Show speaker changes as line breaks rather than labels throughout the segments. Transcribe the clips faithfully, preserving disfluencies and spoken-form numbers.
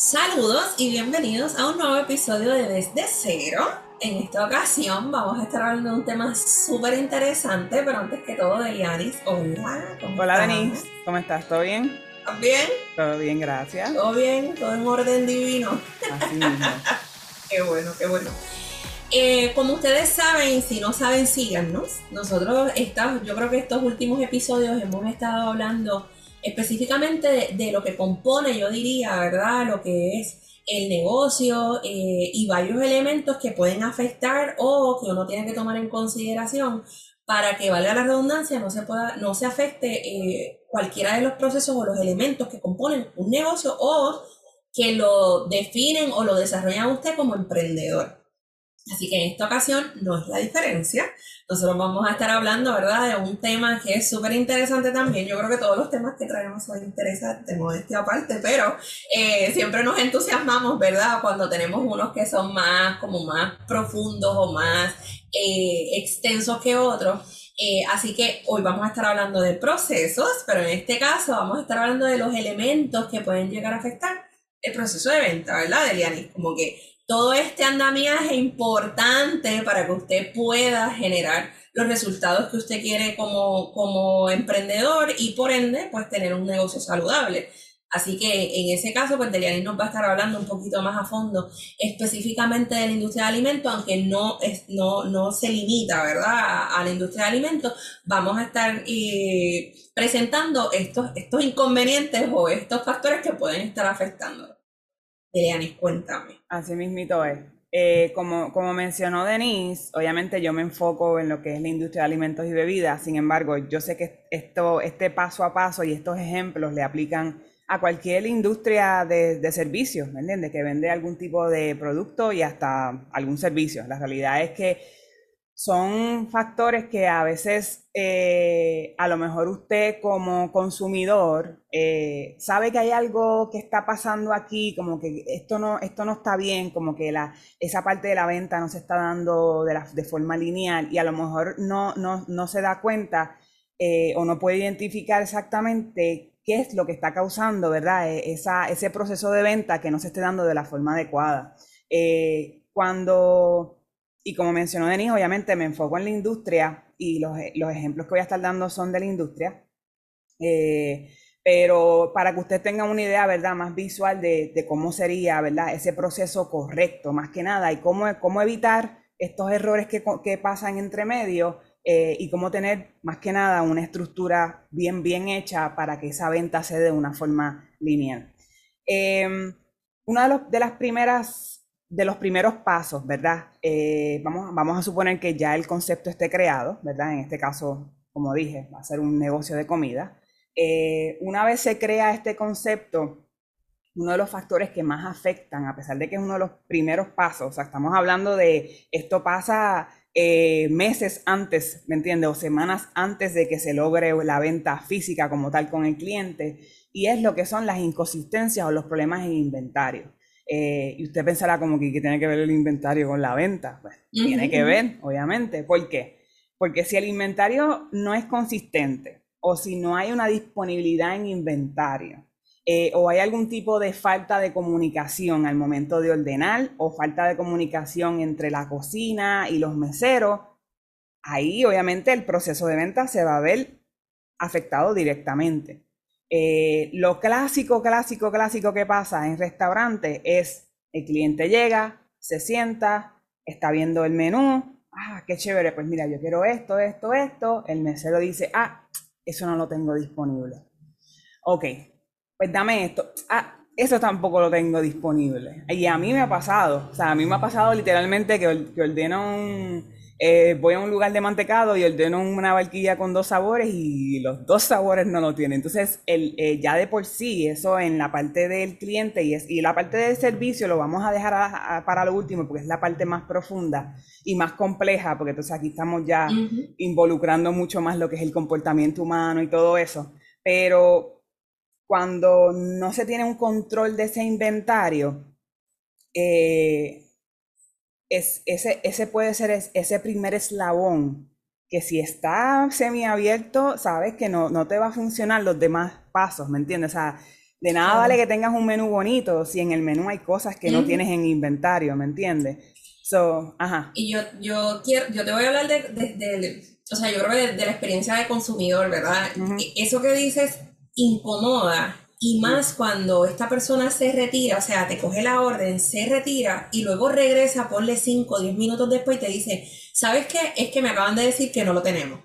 Saludos y bienvenidos a un nuevo episodio de Desde Cero. En esta ocasión vamos a estar hablando de un tema súper interesante, pero antes que todo, Delianis, hola, ¿cómo
Hola
estamos?
Denise, ¿cómo estás? ¿Todo bien?
¿Estás bien?
Todo bien, gracias.
¿Todo bien? ¿Todo en orden divino?
Así mismo.
Qué bueno, qué bueno. Eh, como ustedes saben, si no saben, síganos. Nosotros, esta- yo creo que estos últimos episodios hemos estado hablando específicamente de, de lo que compone, yo diría, ¿verdad? Lo que es el negocio eh, y varios elementos que pueden afectar o que uno tiene que tomar en consideración para que, valga la redundancia, no se pueda, no se afecte eh, cualquiera de los procesos o los elementos que componen un negocio o que lo definen o lo desarrollan usted como emprendedor. Así que en esta ocasión no es la diferencia. Nosotros vamos a estar hablando, ¿verdad?, de un tema que es súper interesante también. Yo creo que todos los temas que traemos son interesantes, modestia aparte, pero eh, siempre nos entusiasmamos, ¿verdad?, cuando tenemos unos que son más, como más profundos o más eh, extensos que otros. Eh, así que hoy vamos a estar hablando de procesos, pero en este caso vamos a estar hablando de los elementos que pueden llegar a afectar el proceso de venta, ¿verdad, Elianis? Como que todo este andamiaje importante para que usted pueda generar los resultados que usted quiere como, como emprendedor y por ende, pues tener un negocio saludable. Así que en ese caso, pues Delianis nos va a estar hablando un poquito más a fondo específicamente de la industria de alimentos, aunque no, es, no, no se limita, ¿verdad?, a, a la industria de alimentos. Vamos a estar eh, presentando estos, estos inconvenientes o estos factores que pueden estar afectando. Delianis, cuéntame.
Así mismito es. Eh, como, como mencionó Denise, obviamente yo me enfoco en lo que es la industria de alimentos y bebidas. Sin embargo, yo sé que esto, este paso a paso y estos ejemplos le aplican a cualquier industria de, de servicios, ¿me entiendes? Que vende algún tipo de producto y hasta algún servicio. La realidad es que son factores que a veces eh, a lo mejor usted como consumidor eh, sabe que hay algo que está pasando aquí, como que esto no, esto no está bien, como que la, esa parte de la venta no se está dando de, la, de forma lineal y a lo mejor no, no, no se da cuenta eh, o no puede identificar exactamente qué es lo que está causando, ¿verdad? E, esa, ese proceso de venta que no se esté dando de la forma adecuada. Eh, cuando y como mencionó Denis, obviamente me enfoco en la industria y los, los ejemplos que voy a estar dando son de la industria. Eh, pero para que usted tenga una idea, ¿verdad?, más visual de, de cómo sería, ¿verdad?, ese proceso correcto, más que nada, y cómo, cómo evitar estos errores que, que pasan entre medio eh, y cómo tener, más que nada, una estructura bien, bien hecha para que esa venta se dé de una forma lineal. Eh, una de, los, de las primeras de los primeros pasos, ¿verdad? Eh, vamos, vamos a suponer que ya el concepto esté creado, ¿verdad? En este caso, como dije, va a ser un negocio de comida. Eh, una vez se crea este concepto, uno de los factores que más afectan, a pesar de que es uno de los primeros pasos, o sea, estamos hablando de esto pasa eh, meses antes, ¿me entiendes? O semanas antes de que se logre la venta física como tal con el cliente, y es lo que son las inconsistencias o los problemas en inventario. Eh, y usted pensará como que, que tiene que ver el inventario con la venta. Pues
Uh
tiene
-huh,
que
uh -huh.
ver, obviamente. ¿Por qué? Porque si el inventario no es consistente o si no hay una disponibilidad en inventario, eh, o hay algún tipo de falta de comunicación al momento de ordenar o falta de comunicación entre la cocina y los meseros, ahí obviamente el proceso de venta se va a ver afectado directamente. Eh, lo clásico, clásico, clásico que pasa en restaurantes es el cliente llega, se sienta, está viendo el menú, ah, qué chévere, pues mira, yo quiero esto, esto, esto, el mesero dice, ah, eso no lo tengo disponible. Ok, pues dame esto, ah, eso tampoco lo tengo disponible. Y a mí me ha pasado, o sea, a mí me ha pasado literalmente que, que ordeno un, eh, voy a un lugar de mantecado y ordeno una barquilla con dos sabores y los dos sabores no lo tienen. Entonces, el, eh, ya de por sí, eso en la parte del cliente y, es, y la parte del servicio lo vamos a dejar a, a, para lo último porque es la parte más profunda y más compleja, porque entonces aquí estamos ya uh -huh. involucrando mucho más lo que es el comportamiento humano y todo eso. Pero cuando no se tiene un control de ese inventario, eh, es, ese, ese puede ser es, ese primer eslabón que si está semiabierto, sabes que no, no te va a funcionar los demás pasos, ¿me entiendes? O sea, De nada vale
Claro.
que tengas un menú bonito si en el menú hay cosas que no
Ujú.
tienes en inventario, ¿me entiendes? So, ajá.
Y yo, yo quiero, yo te voy a hablar de, de- de- o sea, yo creo que de, de la experiencia de consumidor, ¿verdad?
Ujú,
E- Eso que dices incomoda, y
sí.
más cuando esta persona se retira, o sea, te coge la orden, se retira y luego regresa, ponle cinco o diez minutos después y te dice, ¿sabes qué? Es que me acaban de decir que no lo tenemos.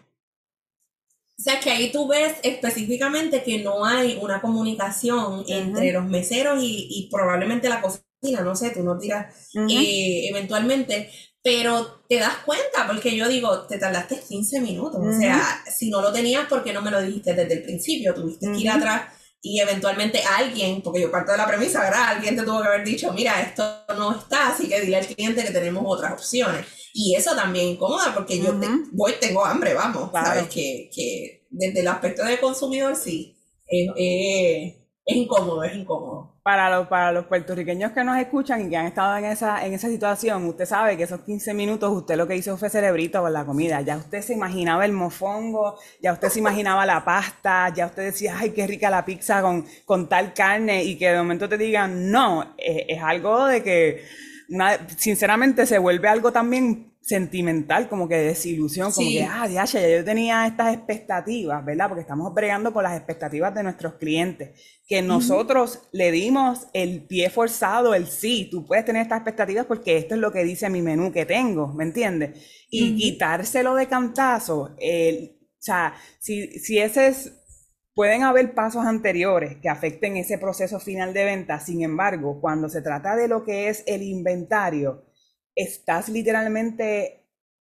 O sea, que ahí tú ves específicamente que no hay una comunicación entre
Ujú,
los meseros y, y probablemente la cocina, no sé, tú nos dirás
ujú,
eh, eventualmente, pero te das cuenta, porque yo digo, te tardaste quince minutos, o
ujú,
sea, si no lo tenías, ¿por qué no me lo dijiste desde el principio? Tuviste que ir
ujú,
atrás y eventualmente alguien, porque yo parto de la premisa, ¿verdad? Alguien te tuvo que haber dicho, mira, esto no está, así que dile al cliente que tenemos otras opciones. Y eso también incomoda porque yo te,
ujú,
voy, tengo hambre, vamos, ¿sabes?
claro.
Que, que desde el aspecto de consumidor sí, es, es, es incómodo, es incómodo.
Para los, para los puertorriqueños que nos escuchan y que han estado en esa, en esa situación, usted sabe que esos quince minutos usted lo que hizo fue cerebrito con la comida. Ya usted se imaginaba el mofongo, ya usted se imaginaba la pasta, ya usted decía, ay, qué rica la pizza con, con tal carne, y que de momento te digan, no, es, es algo de que, una- sinceramente, se vuelve algo también sentimental, como que desilusión, como que,
Sí.
ah, ya, ya yo tenía estas expectativas, ¿verdad? Porque estamos bregando con las expectativas de nuestros clientes, que
Ujú,
nosotros le dimos el pie forzado, el sí, tú puedes tener estas expectativas porque esto es lo que dice mi menú que tengo, ¿me entiendes? Y
ujú,
quitárselo de cantazo, el, o sea, si, si ese es, pueden haber pasos anteriores que afecten ese proceso final de venta. Sin embargo, cuando se trata de lo que es el inventario, estás literalmente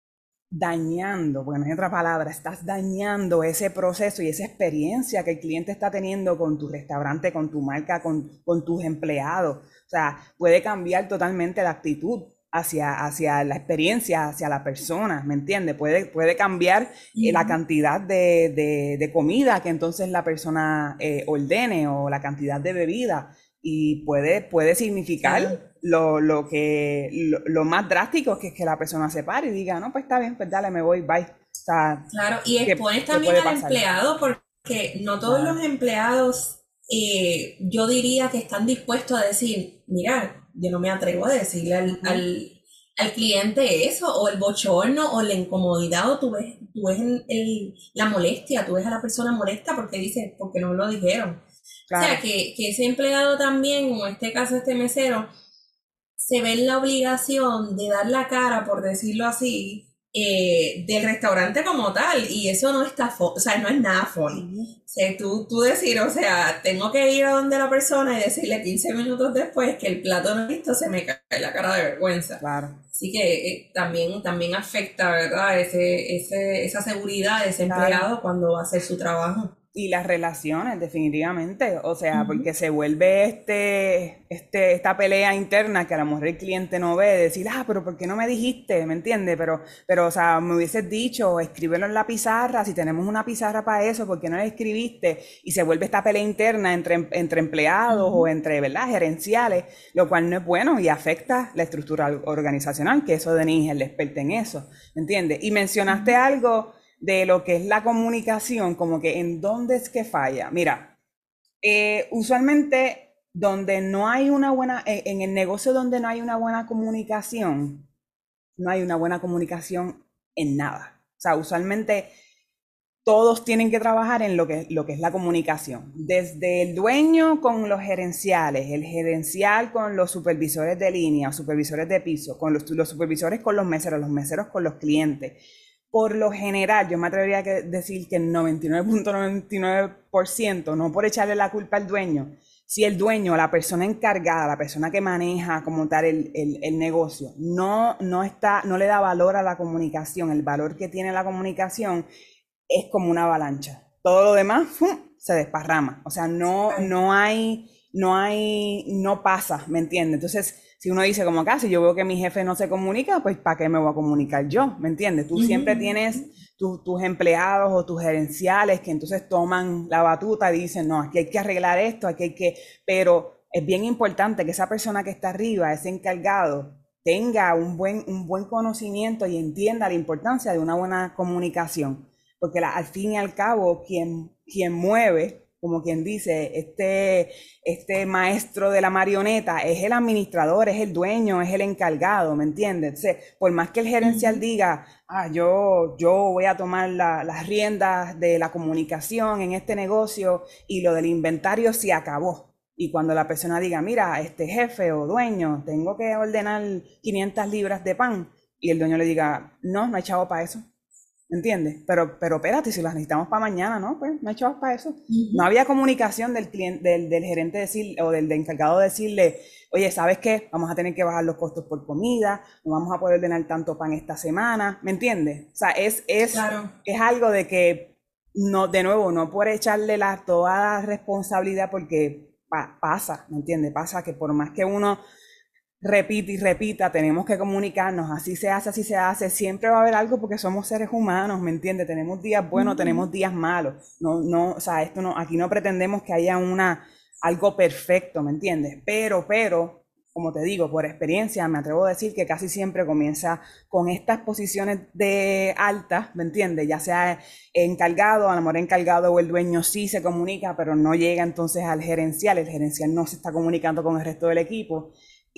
dañando, porque no hay otra palabra, estás dañando ese proceso y esa experiencia que el cliente está teniendo con tu restaurante, con tu marca, con, con tus empleados. O sea, puede cambiar totalmente la actitud hacia, hacia la experiencia, hacia la persona, ¿me entiendes? Puede, puede cambiar eh, la
ujú.
cantidad de, de, de comida que entonces la persona eh, ordene, o la cantidad de bebida, y puede, puede significar
Claro,
lo, lo que, lo, lo más drástico, que es que la persona se pare y diga, no, pues está bien, pues dale, me voy, bye. O sea,
claro. Y
¿qué,
expones
qué
también
puede
al
pasar?
empleado porque no todos los
Claro.
empleados, eh, yo diría que están dispuestos a decir, mira, yo no me atrevo a decirle al,
Ujú,
al, al cliente eso, o el bochorno, o la incomodidad, o tú ves, tú ves el, el- la molestia, tú ves a la persona molesta porque dice, porque no me lo dijeron. O sea,
claro.
que, que ese empleado también, o en este caso este mesero, se ve en la obligación de dar la cara, por decirlo así, eh, del restaurante como tal, y eso no está, fo- o sea, no es nada funny.
Ujú,
O sea, tú, tú decir, o sea, tengo que ir a donde la persona y decirle quince minutos después que el plato no es listo, se me cae la cara de vergüenza.
claro.
Así que eh, también, también afecta, ¿verdad? Ese, ese, esa seguridad de ese
Claro.
empleado cuando va a hacer su trabajo.
Y las relaciones, definitivamente, o sea,
Ujú.
porque se vuelve este, este, esta pelea interna que a lo mejor el cliente no ve, de decir, ah, pero ¿por qué no me dijiste? ¿Me entiendes? Pero, pero, o sea, me hubieses dicho, escríbelo en la pizarra, si tenemos una pizarra para eso, ¿por qué no la escribiste? Y se vuelve esta pelea interna entre, entre empleados o
Ujú.
entre, ¿verdad?, gerenciales, lo cual no es bueno y afecta la estructura organizacional, que eso Denise es la experta en eso, ¿me entiendes? Y mencionaste algo de lo que es la comunicación, como que en dónde es que falla. Mira, eh, usualmente donde no hay una buena, eh, en el negocio donde no hay una buena comunicación, no hay una buena comunicación en nada. O sea, usualmente todos tienen que trabajar en lo que, lo que es la comunicación, desde el dueño con los gerenciales, el gerencial con los supervisores de línea, supervisores de piso, con los, los supervisores con los meseros, los meseros con los clientes. Por lo general, yo me atrevería a decir que el noventa y nueve punto noventa y nueve por ciento, no por echarle la culpa al dueño, si el dueño, la persona encargada, la persona que maneja como tal el, el, el negocio, no, no, está, no le da valor a la comunicación, el valor que tiene la comunicación es como una avalancha. Todo lo demás ¡fum!, se desparrama. O sea, no,
Ay,
no hay, no hay, no pasa, ¿me entiendes? Entonces, si uno dice como acá, si yo veo que mi jefe no se comunica, pues ¿para qué me voy a comunicar yo? ¿Me entiendes? Tú
ujú,
siempre tienes
ujú.
tu- tus empleados o tus gerenciales que entonces toman la batuta y dicen, no, aquí hay que arreglar esto, aquí hay que, pero es bien importante que esa persona que está arriba, ese encargado, tenga un buen, un buen conocimiento y entienda la importancia de una buena comunicación, porque la- al fin y al cabo, quien, quien mueve como quien dice, este, este maestro de la marioneta es el administrador, es el dueño, es el encargado, ¿me entiendes? Entonces, por más que el gerencial diga, ah, yo, yo voy a tomar la, las riendas de la comunicación en este negocio y lo del inventario se acabó. Y cuando la persona diga, mira, este jefe o dueño, tengo que ordenar quinientas libras de pan, y el dueño le diga, no, no hay chavo para eso. ¿Entiendes? Pero, pero espérate, si las necesitamos para mañana, ¿no? Pues no hay chavos para eso. Uh-huh. No había comunicación del cliente, del, del gerente decir, o del, del encargado de decirle, oye, ¿sabes qué? Vamos a tener que bajar los costos por comida, no vamos a poder ordenar tanto pan esta semana, ¿me entiendes? O sea, es, es, claro. es algo de que, no, de nuevo, no por echarle la, toda la responsabilidad porque pa, pasa, ¿me entiendes? Pasa que por más que uno repite y repita, tenemos que comunicarnos, así se hace, así se hace, siempre va a haber algo porque somos seres humanos, ¿me entiendes? Tenemos días buenos, uh-huh. tenemos días malos, no, no, o sea, esto no, aquí no pretendemos que haya una, algo perfecto, ¿me entiendes? Pero, pero, como te digo, por experiencia me atrevo a decir que casi siempre comienza con estas posiciones de altas, ¿me entiendes? Ya sea encargado, a lo mejor encargado o el dueño sí se comunica, pero no llega entonces al gerencial, el gerencial no se está comunicando con el resto del equipo.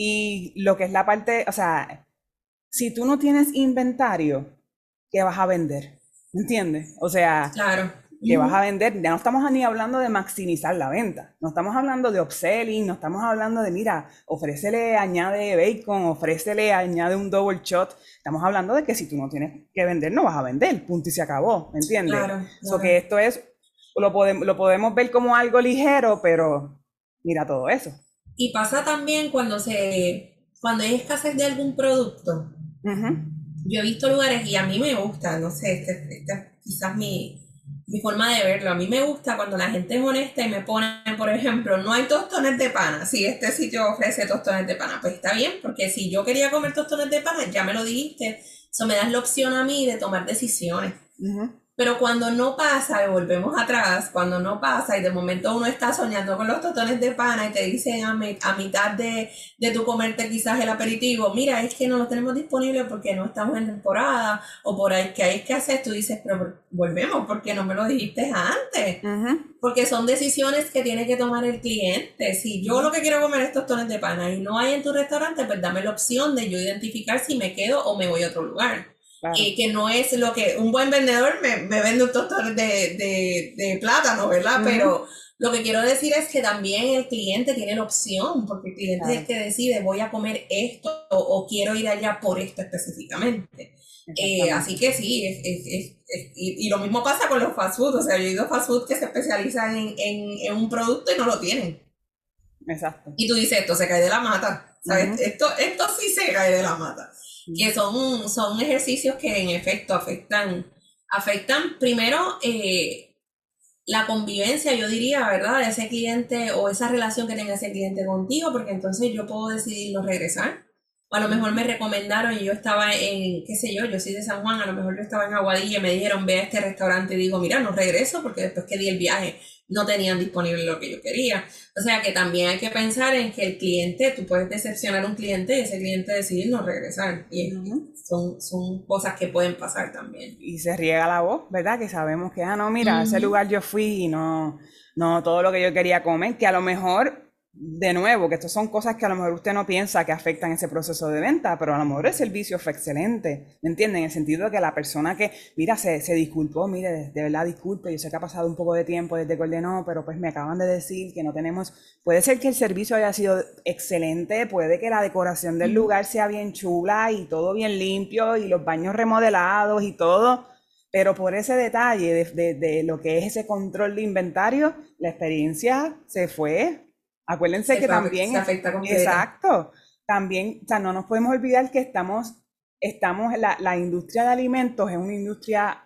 Y lo que es la parte, o sea, si tú no tienes inventario, ¿qué vas a vender? ¿Me entiendes? O sea,
claro.
¿qué uh-huh. vas a vender? Ya no estamos ni hablando de maximizar la venta, no estamos hablando de upselling, no estamos hablando de, mira, ofrécele, añade bacon, ofrécele, añade un double shot. Estamos hablando de que si tú no tienes que vender, no vas a vender, punto y se acabó, ¿me entiendes?
Claro, claro.
So que esto es, lo podemos, lo podemos ver como algo ligero, pero mira todo eso.
Y pasa también cuando se cuando hay escasez de algún producto. Uh-huh. Yo he visto lugares y a mí me gusta, no sé, esta este, este, quizás mi, mi forma de verlo. A mí me gusta cuando la gente es honesta y me pone, por ejemplo, no hay tostones de pana. Si este sitio ofrece tostones de pana, pues está bien, porque si yo quería comer tostones de pana, ya me lo dijiste. Eso me das la opción a mí de tomar decisiones. Uh-huh. Pero cuando no pasa, y volvemos atrás, cuando no pasa y de momento uno está soñando con los tostones de pana y te dicen a, me, a mitad de, de tu comerte quizás el aperitivo, mira, es que no lo tenemos disponible porque no estamos en temporada o por ahí que hay que hacer, tú dices, pero volvemos, porque no me lo dijiste antes. Uh-huh. Porque son decisiones que tiene que tomar el cliente. Si yo lo que quiero comer es tostones de pana y no hay en tu restaurante, pues dame la opción de yo identificar si me quedo o me voy a otro lugar. Claro. Y que no es lo que un buen vendedor me, me vende un tostón de, de, de plátano, ¿verdad? Uh-huh. Pero lo que quiero decir es que también el cliente tiene la opción, porque el cliente claro. es el que decide, voy a comer esto o, o quiero ir allá por esto específicamente. Eh, así que sí, es, es, es, es, y, y lo mismo pasa con los fast food. O sea, yo he ido a fast food que se especializan en, en, en un producto y no lo tienen.
Exacto.
Y tú dices, esto se cae de la mata. ¿Sabes? Uh-huh. esto, esto sí se cae de la mata. Que son, son ejercicios que en efecto afectan, afectan primero eh, la convivencia, yo diría, ¿verdad? De ese cliente o esa relación que tenga ese cliente contigo, porque entonces yo puedo decidir no regresar. O a lo mejor me recomendaron y yo estaba en, qué sé yo, yo soy de San Juan, a lo mejor yo estaba en Aguadilla y me dijeron, ve a este restaurante y digo, mira, no regreso porque después que di el viaje no tenían disponible lo que yo quería. O sea que también hay que pensar en que el cliente, tú puedes decepcionar a un cliente y ese cliente decidir no regresar. Y uh-huh. son, son cosas que pueden pasar también.
Y se riega la voz, ¿verdad? Que sabemos que, ah, no, mira, uh-huh. a ese lugar yo fui y no, no todo lo que yo quería comer, que a lo mejor... De nuevo, que estas son cosas que a lo mejor usted no piensa que afectan ese proceso de venta, pero a lo mejor el servicio fue excelente, ¿me entienden? En el sentido de que la persona que, mira, se, se disculpó, mire, de, de verdad disculpe, yo sé que ha pasado un poco de tiempo desde que ordenó, pero pues me acaban de decir que no tenemos, puede ser que el servicio haya sido excelente, puede que la decoración del lugar sea bien chula y todo bien limpio y los baños remodelados y todo, pero por ese detalle de, de, de lo que es ese control de inventario, la experiencia se fue. Acuérdense se que también,
se afecta con
exacto, también, o sea, no nos podemos olvidar que estamos, estamos, la, la industria de alimentos es una industria,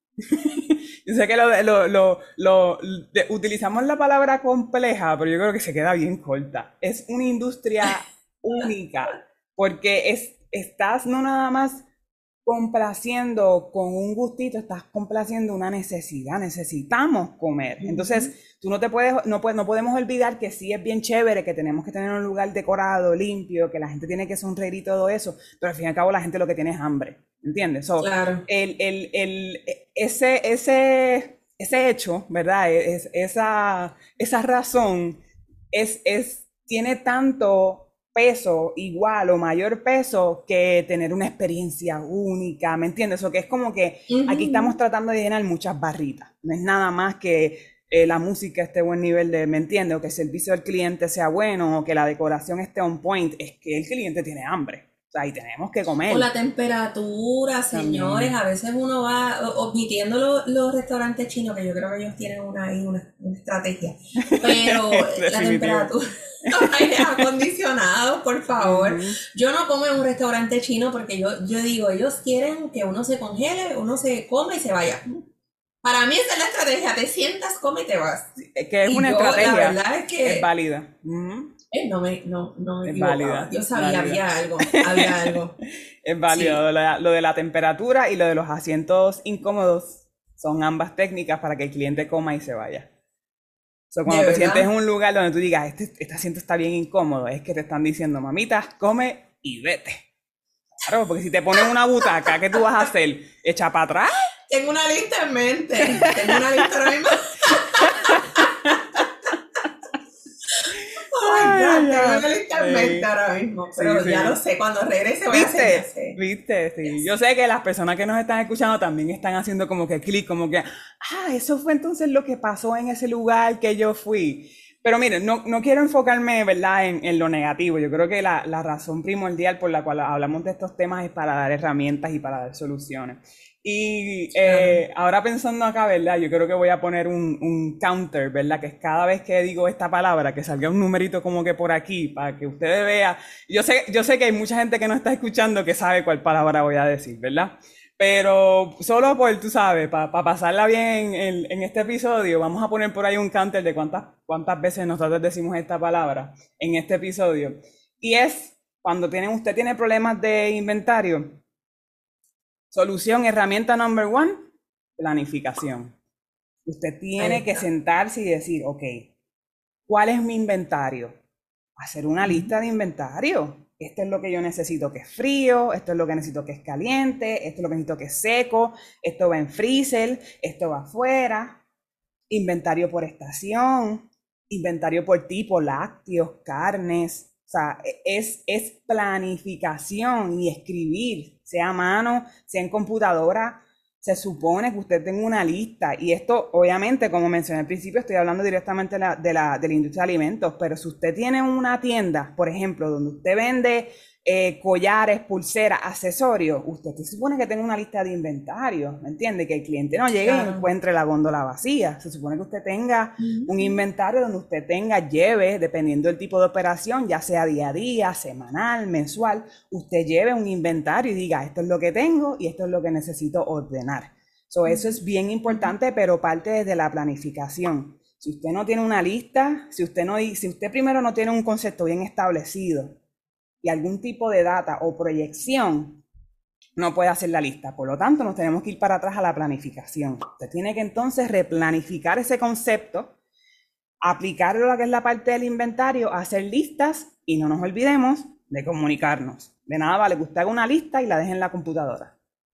yo sé que lo, lo, lo, lo de, utilizamos la palabra compleja, pero yo creo que se queda bien corta, es una industria única, porque es, estás no nada más complaciendo con un gustito, estás complaciendo una necesidad, necesitamos comer. Entonces, tú no te puedes, no, no podemos olvidar que sí es bien chévere, que tenemos que tener un lugar decorado, limpio, que la gente tiene que sonreír y todo eso, pero al fin y al cabo la gente lo que tiene es hambre, ¿entiendes? So,
claro.
el, el, el, ese, ese, ese hecho, ¿verdad? Es, esa, esa razón es, es, tiene tanto peso, igual o mayor peso, que tener una experiencia única, ¿me entiendes? O que es como que
Ujú.
aquí estamos tratando de llenar muchas barritas. No es nada más que eh, la música esté a buen nivel de, ¿me entiendes? O que el servicio del cliente sea bueno, o que la decoración esté on point. Es que el cliente tiene hambre. O sea, y tenemos que
O
comer
la temperatura, señores,
también.
a veces uno va, o- omitiendo lo- los restaurantes chinos, que yo creo que ellos tienen una, ahí una, una estrategia, pero la
Definitivo.
temperatura, los aires acondicionados, por favor.
Ujú.
Yo no como en un restaurante chino porque yo, yo digo, ellos quieren que uno se congele, uno se come y se vaya. Para mí esa es la estrategia, te sientas, come y te vas.
Es que es
Y
una
yo, la
estrategia,
verdad es
es
que
válida. Ujú.
eh, no me, no, no me
Es
equivocaba.
válida,
Yo
es
sabía,
válida.
había algo, había algo.
Es válido. Lo
Sí,
de, la, lo de la temperatura y lo de los asientos incómodos son ambas técnicas para que el cliente coma y se vaya. So,
de
cuando te sientes en
verdad.
un lugar donde tú digas, este, este asiento está bien incómodo, es que te están diciendo, mamita, come y vete. Claro, porque si te ponen una butaca, ¿qué tú vas a hacer? ¿Echa para atrás?
Tengo una lista en mente. Tengo una lista ahora mismo. Oh my
Ay,
God,
ay,
tengo
ay.
una lista en mente
Sí,
ahora mismo.
sí,
Pero ya lo
sí.
sé, cuando regrese voy a hacer, ya
¿Viste?
sé.
¿Viste?
Ya
Sí. Yo
sé.
sé que las personas que nos están escuchando también están haciendo como que clic, como que, ah, eso fue entonces lo que pasó en ese lugar que yo fui. Pero miren, no, no quiero enfocarme, ¿verdad?, en, en lo negativo. Yo creo que la, la razón primordial por la cual hablamos de estos temas es para dar herramientas y para dar soluciones. Y
Claro.
eh, ahora pensando acá, ¿verdad? Yo creo que voy a poner un, un counter, ¿verdad? Que es cada vez que digo esta palabra, que salga un numerito como que por aquí, para que ustedes vean. Yo sé, yo sé que hay mucha gente que no está escuchando que sabe cuál palabra voy a decir, ¿verdad? Pero solo por, tú sabes, para pasarla bien en, en este episodio, vamos a poner por ahí un counter de cuántas, cuántas veces nosotros decimos esta palabra en este episodio. Y es cuando tienen, usted tiene problemas de inventario. Solución, herramienta number one, planificación. Usted
Ahí
tiene que
está.
sentarse y decir, ok, ¿cuál es mi inventario? Hacer una
Ujú.
lista de inventario. Esto es lo que yo necesito que es frío, esto es lo que necesito que es caliente, esto es lo que necesito que es seco, esto va en freezer, esto va afuera. Inventario por estación, inventario por tipo, lácteos, carnes. O sea, es, es planificación y escribir, sea a mano, sea en computadora. Se supone que usted tenga una lista. Y esto, obviamente, como mencioné al principio, estoy hablando directamente de la, de la, de la industria de alimentos. Pero si usted tiene una tienda, por ejemplo, donde usted vende eh, collares, pulseras, accesorios, usted se supone que tenga una lista de inventario, ¿me entiende? Que el cliente no llegue y
Claro.
encuentre la góndola vacía. Se supone que usted tenga un
Ujú.
inventario donde usted tenga, lleve, dependiendo del tipo de operación, ya sea día a día, semanal, mensual, usted lleve un inventario y diga, esto es lo que tengo y esto es lo que necesito ordenar. So, eso es bien
Ujú.
importante, pero parte desde la planificación. Si usted no tiene una lista, si usted, no, si usted primero no tiene un concepto bien establecido y algún tipo de data o proyección, no puede hacer la lista. Por lo tanto, nos tenemos que ir para atrás a la planificación. Usted tiene que entonces replanificar ese concepto, aplicarlo a lo que es la parte del inventario, hacer listas y no nos olvidemos de comunicarnos. De nada vale que usted haga una lista y la deje en la computadora,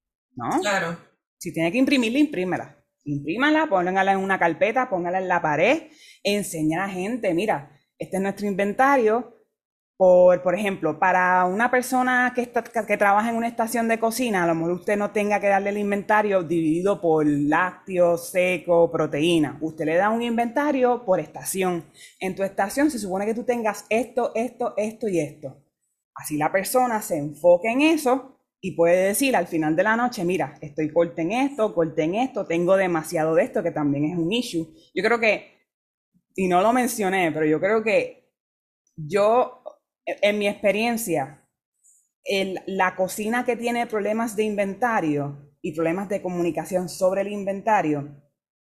¿no?
Claro.
Si tiene que imprimirla, imprímela. Imprímala, póngala en una carpeta, póngala en la pared, enseña a la gente, mira, este es nuestro inventario. Por, por ejemplo, para una persona que, está, que trabaja en una estación de cocina, a lo mejor usted no tenga que darle el inventario dividido por lácteos, seco, proteína. Usted le da un inventario por estación. En tu estación se supone que tú tengas esto, esto, esto y esto. Así la persona se enfoca en eso y puede decir al final de la noche, mira, estoy corta en esto, corta en esto, tengo demasiado de esto, que también es un issue. Yo creo que, y no lo mencioné, pero yo creo que yo, en mi experiencia, el, la cocina que tiene problemas de inventario y problemas de comunicación sobre el inventario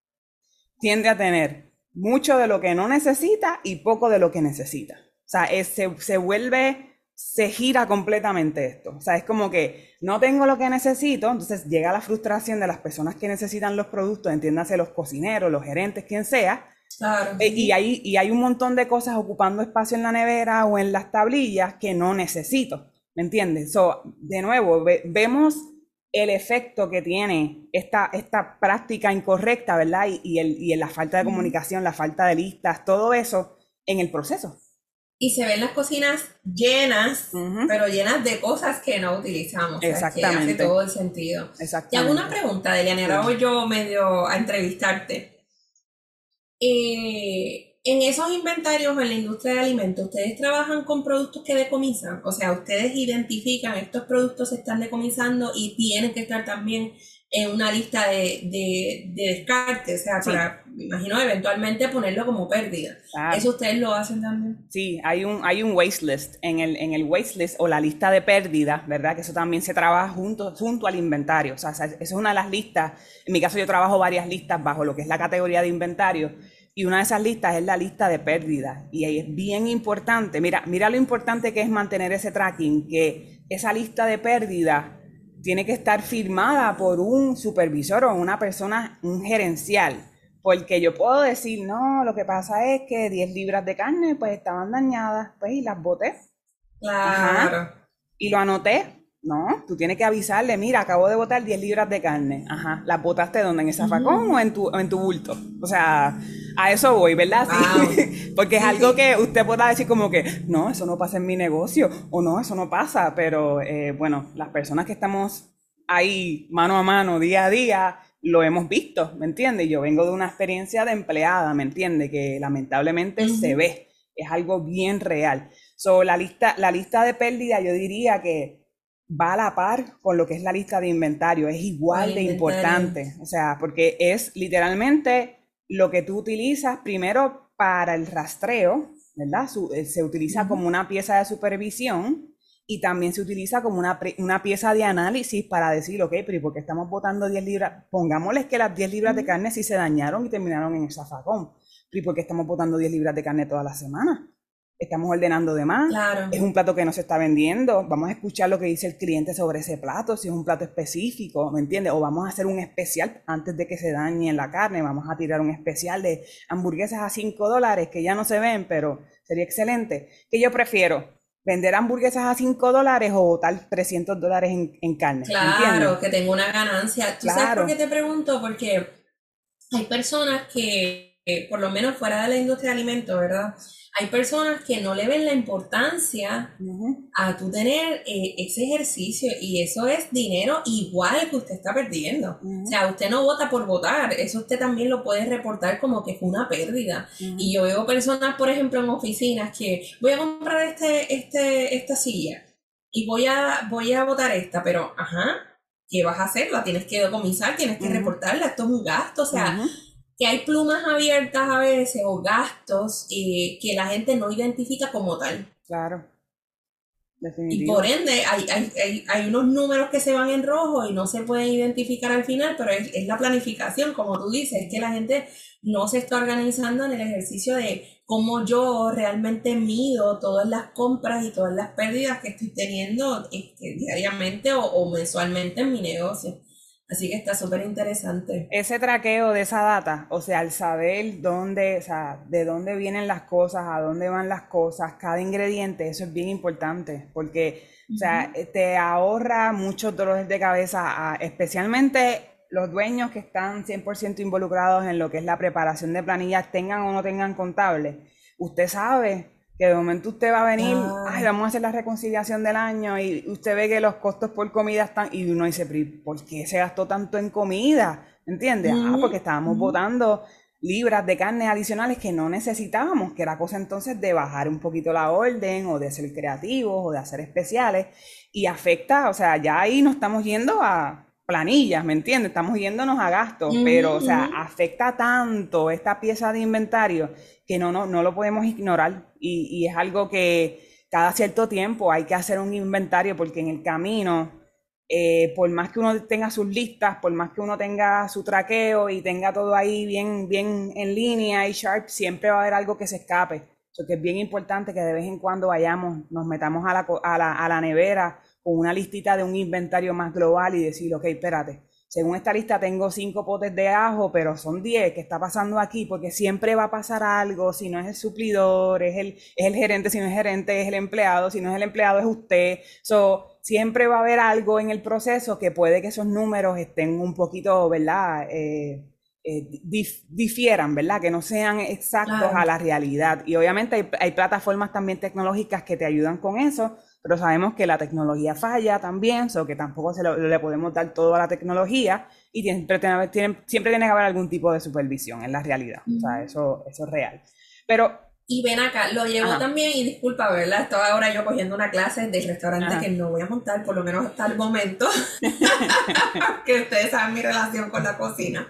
tiende a tener mucho de lo que no necesita y poco de lo que necesita. O sea, es, se, se vuelve, se gira completamente esto. O sea, es como que no tengo lo que necesito, entonces llega la frustración de las personas que necesitan los productos, entiéndase los cocineros, los gerentes, quien sea.
Claro.
Eh, y, hay, y hay un montón de cosas ocupando espacio en la nevera o en las tablillas que no necesito, ¿me entiendes? So, de nuevo, ve, vemos el efecto que tiene esta, esta práctica incorrecta, ¿verdad? Y, y, el, y la falta de comunicación, la falta de listas, todo eso en el proceso.
Y se ven las cocinas llenas, uh-huh. pero llenas de cosas que no utilizamos.
Exactamente.
O sea, que hace todo el sentido.
Exactamente.
Y hago una pregunta, Deliana, ahora voy yo medio a entrevistarte. Eh, en esos inventarios en la industria de alimentos, ¿ustedes trabajan con productos que decomisan? O sea, ¿ustedes identifican estos productos se están decomisando y tienen que estar también en una lista de, de, de descarte? O sea, sí. para, me imagino, eventualmente ponerlo como pérdida. Claro. ¿Eso ustedes lo hacen también?
Sí, hay un, hay un waste list. En el, en el waste list o la lista de pérdidas, ¿verdad? Que eso también se trabaja junto, junto al inventario. O sea, esa es una de las listas. En mi caso yo trabajo varias listas bajo lo que es la categoría de inventario. Y una de esas listas es la lista de pérdidas. Y ahí es bien importante. Mira, mira lo importante que es mantener ese tracking, que esa lista de pérdidas tiene que estar firmada por un supervisor o una persona, un gerencial. Porque yo puedo decir, no, lo que pasa es que diez libras de carne pues estaban dañadas, pues y las boté.
Claro.
Ajá. Y lo anoté. No, tú tienes que avisarle, mira, acabo de botar diez libras de carne. Ajá, ¿las botaste dónde? ¿En el zafacón mm. o, en tu, o en tu bulto? O sea, a eso voy, ¿verdad?
Wow.
Sí. Porque es sí, algo sí. que usted pueda decir como que, no, eso no pasa en mi negocio, o no, eso no pasa. Pero, eh, bueno, las personas que estamos ahí mano a mano, día a día, lo hemos visto, ¿me entiendes? Yo vengo de una experiencia de empleada, ¿me entiendes? Que lamentablemente uh-huh. se ve, es algo bien real. So, la lista, la lista de pérdida, yo diría que va a la par con lo que es la lista de inventario, es igual de importante, o sea, porque es literalmente lo que tú utilizas primero para el rastreo, ¿verdad? Se utiliza uh-huh. como una pieza de supervisión y también se utiliza como una, una pieza de análisis para decir, ok, pero ¿y por qué estamos botando diez libras? Pongámosles que las diez libras uh-huh. de carne sí se dañaron y terminaron en el zafacón, pero ¿y por qué estamos botando diez libras de carne toda la semana? Estamos ordenando de más,
claro.
es un plato que no se está vendiendo, vamos a escuchar lo que dice el cliente sobre ese plato, si es un plato específico, ¿me entiendes? O vamos a hacer un especial antes de que se dañe la carne, vamos a tirar un especial de hamburguesas a cinco dólares que ya no se ven, pero sería excelente. ¿Qué yo prefiero? ¿Vender hamburguesas a cinco dólares o botar trescientos dólares en, en carne?
Claro, que tengo una ganancia. ¿Tú claro. sabes por qué te pregunto? Porque hay personas que, que, por lo menos fuera de la industria de alimentos, ¿verdad? Hay personas que no le ven la importancia uh-huh. a tú tener eh, ese ejercicio y eso es dinero igual que usted está perdiendo. Uh-huh. O sea, usted no vota por votar, eso usted también lo puede reportar como que fue una pérdida. Uh-huh. Y yo veo personas, por ejemplo, en oficinas que voy a comprar este, este, esta silla y voy a, voy a votar esta, pero ajá, ¿qué vas a hacer? La tienes que decomisar, tienes que uh-huh. reportarla, esto es un gasto, o sea... Uh-huh. que hay plumas abiertas a veces o gastos eh, que la gente no identifica como tal.
Claro.
Definitivo. Y por ende hay, hay, hay, hay unos números que se van en rojo y no se pueden identificar al final, pero es, es la planificación, como tú dices, es que la gente no se está organizando en el ejercicio de cómo yo realmente mido todas las compras y todas las pérdidas que estoy teniendo este, diariamente o, o mensualmente en mi negocio. Así que está súper interesante.
Ese traqueo de esa data, o sea, el saber dónde, o sea, de dónde vienen las cosas, a dónde van las cosas, cada ingrediente, eso es bien importante, porque, uh-huh. o sea, te ahorra muchos dolores de cabeza, a, especialmente los dueños que están cien por ciento involucrados en lo que es la preparación de planillas, tengan o no tengan contables. Usted sabe que de momento usted va a venir, ah. ay, vamos a hacer la reconciliación del año y usted ve que los costos por comida están, y uno dice, ¿por qué se gastó tanto en comida? ¿Entiendes? Mm. Ah, porque estábamos mm. botando libras de carne adicionales que no necesitábamos, que era cosa entonces de bajar un poquito la orden o de ser creativos o de hacer especiales y afecta, o sea, ya ahí nos estamos yendo a planillas, ¿me entiendes? Estamos yéndonos a gastos, mm-hmm. pero, o sea, afecta tanto esta pieza de inventario que no, no, no lo podemos ignorar y, y es algo que cada cierto tiempo hay que hacer un inventario porque en el camino, eh, por más que uno tenga sus listas, por más que uno tenga su traqueo y tenga todo ahí bien, bien en línea y sharp, siempre va a haber algo que se escape. Eso que es bien importante que de vez en cuando vayamos, nos metamos a la, a la, a la nevera con una listita de un inventario más global y decir, ok, espérate, según esta lista tengo cinco potes de ajo, pero son diez. ¿Qué está pasando aquí? Porque siempre va a pasar algo, si no es el suplidor, es el, es el gerente, si no es el gerente, es el empleado, si no es el empleado, es usted. So, siempre va a haber algo en el proceso que puede que esos números estén un poquito, ¿verdad? Eh, eh, dif, difieran, ¿verdad? Que no sean exactos claro. a la realidad. Y obviamente hay, hay plataformas también tecnológicas que te ayudan con eso, pero sabemos que la tecnología falla también, so que tampoco se lo, le podemos dar todo a la tecnología y siempre tiene, tiene, siempre tiene que haber algún tipo de supervisión en la realidad. Uh-huh. O sea, eso, eso es real. Pero...
Y ven acá, lo llevo Ajá. también, y disculpa, ¿verdad? Estaba ahora yo cogiendo una clase del restaurante Ajá. que no voy a montar, por lo menos hasta el momento, que ustedes saben mi relación con la cocina.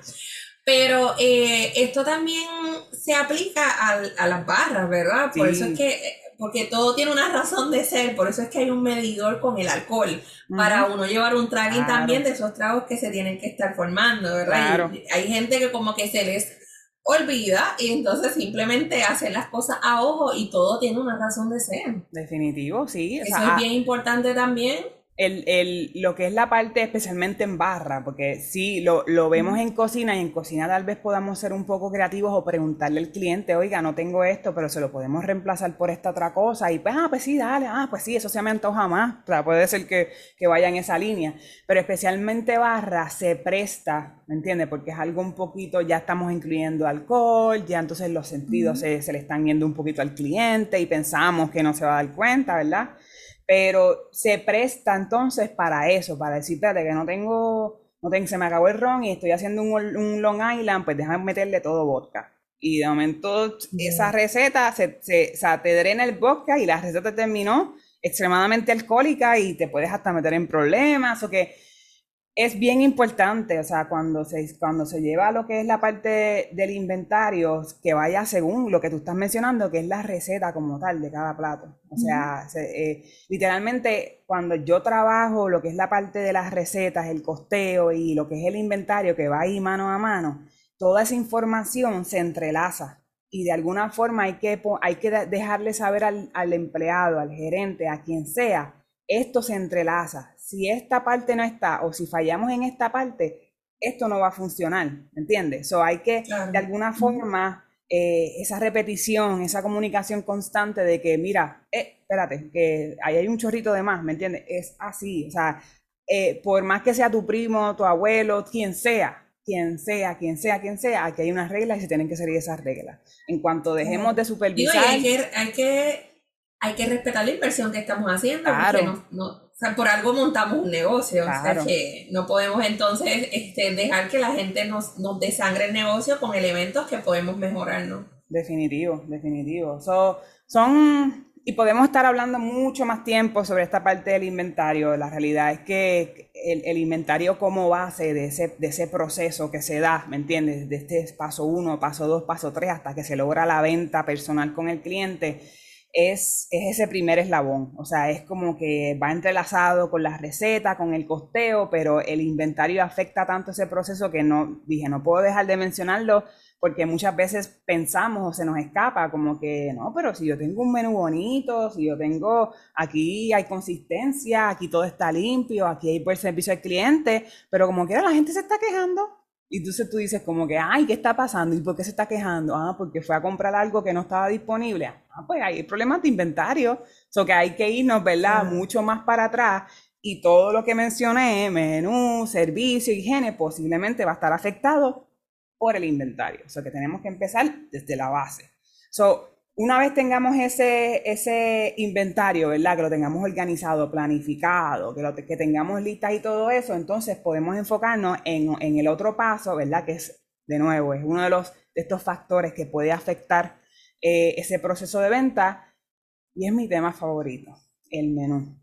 Pero eh, esto también se aplica a, a las barras, ¿verdad? Por sí. eso es que... porque todo tiene una razón de ser, por eso es que hay un medidor con el alcohol, uh-huh. para uno llevar un traguín claro. también de esos tragos que se tienen que estar formando, ¿verdad? Claro. Y hay gente que como que se les olvida y entonces simplemente hacen las cosas a ojo y todo tiene una razón de ser.
Definitivo, sí.
Eso o sea, es bien importante también.
El, el, lo que es la parte especialmente en barra, porque sí, lo, lo vemos en cocina y en cocina tal vez podamos ser un poco creativos o preguntarle al cliente, oiga, no tengo esto, pero se lo podemos reemplazar por esta otra cosa y pues, ah, pues sí, dale, ah, pues sí, eso se me antoja más, o sea, puede ser que, que vaya en esa línea, pero especialmente barra se presta, ¿me entiendes? Porque es algo un poquito, ya estamos incluyendo alcohol, ya entonces los sentidos uh-huh. se, se le están yendo un poquito al cliente y pensamos que no se va a dar cuenta, ¿verdad? Pero se presta entonces para eso, para decir, espérate, que no tengo, no tengo, se me acabó el ron y estoy haciendo un, un Long Island, pues déjame meterle todo vodka. Y de momento yeah. esa receta, se, se, o sea, te drena el vodka y la receta terminó extremadamente alcohólica y te puedes hasta meter en problemas, o que es bien importante, o sea, cuando se, cuando se lleva lo que es la parte del inventario, que vaya según lo que tú estás mencionando, que es la receta como tal de cada plato. O sea, se, eh, literalmente cuando yo trabajo lo que es la parte de las recetas, el costeo y lo que es el inventario que va ahí mano a mano, toda esa información se entrelaza y de alguna forma hay que, hay que dejarle saber al, al empleado, al gerente, a quien sea, esto se entrelaza. Si esta parte no está o si fallamos en esta parte, esto no va a funcionar, ¿me entiendes? So hay que, claro. de alguna forma, eh, esa repetición, esa comunicación constante de que, mira, eh, espérate, que ahí hay un chorrito de más, ¿me entiendes? Es así, o sea, eh, por más que sea tu primo, tu abuelo, quien sea, quien sea, quien sea, quien sea, aquí hay unas reglas y se tienen que seguir esas reglas. En cuanto dejemos de supervisar...
Digo, hay que... Hay que... Hay que respetar la inversión que estamos haciendo, claro. porque no, no, o sea, por algo montamos un negocio, claro. o sea que no podemos entonces este, dejar que la gente nos, nos desangre el negocio con elementos que podemos mejorar, ¿no?
Definitivo, definitivo. So, son, y podemos estar hablando mucho más tiempo sobre esta parte del inventario. La realidad es que el, el inventario como base de ese, de ese proceso que se da, ¿me entiendes? De este paso uno, paso dos, paso tres, hasta que se logra la venta personal con el cliente, Es, es ese primer eslabón, o sea, es como que va entrelazado con la receta, con el costeo, pero el inventario afecta tanto ese proceso que no, dije, no puedo dejar de mencionarlo porque muchas veces pensamos o se nos escapa como que, no, pero si yo tengo un menú bonito, si yo tengo, aquí hay consistencia, aquí todo está limpio, aquí hay buen servicio al cliente, pero como quiera la gente se está quejando. Y entonces tú dices como que, ay, ¿qué está pasando? ¿Y por qué se está quejando? Ah, porque fue a comprar algo que no estaba disponible. Ah, pues hay problemas de inventario. O so que hay que irnos, ¿verdad? Uh-huh. Mucho más para atrás. Y todo lo que mencioné, menú, servicio, higiene, posiblemente va a estar afectado por el inventario. O sea que tenemos que empezar desde la base. So, una vez tengamos ese, ese inventario, ¿verdad? Que lo tengamos organizado, planificado, que, lo, que tengamos listas y todo eso, entonces podemos enfocarnos en, en el otro paso, ¿verdad? Que es, de nuevo, es uno de, los, de estos factores que puede afectar eh, ese proceso de venta y es mi tema favorito, el menú.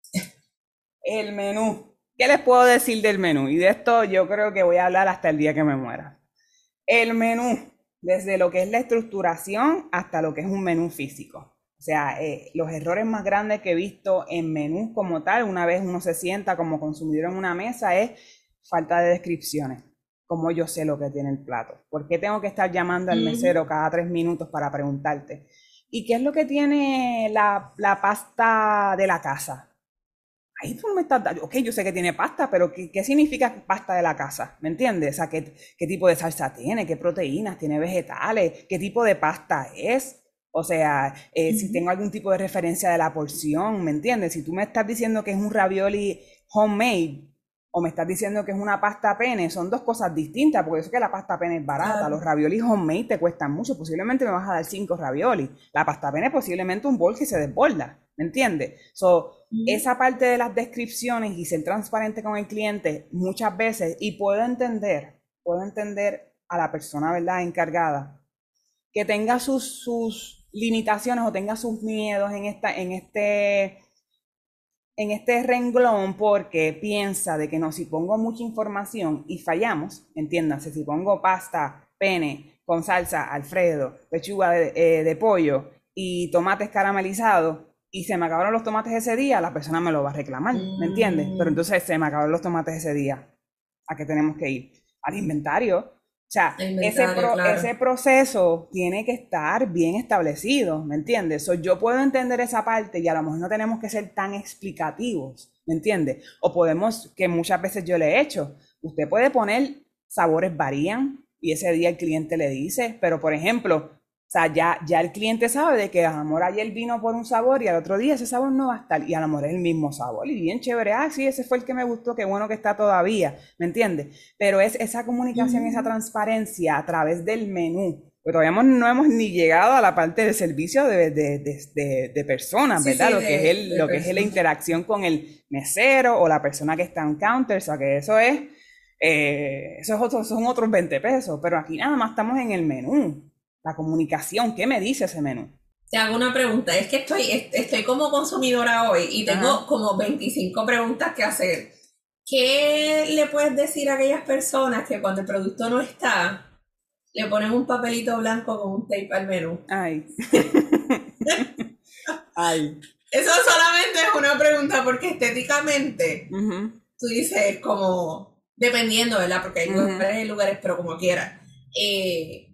El menú. ¿Qué les puedo decir del menú? Y de esto yo creo que voy a hablar hasta el día que me muera. El menú. Desde lo que es la estructuración hasta lo que es un menú físico. O sea, eh, los errores más grandes que he visto en menús como tal, una vez uno se sienta como consumidor en una mesa, es falta de descripciones. Cómo yo sé lo que tiene el plato. ¿Por qué tengo que estar llamando al mesero cada tres minutos para preguntarte? ¿Y qué es lo que tiene la, la pasta de la casa? ahí tú no me estás dando, ok, yo sé que tiene pasta, pero ¿qué, qué significa pasta de la casa? ¿Me entiendes? O sea, ¿qué, qué tipo de salsa tiene? ¿Qué proteínas? ¿Tiene vegetales? ¿Qué tipo de pasta es? O sea, eh, si tengo algún tipo de referencia de la porción, ¿me entiendes? Si tú me estás diciendo que es un ravioli homemade o me estás diciendo que es una pasta pene, son dos cosas distintas, porque yo sé que la pasta pene es barata, claro. Los raviolis homemade te cuestan mucho, posiblemente me vas a dar cinco raviolis. La pasta pene posiblemente un bol que se desborda, ¿me entiendes? So, mm. Esa parte de las descripciones y ser transparente con el cliente muchas veces, y puedo entender, puedo entender a la persona, ¿verdad?, encargada, que tenga sus, sus limitaciones o tenga sus miedos en, esta, en, este, en este renglón, porque piensa de que no, si pongo mucha información y fallamos, entiéndase, si pongo pasta, pene, con salsa, Alfredo, pechuga de, eh, de pollo y tomates caramelizados, y se me acabaron los tomates ese día, la persona me lo va a reclamar, ¿me entiendes? Pero entonces se me acabaron los tomates ese día. ¿A qué tenemos que ir? Al inventario. O sea, ese, pro, claro. ese proceso tiene que estar bien establecido, ¿me entiendes? So, yo puedo entender esa parte y a lo mejor no tenemos que ser tan explicativos, ¿me entiendes? O podemos, que muchas veces yo le he hecho, usted puede poner sabores varían y ese día el cliente le dice, pero por ejemplo, o sea, ya, ya el cliente sabe de que a lo mejor ayer vino por un sabor y al otro día ese sabor no va a estar y a lo mejor es el mismo sabor y bien chévere, ah, sí, ese fue el que me gustó, qué bueno que está todavía, ¿me entiendes? Pero es esa comunicación, uh-huh. esa transparencia a través del menú, pero todavía no hemos ni llegado a la parte del servicio de, de, de, de, de personas, ¿verdad? Sí, sí, lo, de, que es el, lo que es la interacción con el mesero o la persona que está en counter, o sea, que eso es, eh, eso es otro, son otros veinte pesos, pero aquí nada más estamos en el menú. La comunicación, ¿qué me dice ese menú?
Te hago una pregunta, es que estoy, estoy como consumidora hoy y tengo Ajá. como veinticinco preguntas que hacer. ¿Qué le puedes decir a aquellas personas que cuando el producto no está, le ponen un papelito blanco con un tape al menú?
Ay. Ay.
Eso solamente es una pregunta porque estéticamente, uh-huh. tú dices como, dependiendo, ¿verdad? Porque hay uh-huh. lugares y lugares, pero como quieras. Eh...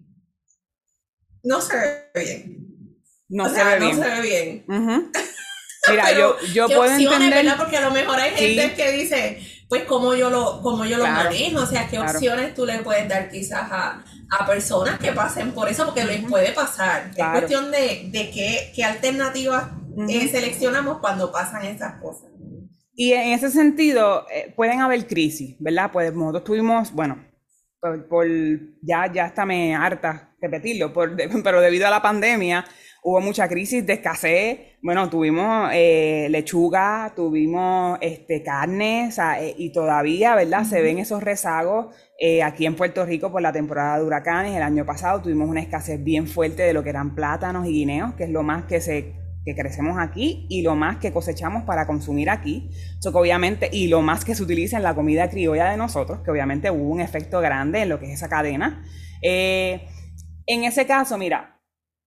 No se ve bien.
No,
o
se,
sea,
ve
no
bien.
se ve bien.
Uh-huh. Mira, yo, yo
¿qué
puedo
opciones,
entender...
¿verdad? Porque a lo mejor hay gente sí. que dice, pues, cómo yo lo, cómo yo claro. lo manejo. O sea, ¿qué claro. opciones tú le puedes dar quizás a, a personas que pasen por eso? Porque uh-huh. les puede pasar. Claro. Es cuestión de, de qué, qué alternativas uh-huh. eh, seleccionamos cuando pasan esas cosas.
Y en ese sentido, eh, pueden haber crisis, ¿verdad? Pues nosotros tuvimos, bueno... Por, por ya, ya hasta me harta repetirlo, por, de, pero debido a la pandemia hubo mucha crisis de escasez. Bueno, tuvimos eh, lechuga, tuvimos este, carne, o sea, eh, y todavía, ¿verdad? Uh-huh. Se ven esos rezagos eh, aquí en Puerto Rico por la temporada de huracanes. El año pasado tuvimos una escasez bien fuerte de lo que eran plátanos y guineos, que es lo más que se... que crecemos aquí y lo más que cosechamos para consumir aquí, so que obviamente, y lo más que se utiliza en la comida criolla de nosotros, que obviamente hubo un efecto grande en lo que es esa cadena. Eh, en ese caso, mira,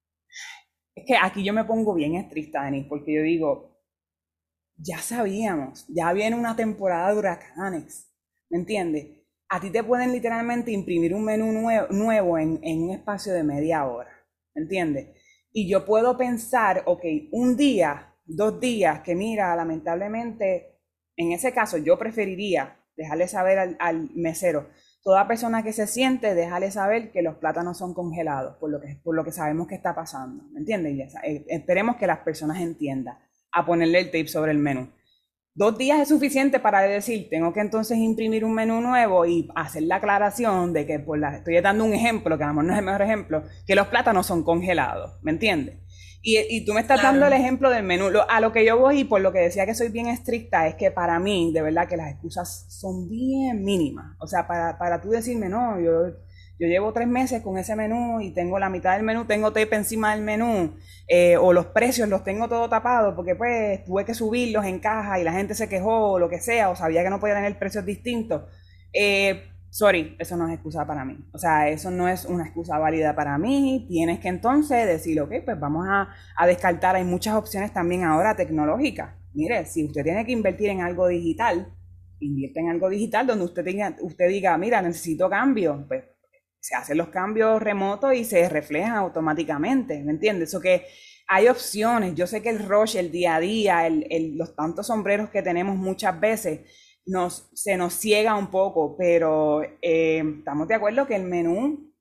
es que aquí yo me pongo bien estricta, Denis, porque yo digo, ya sabíamos, ya viene una temporada de huracanes, ¿me entiendes? A ti te pueden literalmente imprimir un menú nuevo, nuevo en, en un espacio de media hora, ¿me entiendes? Y yo puedo pensar, ok, un día, dos días, que mira, lamentablemente, en ese caso yo preferiría dejarle saber al, al mesero, toda persona que se siente, déjale saber que los plátanos son congelados, por lo que, por lo que sabemos que está pasando, ¿me entienden? Y eh, esperemos que las personas entiendan a ponerle el tape sobre el menú. Dos días es suficiente para decir, tengo que entonces imprimir un menú nuevo y hacer la aclaración de que, por la, estoy dando un ejemplo, que a lo mejor no es el mejor ejemplo, que los plátanos son congelados, ¿me entiendes? Y, y tú me estás claro. dando el ejemplo del menú. Lo, a lo que yo voy y por lo que decía que soy bien estricta es que para mí, de verdad, que las excusas son bien mínimas. O sea, para, para tú decirme, no, yo... Yo llevo tres meses con ese menú y tengo la mitad del menú, tengo tape encima del menú, eh, o los precios los tengo todo tapados porque pues tuve que subirlos en caja y la gente se quejó o lo que sea, o sabía que no podía tener precios distintos. Eh, sorry, eso no es excusa para mí. O sea, eso no es una excusa válida para mí. Tienes que entonces decir, ok, pues vamos a, a descartar. Hay muchas opciones también ahora tecnológicas. Mire, si usted tiene que invertir en algo digital, invierte en algo digital donde usted, tenga, usted diga, mira, necesito cambio, pues se hacen los cambios remotos y se reflejan automáticamente, ¿me entiendes? Eso que hay opciones. Yo sé que el rush, el día a día, el, el, los tantos sombreros que tenemos muchas veces, nos, se nos ciega un poco, pero eh, estamos de acuerdo que el menú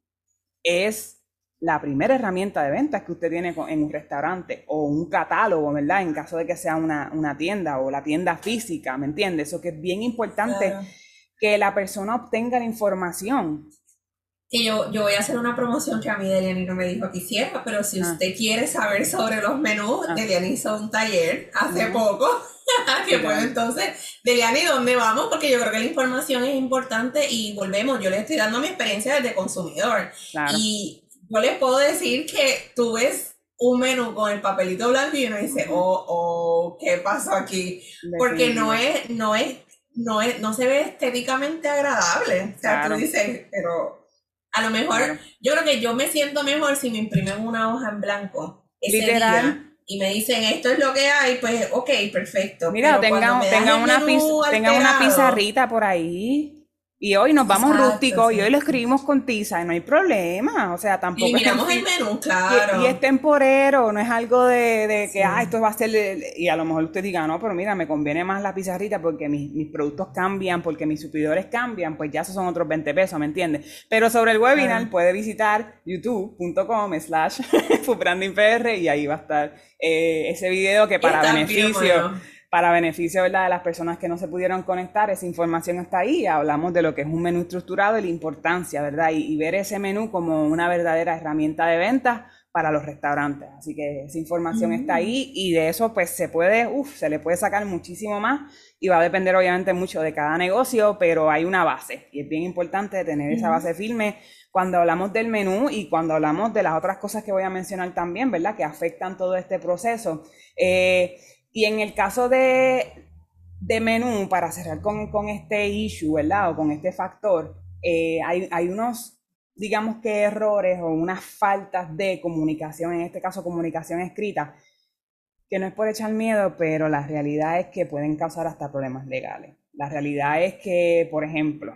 es la primera herramienta de ventas que usted tiene en un restaurante o un catálogo, ¿verdad? En caso de que sea una, una tienda o la tienda física, ¿me entiende? Eso que es bien importante, claro, que la persona obtenga la información.
Que yo, yo voy a hacer una promoción que a mí Deliani no me dijo que hiciera, pero si ah. usted quiere saber sobre los menús, ah. Deliani hizo un taller hace uh-huh. poco, que sí, puede entonces, Deliani, ¿dónde vamos? Porque yo creo que la información es importante y volvemos, yo le estoy dando mi experiencia desde consumidor. Claro. Y yo les puedo decir que tú ves un menú con el papelito blanco y uno dice, uh-huh. oh, oh, ¿qué pasó aquí? Porque no es, no es, no es, no se ve estéticamente agradable. O sea, claro. tú dices, pero a lo mejor, claro. yo creo que yo me siento mejor si me imprimen una hoja en blanco ese Literal. día y me dicen esto es lo que hay, pues ok, perfecto.
Mira, tenga, tenga, una, piz, tenga una pizarrita por ahí. Y hoy nos vamos Exacto, rústicos sí. y hoy lo escribimos con tiza y no hay problema, o sea, tampoco
y miramos es el menú, claro.
Y, y es temporero, no es algo de, de que, sí. ah, esto va a ser, de, y a lo mejor usted diga, no, pero mira, me conviene más la pizarrita porque mis, mis productos cambian, porque mis suplidores cambian, pues ya esos son otros veinte pesos, ¿me entiendes? Pero sobre el webinar claro. puede visitar youtube.com slash foodbrandingpr y ahí va a estar eh, ese video que para beneficio... Bueno. Para beneficio, ¿verdad?, de las personas que no se pudieron conectar, esa información está ahí. Hablamos de lo que es un menú estructurado y la importancia, ¿verdad? Y, y ver ese menú como una verdadera herramienta de venta para los restaurantes. Así que esa información mm. está ahí y de eso pues se puede, uff, se le puede sacar muchísimo más y va a depender obviamente mucho de cada negocio, pero hay una base y es bien importante tener mm. esa base firme cuando hablamos del menú y cuando hablamos de las otras cosas que voy a mencionar también, ¿verdad?, que afectan todo este proceso. Eh, Y en el caso de, de menú, para cerrar con, con este issue, ¿verdad? O con este factor, eh, hay, hay unos, digamos que errores o unas faltas de comunicación, en este caso comunicación escrita, que no es por echar miedo, pero la realidad es que pueden causar hasta problemas legales. La realidad es que, por ejemplo,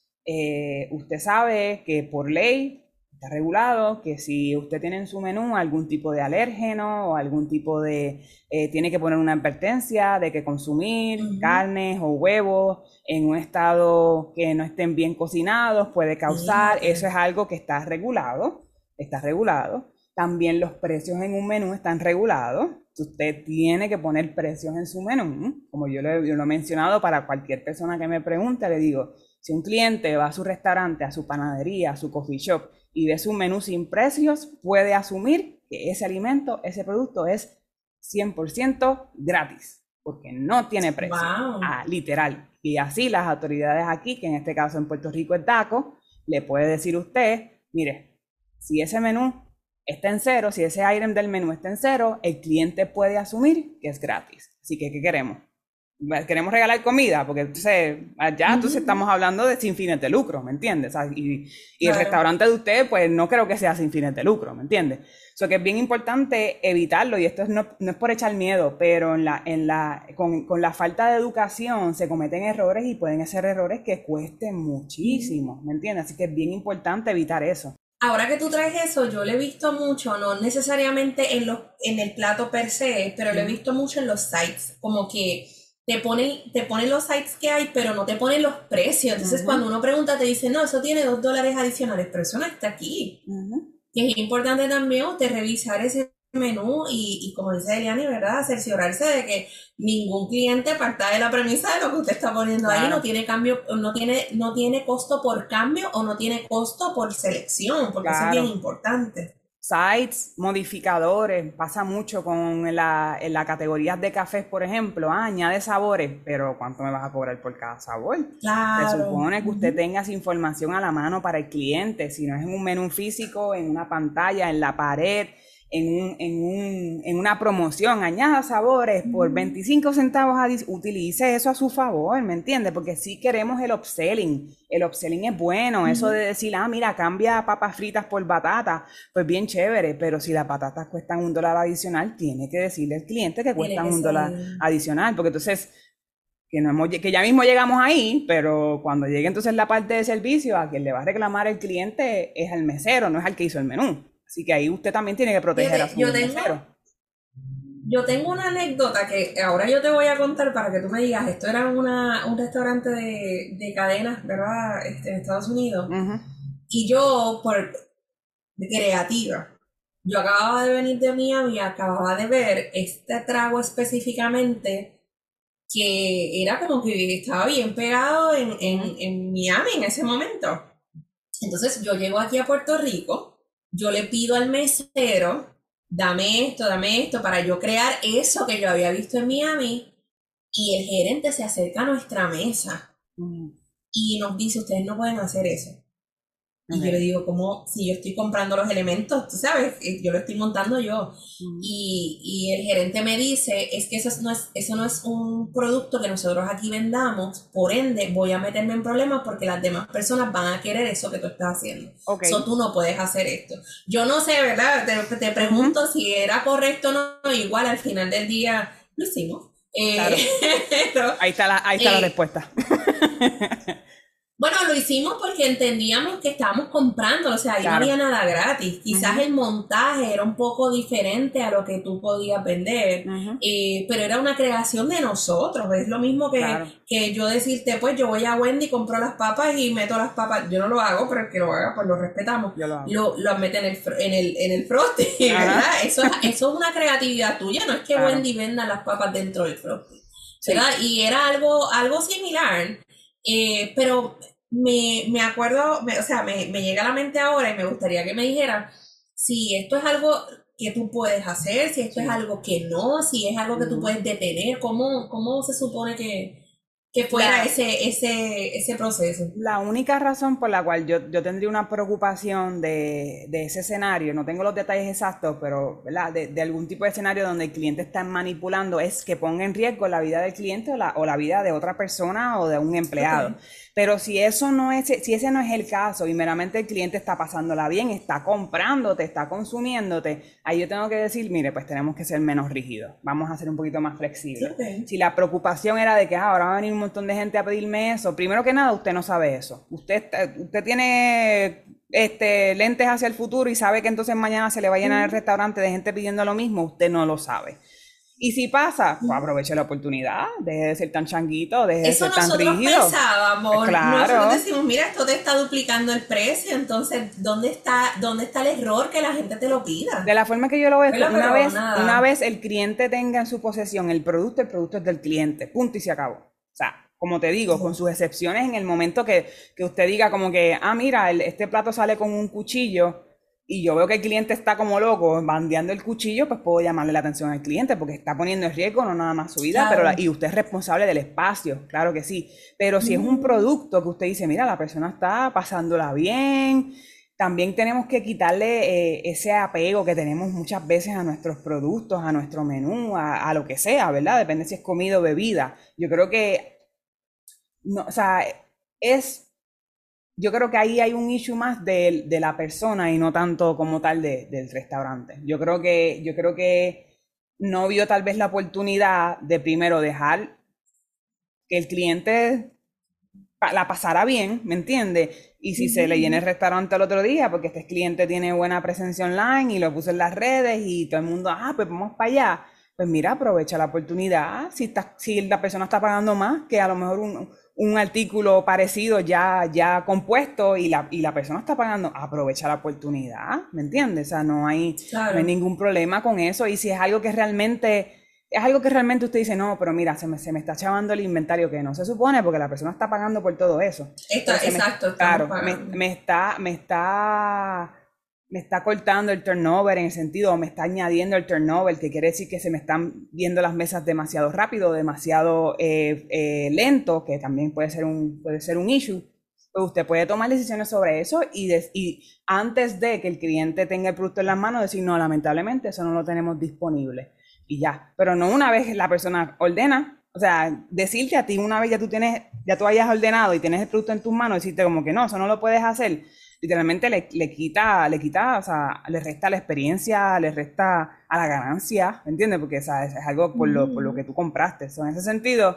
eh, usted sabe que por ley está regulado que si usted tiene en su menú algún tipo de alérgeno o algún tipo de, eh, tiene que poner una advertencia de que consumir uh-huh. carnes o huevos en un estado que no estén bien cocinados puede causar, uh-huh. eso es algo que está regulado, está regulado. También los precios en un menú están regulados. Usted tiene que poner precios en su menú, como yo lo, yo lo he mencionado para cualquier persona que me pregunte, le digo, si un cliente va a su restaurante, a su panadería, a su coffee shop y ve su menú sin precios, puede asumir que ese alimento, ese producto es cien por ciento gratis, porque no tiene precio. Wow. Ah, literal. Y así las autoridades aquí, que en este caso en Puerto Rico es DACO, le puede decir a usted, mire, si ese menú está en cero, si ese item del menú está en cero, el cliente puede asumir que es gratis. Así que, ¿qué queremos? Queremos regalar comida, porque entonces allá uh-huh. entonces estamos hablando de sin fines de lucro, ¿me entiendes? O sea, y, y claro. el restaurante de usted, pues no creo que sea sin fines de lucro, ¿me entiendes? O sea, que es bien importante evitarlo, y esto es no, no es por echar miedo, pero en la, en la, con, con la falta de educación se cometen errores y pueden ser errores que cuesten muchísimo, ¿me entiendes? Así que es bien importante evitar eso.
Ahora que tú traes eso, yo lo he visto mucho, no necesariamente en, los, en el plato per se, pero lo he visto mucho en los sites, como que te ponen, te ponen los sites que hay, pero no te ponen los precios. Entonces, uh-huh. cuando uno pregunta, te dicen, no, eso tiene dos dólares adicionales, pero eso no está aquí. Uh-huh. Y es importante también usted revisar ese menú y, y como dice Eliani, ¿verdad?, cerciorarse de que ningún cliente parta de la premisa de lo que usted está poniendo claro. ahí, no tiene cambio, no tiene, no tiene costo por cambio o no tiene costo por selección, porque claro. eso es bien importante.
Sites, modificadores, pasa mucho con la, en la categoría de cafés, por ejemplo, ah, añade sabores, pero ¿cuánto me vas a cobrar por cada sabor?
Claro.
Se supone que usted uh-huh. tenga esa información a la mano para el cliente, si no es en un menú físico, en una pantalla, en la pared, en, un, en, un, en una promoción, añada sabores por veinticinco centavos, adic- utilice eso a su favor, ¿me entiende? Porque sí queremos el upselling, el upselling es bueno, uh-huh. eso de decir, ah, mira, cambia papas fritas por batata, pues bien chévere, pero si las patatas cuestan un dólar adicional, tiene que decirle al cliente que cuestan un dólar adicional, porque entonces, que, no hemos, que ya mismo llegamos ahí, pero cuando llegue entonces la parte de servicio, a quien le va a reclamar el cliente es al mesero, no es al que hizo el menú. Así que ahí usted también tiene que proteger
yo,
a su
yo tengo,
mesero.
Yo tengo una anécdota que ahora yo te voy a contar para que tú me digas, esto era una, un restaurante de, de cadenas, ¿verdad? Este, en Estados Unidos.
Ujú.
Y yo, por creativa, yo acababa de venir de Miami y acababa de ver este trago específicamente que era como que estaba bien pegado en, en, en Miami en ese momento. Entonces yo llego aquí a Puerto Rico, yo le pido al mesero, dame esto, dame esto, para yo crear eso que yo había visto en Miami, y el gerente se acerca a nuestra mesa
Ujú.
y nos dice, ustedes no pueden hacer eso. Y yo le
Ok.
digo, ¿cómo? Si yo estoy comprando los elementos, tú sabes, eh, yo lo estoy montando yo.
Ujú.
Y, y el gerente me dice, es que eso no es, eso no es un producto que nosotros aquí vendamos, por ende voy a meterme en problemas porque las demás personas van a querer eso que tú estás haciendo.
Ok.
So, tú no puedes hacer esto. Yo no sé, ¿verdad? Te, te
Ujú.
pregunto si era correcto o no, igual al final del día lo hicimos. Eh,
Claro.
pero,
Ahí está la, ahí está la
eh,
respuesta.
bueno, lo hicimos porque entendíamos que estábamos comprando, o sea, ahí no
Claro.
había nada gratis. Quizás
Ujú.
el montaje era un poco diferente a lo que tú podías vender,
Ujú.
eh, pero era una creación de nosotros. Es lo mismo que,
Claro.
que yo decirte, pues yo voy a Wendy, compro las papas y meto las papas. Yo no lo hago, pero el que lo haga, pues lo respetamos.
Yo lo hago.
Lo, lo mete en el, fr- en el, en el frosting,
Ajá.
¿verdad? Eso, es- eso es una creatividad tuya, no es que
Claro.
Wendy venda las papas dentro del frosting,
Sí.
¿verdad? Y era algo, algo similar. Eh, pero me, me acuerdo, me- o sea, me, me llega a la mente ahora y me gustaría que me dijera si esto es algo que tú puedes hacer, si esto
Sí.
es algo que no, si es algo que tú
Ujú.
puedes detener, ¿cómo, cómo se supone que, que fuera
La,
ese, ese, ese proceso?
La única razón por la cual yo, yo tendría una preocupación de, de ese escenario, no tengo los detalles exactos, pero ¿verdad? De, de algún tipo de escenario donde el cliente está manipulando, es que ponga en riesgo la vida del cliente o la, o la vida de otra persona o de un empleado.
Ok.
Pero si eso no es, si ese no es el caso y meramente el cliente está pasándola bien, está comprándote, está consumiéndote, ahí yo tengo que decir, mire, pues tenemos que ser menos rígidos, vamos a ser un poquito más flexibles.
Ok.
Si la preocupación era de que ah, ahora va a venir un montón de gente a pedirme eso, primero que nada, usted no sabe eso. Usted, está- usted tiene este, lentes hacia el futuro y sabe que entonces mañana se le va a llenar el
Ujú,
restaurante de gente pidiendo lo mismo, usted no lo sabe. Y si pasa, pues
ujú.
aproveche la oportunidad, deje de ser tan changuito, deje de
Eso
ser tan
nosotros
rígido.
pensábamos, nosotros
Claro,
decimos, mira, esto te está duplicando el precio, entonces, ¿dónde está, dónde está el error que la gente te lo
de
pida?
la forma que yo lo veo es que
¿Verdad?
una
Pero
vez, una
nada.
vez el cliente tenga en su posesión el producto, el producto es del cliente, punto y se acabó. O sea, como te digo, con sus excepciones en el momento que, que usted diga como que, ah, mira, el- este plato sale con un cuchillo y yo veo que el cliente está como loco bandeando el cuchillo, pues puedo llamarle la atención al cliente porque está poniendo en riesgo no nada más su vida, pero la-
Claro.
y usted es responsable del espacio, claro que sí. Pero si es un
Mm,
producto que usted dice, mira, la persona está pasándola bien, también tenemos que quitarle eh, ese apego que tenemos muchas veces a nuestros productos, a nuestro menú, a, a lo que sea, ¿verdad? Depende si es comida o bebida. Yo creo que, no, o sea, es, yo creo que ahí hay un issue más de, de la persona y no tanto como tal de- del restaurante. Yo creo que, yo creo que no vio tal vez la oportunidad de primero dejar que el cliente pa- la pasara bien, ¿me entiendes? Y si
ujú,
se le llena
ujú.
el restaurante el otro día, porque este cliente tiene buena presencia online y lo puso en las redes y todo el mundo, ah, pues vamos para allá. Pues mira, aprovecha la oportunidad. Si, está, si la persona está pagando más que a lo mejor un, un artículo parecido ya, ya compuesto y la, y la persona está pagando, aprovecha la oportunidad, ¿me entiendes? O sea, no hay, no hay
Claro.
ningún problema con eso. Y si es algo que realmente es algo que realmente usted dice, no, pero mira, se me, se me está chavando el inventario que no se supone porque la persona está pagando por todo eso. Pero
Está,
se me,
exacto, estamos
claro, me,
pagando.
me está, me está, me está cortando el turnover en el sentido, o me está añadiendo el turnover, que quiere decir que se me están viendo las mesas demasiado rápido, demasiado eh, eh, lento, que también puede ser un, puede ser un issue. Pues usted puede tomar decisiones sobre eso y, de, y antes de que el cliente tenga el producto en las manos, decir, no, lamentablemente eso no lo tenemos disponible y ya. Pero no una vez la persona ordena, o sea, decirte a ti una vez ya tú tienes, ya tú hayas ordenado y tienes el producto en tus manos, decirte como que no, eso no lo puedes hacer, literalmente le, le quita, le quita, o sea, le resta la experiencia, le resta a la ganancia, ¿me entiendes? Porque o sea, es, es algo por lo, por lo que tú compraste. So, en ese sentido,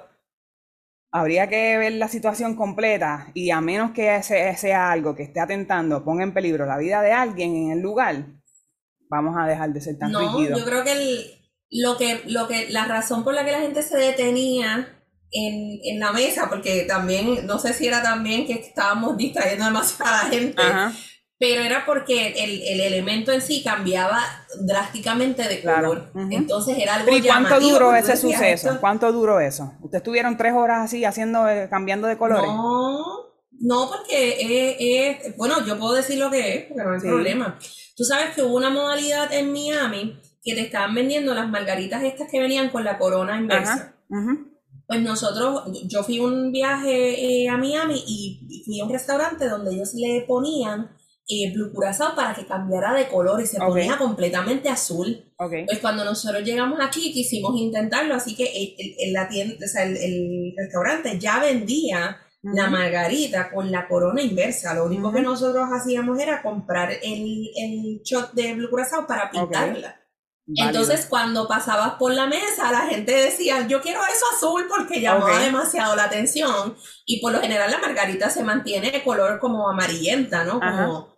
habría que ver la situación completa y a menos que ese, sea algo que esté atentando, ponga en peligro la vida de alguien en el lugar, vamos a dejar de ser tan
No,
rígidos.
yo creo que el, lo que, lo que, la razón por la que la gente se detenía en, en la mesa, porque también, no sé si era también que estábamos distrayendo demasiado a la gente,
Ajá,
pero era porque el, el elemento en sí cambiaba drásticamente de
claro.
color.
Ujú.
Entonces era algo
Pero ¿y cuánto
llamativo,
duró
porque tú
ese
decías
suceso?
esto.
¿Cuánto duró eso? ¿Ustedes estuvieron tres horas así haciendo, eh, cambiando de colores?
No, no, porque es, es- bueno, yo puedo decir lo que es, porque no hay
Sí.
problema. Tú sabes que hubo una modalidad en Miami que te estaban vendiendo las margaritas estas que venían con la corona
Ajá.
inversa.
Ujú.
Pues nosotros, yo fui un viaje eh, a Miami y fui a un restaurante donde ellos le ponían eh, Blue Curazao para que cambiara de color y se
Ok,
ponía completamente azul.
ok.
Pues cuando nosotros llegamos aquí quisimos intentarlo, así que el, el- el- la tienda, o sea, el, el restaurante ya vendía la
Ujú,
margarita con la corona inversa. Lo único que
ujú.
nosotros hacíamos era comprar el, el shot de Blue Curazao para
Ok,
pintarla.
válido.
Entonces, cuando pasabas por la mesa, la gente decía, yo quiero eso azul porque
Ok,
llamaba demasiado la atención. Y por lo general la margarita se mantiene de color como amarillenta, ¿no?
ajá.
Como,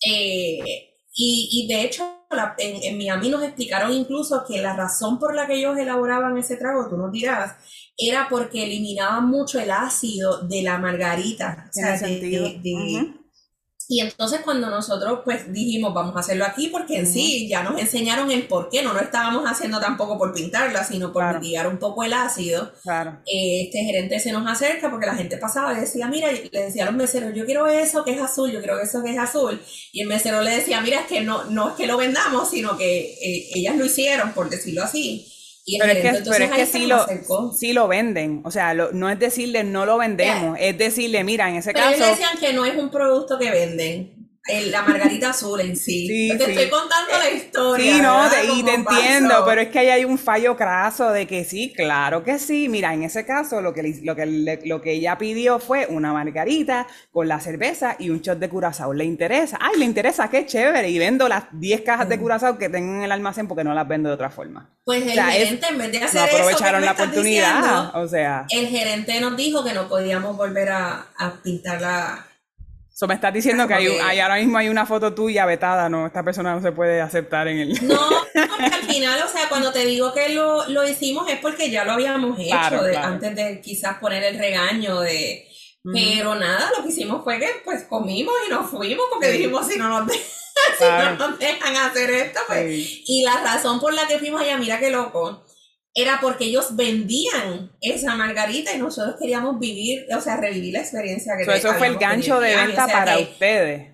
eh, y, y de hecho, la- en, en Miami nos explicaron incluso que la razón por la que ellos elaboraban ese trago, tú nos dirás, era porque eliminaban mucho el ácido de la margarita. O
Tiene
sea, de,
sentido.
de, de
Ujú,
y entonces cuando nosotros pues dijimos vamos a hacerlo aquí porque en
ujú.
sí ya nos enseñaron el por qué, no lo estábamos haciendo tampoco por pintarla, sino por
Claro,
mitigar un poco el ácido.
claro.
Eh, este gerente se nos acerca porque la gente pasaba y decía, mira, y le decía a los meseros, yo quiero eso que es azul, yo quiero eso que es azul. Y el mesero le decía, mira, es que no, no es que lo vendamos, sino que eh, ellas lo hicieron, por decirlo así. Y el
Pero es
gerente
que, pero
entonces
es que
ahí se
sí
nos
lo,
acercó.
sí lo venden. O sea, lo- no es decirle no lo
Ya,
vendemos, es decirle, mira, en ese
pero ellos le
caso,
decían que no es un producto que venden, el- la margarita azul en sí.
sí,
Te estoy
sí.
contando la
Eh,
historia,
sí, no,
¿verdad?
te- y te
Como
entiendo, pero
pasó.
es que ahí hay un fallo craso de que sí, claro que sí. Mira, en ese caso lo que, le- lo que, le- lo que ella pidió fue una margarita con la cerveza y un shot de curazao. ¿Le interesa? Ay, le interesa, qué chévere. Y vendo las diez cajas de curazao que tengo en el almacén porque no las vendo de otra forma.
Pues
O
el
sea, es,
gerente, en vez de
no
hacer eso que tú
aprovecharon
me
la
estás
oportunidad.
diciendo,
O sea.
el gerente nos dijo que no podíamos volver a, a pintarla.
So, me estás
O sea,
diciendo que
como
hay, un- hay-
que
ahora mismo hay una foto tuya vetada, ¿no? Esta persona no se puede aceptar en el...
no, porque al final, o sea, cuando te digo que lo, lo hicimos es porque ya lo habíamos hecho
Claro,
de,
claro.
antes de quizás poner el regaño de...
Ujú.
Pero nada, lo que hicimos fue que pues comimos y nos fuimos porque
Sí,
dijimos si no nos, de- si no
claro,
nos dejan hacer esto, pues...
sí.
Y la razón por la que fuimos allá, mira qué loco, era porque ellos vendían esa margarita y nosotros queríamos vivir, o sea, revivir la experiencia que
So,
te-
eso fue el
habíamos tenido
gancho
en
de
Miami. O
venta
sea
para
que
ustedes.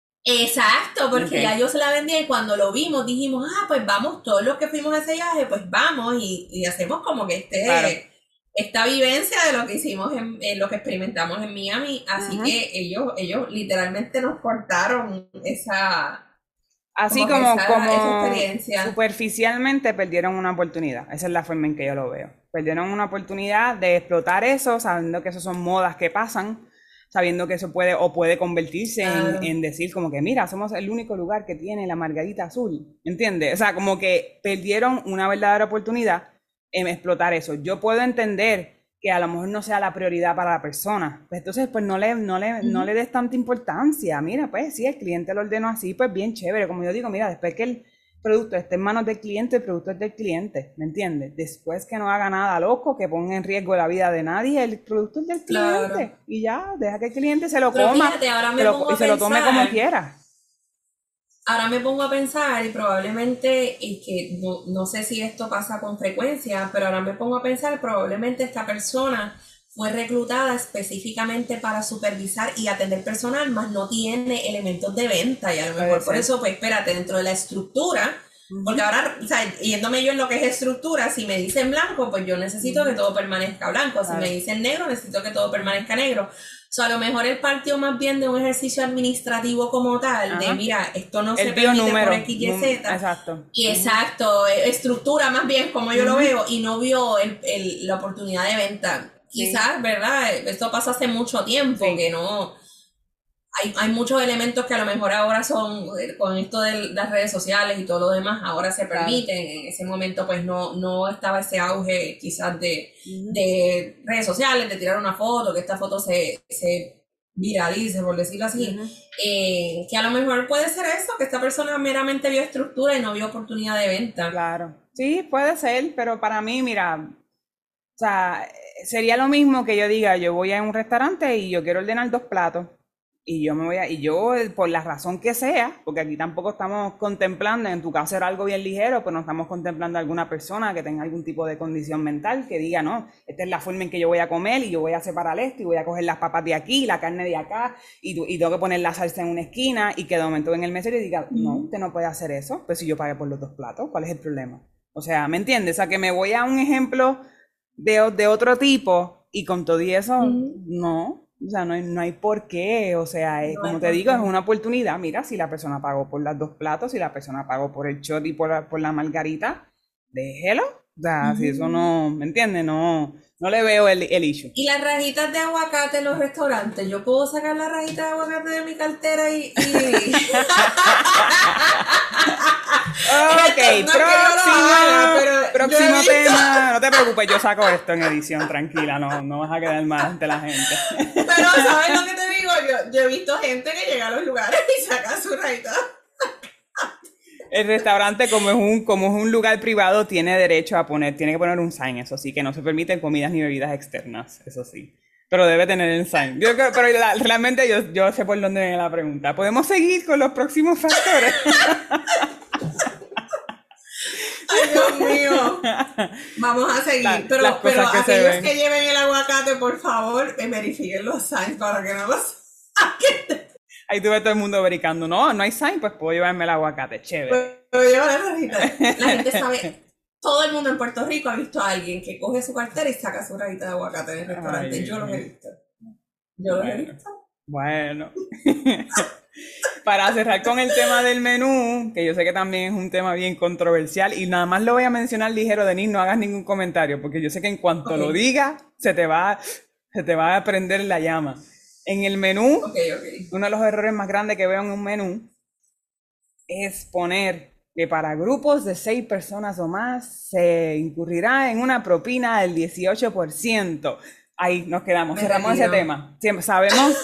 exacto, porque ya
Okay,
yo se la vendía y cuando lo vimos dijimos, ah, pues vamos, todos los que fuimos a ese viaje, pues vamos y, y hacemos como que
claro.
este, esta vivencia de lo que hicimos, en, en lo que experimentamos en Miami. Así
Ujú.
que ellos, ellos literalmente nos cortaron esa,
Así
como que
como,
esa, esa
como
experiencia.
superficialmente perdieron una oportunidad. Esa es la forma en que yo lo veo. Perdieron una oportunidad de explotar eso, sabiendo que eso son modas que pasan, sabiendo que eso puede o puede convertirse en,
Claro,
en decir como que, mira, somos el único lugar que tiene la margarita azul. ¿Entiendes? O sea, como que perdieron una verdadera oportunidad en explotar eso. Yo puedo entender que a lo mejor no sea la prioridad para la persona. Pues entonces, pues no le, no le, no le des tanta importancia. Mira, pues si el cliente lo ordenó así, pues bien chévere. Como yo digo, mira, después que el producto esté en manos del cliente, el producto es del cliente, ¿me entiendes? Después que no haga nada loco, que ponga en riesgo la vida de nadie, el producto es del
claro.
cliente. Y ya, deja que el cliente se lo
Pero
coma
fíjate, ahora
se
me
lo-
pongo
y
a
se lo tome como
pensar,
quiera.
ahora me pongo a pensar y probablemente, y que no, no sé si esto pasa con frecuencia, pero ahora me pongo a pensar, probablemente esta persona fue reclutada específicamente para supervisar y atender personal, más no tiene elementos de venta y a lo
Puede
mejor por
ser.
eso, pues espérate, dentro de la estructura, porque
Ujú,
ahora, o sea, yéndome yo en lo que es estructura, si me dicen blanco, pues yo necesito que
ujú,
todo permanezca blanco, si me
claro.
dicen negro, necesito que todo permanezca negro. O sea, a lo mejor él partió más bien de un ejercicio administrativo como tal, de
Ajá.
mira, esto no se
Él vio
permite por
números.
X, Y,
num-
Z,
exacto.
y
Ujú,
exacto, eh, estructura más bien como yo lo
ujú,
veo, y no vio el, el- la oportunidad de venta.
sí,
Quizás, ¿verdad? Esto pasó hace mucho tiempo,
sí.
que no, hay, hay muchos elementos que a lo mejor ahora son, eh, con esto de las redes sociales y todo lo demás, ahora se
Claro.
permiten. En ese momento pues no, no estaba ese auge quizás de,
Ujú.
de redes sociales, de tirar una foto, que esta foto se, se viralice, por decirlo así.
Ujú.
Eh, que a lo mejor puede ser eso, que esta persona meramente vio estructura y no vio oportunidad de venta.
Claro. Sí, puede ser, pero para mí, mira, o sea, sería lo mismo que yo diga, yo voy a un restaurante y yo quiero ordenar dos platos. Y yo me voy a, y yo, eh, por la razón que sea, porque aquí tampoco estamos contemplando, en tu caso era algo bien ligero, pero no estamos contemplando a alguna persona que tenga algún tipo de condición mental, que diga, no, esta es la forma en que yo voy a comer y yo voy a separar esto y voy a coger las papas de aquí, la carne de acá, y, tu- y tengo que poner la salsa en una esquina y que de momento en el mesero y diga, no,
Ujú.
usted no puede hacer eso, pues si yo pagué por los dos platos, ¿cuál es el problema? O sea, ¿me entiendes? O sea, que me voy a un ejemplo de, o- de otro tipo y con todo y eso,
Ujú.
no, o sea, no hay, no hay por qué, o sea, es,
No hay
como te
por
digo, es
qué.
una oportunidad, mira, si la persona pagó por los dos platos, si la persona pagó por el shot y por la, por la margarita, déjelo, o sea, si eso
Ujú.
no, ¿me entiendes? No, no le veo el, el issue.
Y las rajitas de aguacate en los restaurantes, yo puedo sacar la rajita de aguacate de mi cartera y... y...
Ok,
Esto no es que yo lo haga,
próximo,
pero yo he
próximo
visto.
tema, no te preocupes, yo saco esto en edición, tranquila, no, no vas a quedar mal ante la gente.
Pero, ¿sabes lo que te digo? Yo, yo he visto gente que llega a los lugares y saca su rajita.
El restaurante, como es un, como es un lugar privado, tiene derecho a poner, tiene que poner un sign, eso sí, que no se permiten comidas ni bebidas externas, eso sí. Pero debe tener el sign. Yo creo- pero la- realmente yo, yo sé por dónde viene la pregunta. ¿Podemos seguir con los próximos factores?
Ay, Dios mío. Vamos a seguir.
La- las
Pero, pero
cosas que se
aquellos que
ven.
lleven el aguacate, por favor, eh, verifiquen los signs para que no los...
Ahí tuve todo el mundo brincando. No, no hay sign, pues puedo llevarme el aguacate. Chévere.
Pero lleva la rajita. La gente sabe... Todo el mundo en Puerto Rico ha visto a alguien que coge su cartera y saca su rajita de aguacate en el restaurante.
Ay,
Yo los he
Dios.
visto. Yo los he
Bueno,
visto.
bueno. Para cerrar con el tema del menú, que yo sé que también es un tema bien controversial, y nada más lo voy a mencionar ligero, Denise, no hagas ningún comentario, porque yo sé que en cuanto
Ok,
lo diga, se te va, se te va a prender la llama. En el menú,
ok, ok.
uno de los errores más grandes que veo en un menú es poner que para grupos de seis personas o más se incurrirá en una propina del dieciocho por ciento. Ahí nos quedamos,
Me
cerramos ese
retiro.
tema. Siempre sabemos,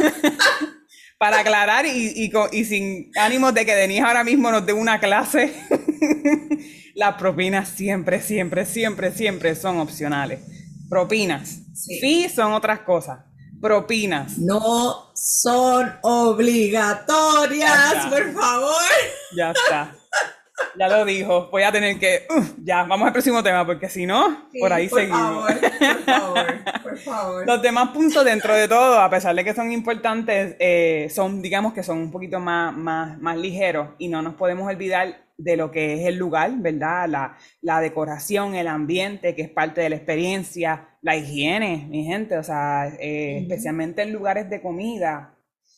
para aclarar y, y, co- y sin ánimos de que Denise ahora mismo nos dé una clase, las propinas siempre, siempre, siempre, siempre son opcionales. Propinas.
Sí.
Fees son otras cosas. Propinas.
No son
Ya
obligatorias,
está,
por favor.
ya está. Ya lo dijo. Voy a tener que... uh, ya, vamos al próximo tema, porque si no, por
Sí,
ahí
por
seguimos.
favor, por favor, por favor.
Los demás puntos dentro de todo, a pesar de que son importantes, eh, son, digamos que son un poquito más, más, más ligeros y no nos podemos olvidar de lo que es el lugar, ¿verdad? La, la decoración, el ambiente, que es parte de la experiencia, la higiene, mi gente, o sea, eh,
Ujú.
especialmente en lugares de comida,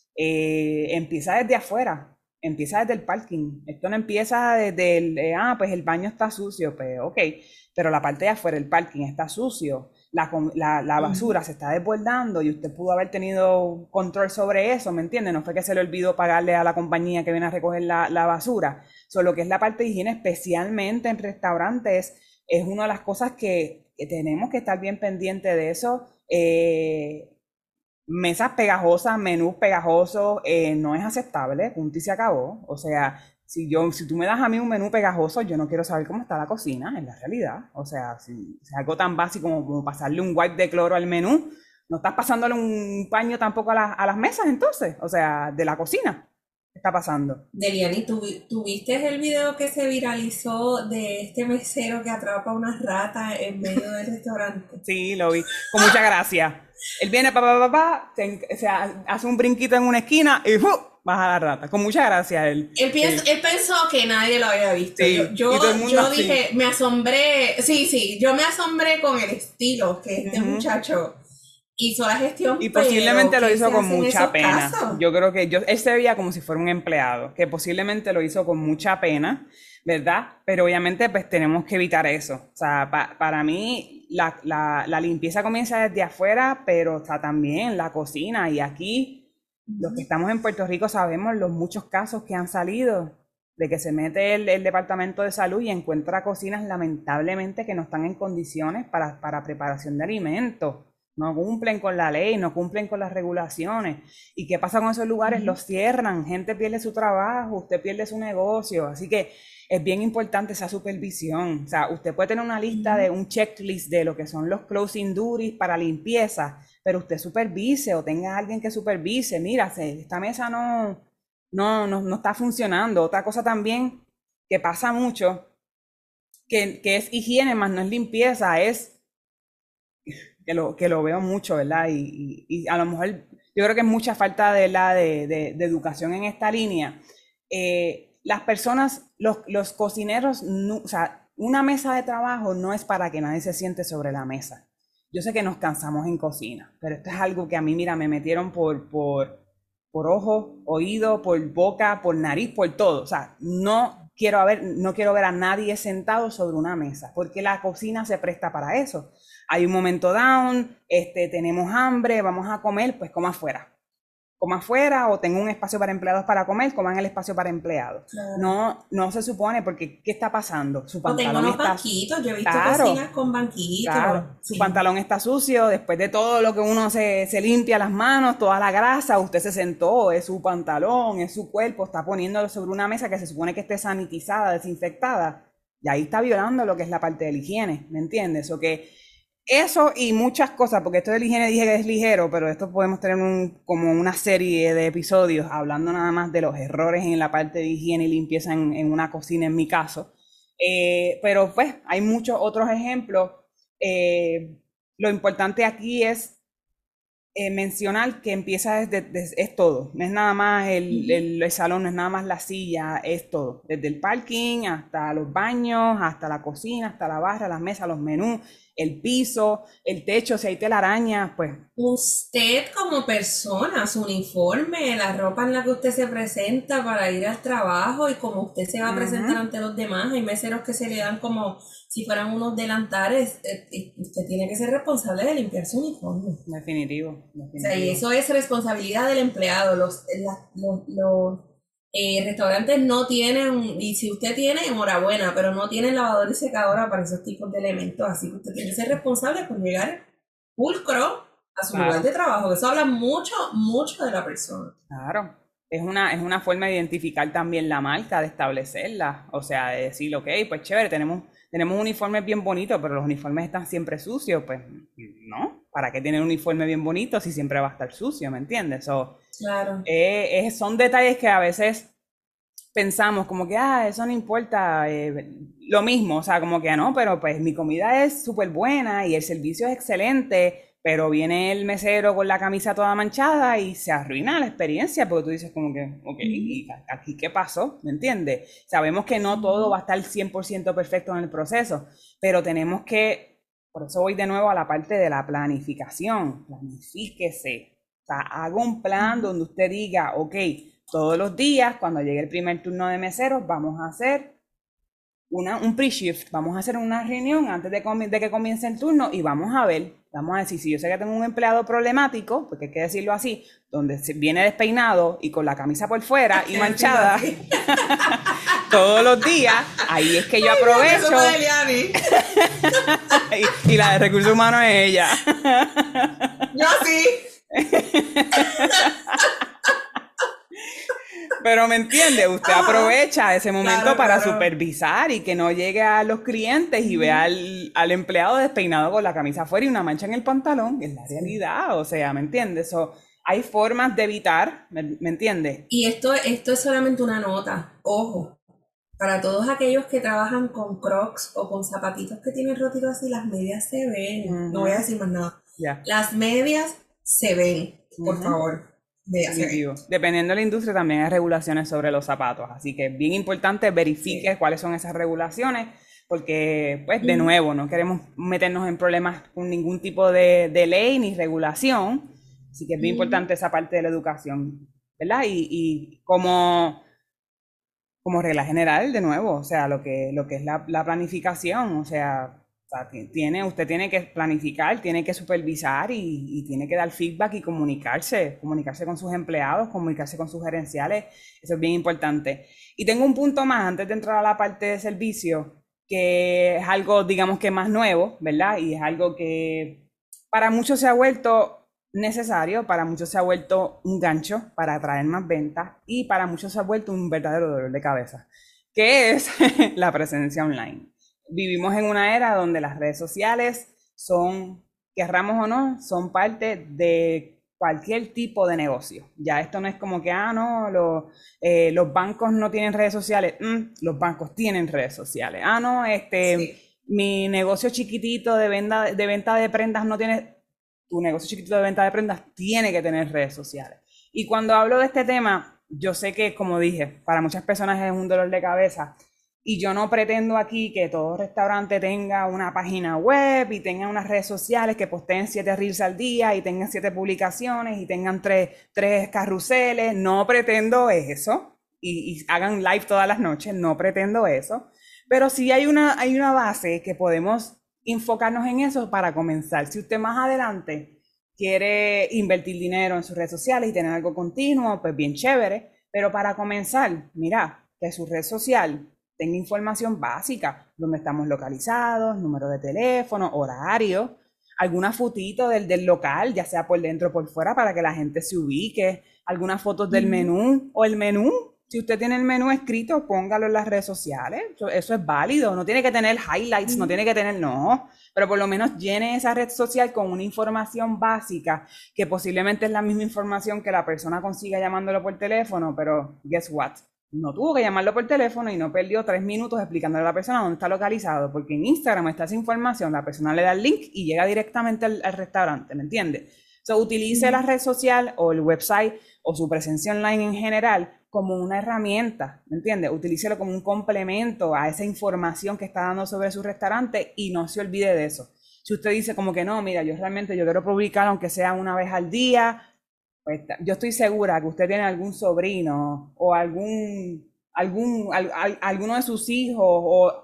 eh, empieza desde afuera, empieza desde el parking. Esto no empieza desde el, eh, ah, pues el baño está sucio, pues ok, pero la parte de afuera, el parking está sucio, la, com- la, la
Ujú.
basura se está desbordando y usted pudo haber tenido control sobre eso, ¿me entiende? No fue que se le olvidó pagarle a la compañía que viene a recoger la, la basura. Solo que es la parte de higiene, especialmente en restaurantes, es una de las cosas que, que tenemos que estar bien pendiente de eso. Eh, mesas pegajosas, menús pegajosos, eh, no es aceptable, punto y se acabó. O sea, si yo, si tú me das a mí un menú pegajoso, yo no quiero saber cómo está la cocina, en la realidad. O sea, si es algo tan básico como, como pasarle un wipe de cloro al menú, no estás pasándole un paño tampoco a, la- a las mesas entonces, o sea, de la cocina. ¿Qué está pasando?
Deliani, ¿tú, vi- tú viste el video que se viralizó de este mesero que atrapa una rata en medio del restaurante?
Sí, lo vi, con mucha gracia. Él viene, pa, pa, pa, pa, se, en- se ha- hace un brinquito en una esquina y ¡fu! Baja la rata. Con mucha gracia él.
Él, piensa-
Sí,
él pensó que nadie lo había visto. Yo,
sí. Y todo el
yo,
mundo
yo
así.
dije, me asombré, sí, sí, yo me asombré con el estilo que este
Ujú.
muchacho hizo la
Y
gestión, pero
posiblemente lo
¿qué
hizo
se
con
hace en
mucha
esos
pena.
casos?
Yo creo que yo, él se veía como si fuera un empleado, que posiblemente lo hizo con mucha pena, ¿verdad? Pero obviamente pues tenemos que evitar eso. O sea, pa- para mí la, la, la limpieza comienza desde afuera, pero está también la cocina. Y aquí, los que estamos en Puerto Rico sabemos los muchos casos que han salido de que se mete el, el Departamento de Salud y encuentra cocinas lamentablemente que no están en condiciones para, para preparación de alimentos. no cumplen con la ley, no cumplen con las regulaciones. ¿Y qué pasa con esos lugares?
Ujú.
Los cierran, gente pierde su trabajo, usted pierde su negocio. Así que es bien importante esa supervisión. O sea, usted puede tener una lista
Ujú.
de un checklist de lo que son los closing duties para limpieza, pero usted supervise o tenga a alguien que supervise. Mira, se- esta mesa no, no, no, no está funcionando. Otra cosa también que pasa mucho, que, que es higiene más no es limpieza, es que lo, que lo veo mucho, ¿verdad? Y, y- y a lo mejor yo creo que es mucha falta de, la, de, de- de educación en esta línea. Eh, las personas, los, los cocineros, no- o sea, una mesa de trabajo no es para que nadie se siente sobre la mesa. Yo sé que nos cansamos en cocina, pero esto es algo que a mí, mira, me metieron por, por, por ojo, oído, por boca, por nariz, por todo. O sea, no quiero ver, no quiero ver a nadie sentado sobre una mesa, porque la cocina se presta para eso. Hay un momento down, este, tenemos hambre, vamos a comer, pues coma afuera. Coma afuera o tengo un espacio para empleados para comer, coman el espacio para empleados.
Claro.
No, no se supone porque ¿qué está pasando? Su
O tengo
pantalón
unos
está
banquitos, yo he visto
claro,
cocinas con banquitos.
claro. Su
Sí.
pantalón está sucio, después de todo lo que uno se, se limpia las manos, toda la grasa, usted se sentó, es su pantalón, es su cuerpo, está poniéndolo sobre una mesa que se supone que esté sanitizada, desinfectada, y ahí está violando lo que es la parte de la higiene, ¿me entiendes? O que eso y muchas cosas, porque esto de la higiene dije que es ligero, pero esto podemos tener un, como una serie de episodios hablando nada más de los errores en la parte de higiene y limpieza en, en una cocina, en mi caso. Eh, pero pues hay muchos otros ejemplos. Eh, lo importante aquí es eh, mencionar que empieza desde, desde- es todo, no es nada más el,
Ujú.
el- el salón, no es nada más la silla, es todo, desde el parking hasta los baños, hasta la cocina, hasta la barra, las mesas, los menús, el piso, el techo, si hay telarañas, pues
Usted como persona, su uniforme, la ropa en la que usted se presenta para ir al trabajo y como usted se va a presentar
ujú,
ante los demás, hay meseros que se le dan como si fueran unos delantares, eh, y usted tiene que ser responsable de limpiar su uniforme.
definitivo,
O sea, y
definitivo.
eso es responsabilidad del empleado. Los, la- los, los, eh, restaurantes no tienen, y si usted tiene, enhorabuena, pero no tienen lavadora y secadora para esos tipos de elementos. Así que usted tiene que ser responsable por llegar pulcro a su lugar
Claro.
de trabajo. Eso habla mucho, mucho de la persona.
Claro, es una, es una forma de identificar también la marca, de establecerla, o sea, de decir, ok, pues chévere, tenemos, tenemos uniformes bien bonitos, pero los uniformes están siempre sucios, pues no, ¿para qué tener un uniforme bien bonito si siempre va a estar sucio? ¿Me entiendes? So,
Claro.
eh, eh, son detalles que a veces pensamos como que, ah, eso no importa, eh, lo mismo, o sea, como que, ah, no, pero pues mi comida es súper buena y el servicio es excelente, pero viene el mesero con la camisa toda manchada y se arruina la experiencia, porque tú dices como que, ok,
Ujú,
¿y aquí qué pasó? ¿Me entiendes? Sabemos que no todo
ujú.
va a estar cien por ciento perfecto en el proceso, pero tenemos que, por eso voy de nuevo a la parte de la planificación, planifíquese, o sea, haga un plan donde usted diga, ok, todos los días, cuando llegue el primer turno de meseros, vamos a hacer una, un pre-shift, vamos a hacer una reunión antes de, de, que comience el turno y vamos a ver, vamos a decir, si yo sé que tengo un empleado problemático, porque hay que decirlo así, donde se viene despeinado y con la camisa por fuera y manchada todos los días, ahí es que yo aprovecho y, y la de recursos humanos es ella.
Yo sí.
Pero me entiende, usted
Ajá.
aprovecha ese momento
Claro,
para
claro.
supervisar y que no llegue a los clientes y vea al, al empleado despeinado con la camisa afuera y una mancha en el pantalón. Es la realidad, o sea, ¿me entiendes? So, hay formas de evitar, ¿me, me entiende?
Y esto, esto es solamente una nota. Ojo, para todos aquellos que trabajan con Crocs o con zapatitos que tienen rotitos así, las medias se ven. No voy a
Ujú,
decir más nada.
ya,
Las medias se ven, por
ujú,
favor. Medias se ven.
definitivo. Dependiendo de la industria también hay regulaciones sobre los zapatos, así que es bien importante verifique
Sí.
cuáles son esas regulaciones, porque, pues, de
Ujú,
nuevo, no queremos meternos en problemas con ningún tipo de, de ley ni regulación, así que es bien
ujú.
importante esa parte de la educación, ¿verdad? Y, y como, como regla general, de nuevo, o sea, lo que, lo que es la, la planificación, o sea, o sea, ti- tiene, usted tiene que planificar, tiene que supervisar y, y tiene que dar feedback y comunicarse, comunicarse con sus empleados, comunicarse con sus gerenciales, eso es bien importante. Y tengo un punto más antes de entrar a la parte de servicio, que es algo, digamos que más nuevo, ¿verdad? Y es algo que para muchos se ha vuelto necesario, para muchos se ha vuelto un gancho para atraer más ventas y para muchos se ha vuelto un verdadero dolor de cabeza, que es la presencia online. Vivimos en una era donde las redes sociales son, querramos o no, son parte de cualquier tipo de negocio. Ya esto no es como que, ah, no, lo, eh, los bancos no tienen redes sociales. Mm, los bancos tienen redes sociales. Ah, no, este, sí. Mi negocio chiquitito de venta, de venta de prendas no tiene... Tu negocio chiquitito de venta de prendas tiene que tener redes sociales. Y cuando hablo de este tema, yo sé que, como dije, para muchas personas es un dolor de cabeza. Y yo no pretendo aquí que todo restaurante tenga una página web y tenga unas redes sociales que posteen siete reels al día y tengan siete publicaciones y tengan tres, tres carruseles. No pretendo eso. Y, y hagan live todas las noches. No pretendo eso. Pero sí hay una, hay una base que podemos enfocarnos en eso para comenzar. Si usted más adelante quiere invertir dinero en sus redes sociales y tener algo continuo, pues bien chévere. Pero para comenzar, mira, que su red social tenga información básica, donde estamos localizados, número de teléfono, horario, alguna fotito del, del local, ya sea por dentro o por fuera, para que la gente se ubique, algunas fotos del menú o el menú. Si usted tiene el menú escrito, póngalo en las redes sociales. Eso, eso es válido. No tiene que tener highlights, no tiene que tener, no. Pero por lo menos llene esa red social con una información básica, que posiblemente es la misma información que la persona consiga llamándolo por teléfono, pero guess what? No tuvo que llamarlo por teléfono y no perdió tres minutos explicándole a la persona dónde está localizado, porque en Instagram está esa información, la persona le da el link y llega directamente al, al restaurante, ¿me entiende? So, utilice mm. la red social o el website o su presencia online en general como una herramienta, ¿me entiende? Utilícelo como un complemento a esa información que está dando sobre su restaurante y no se olvide de eso. Si usted dice como que no, mira, yo realmente yo quiero publicar aunque sea una vez al día, pues yo estoy segura que usted tiene algún sobrino o algún, algún, al, al, alguno de sus hijos, o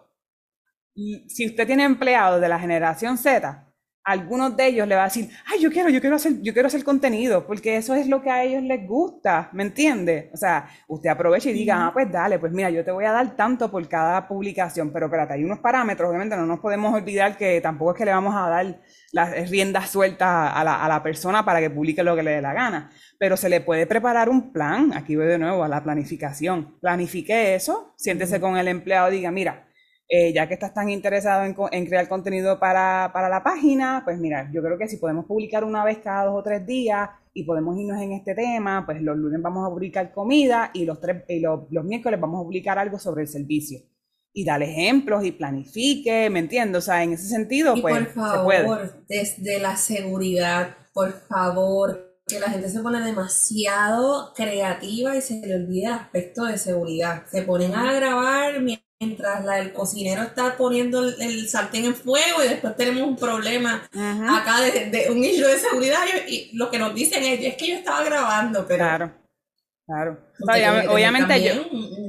si usted tiene empleados de la generación Z, algunos de ellos le va a decir, ay, yo quiero, yo quiero hacer, yo quiero hacer contenido, porque eso es lo que a ellos les gusta, ¿me entiende? O sea, usted aprovecha y diga, ah, pues dale, pues mira, yo te voy a dar tanto por cada publicación, pero espérate, hay unos parámetros, obviamente no nos podemos olvidar que tampoco es que le vamos a dar las riendas sueltas a la, a la persona para que publique lo que le dé la gana, pero se le puede preparar un plan. Aquí voy de nuevo a la planificación. Planifique eso, siéntese con el empleado y diga, mira, Eh, ya que estás tan interesado en, en crear contenido para, para la página, pues mira, yo creo que si podemos publicar una vez cada dos o tres días y podemos irnos en este tema, pues los lunes vamos a publicar comida y los, tres, y los, los miércoles vamos a publicar algo sobre el servicio. Y dale ejemplos y planifique, ¿me entiendes? O sea, en ese sentido,
y
pues
por favor,
se puede.
Desde la seguridad, por favor, que la gente se pone demasiado creativa y se le olvida el aspecto de seguridad. Se ponen a grabar mientras la, el cocinero está poniendo el, el sartén en fuego y después tenemos un problema uh-huh. acá de, de un issue de seguridad y, y lo que nos dicen es, es que yo estaba grabando, pero...
Claro, claro. Obviamente, obviamente yo,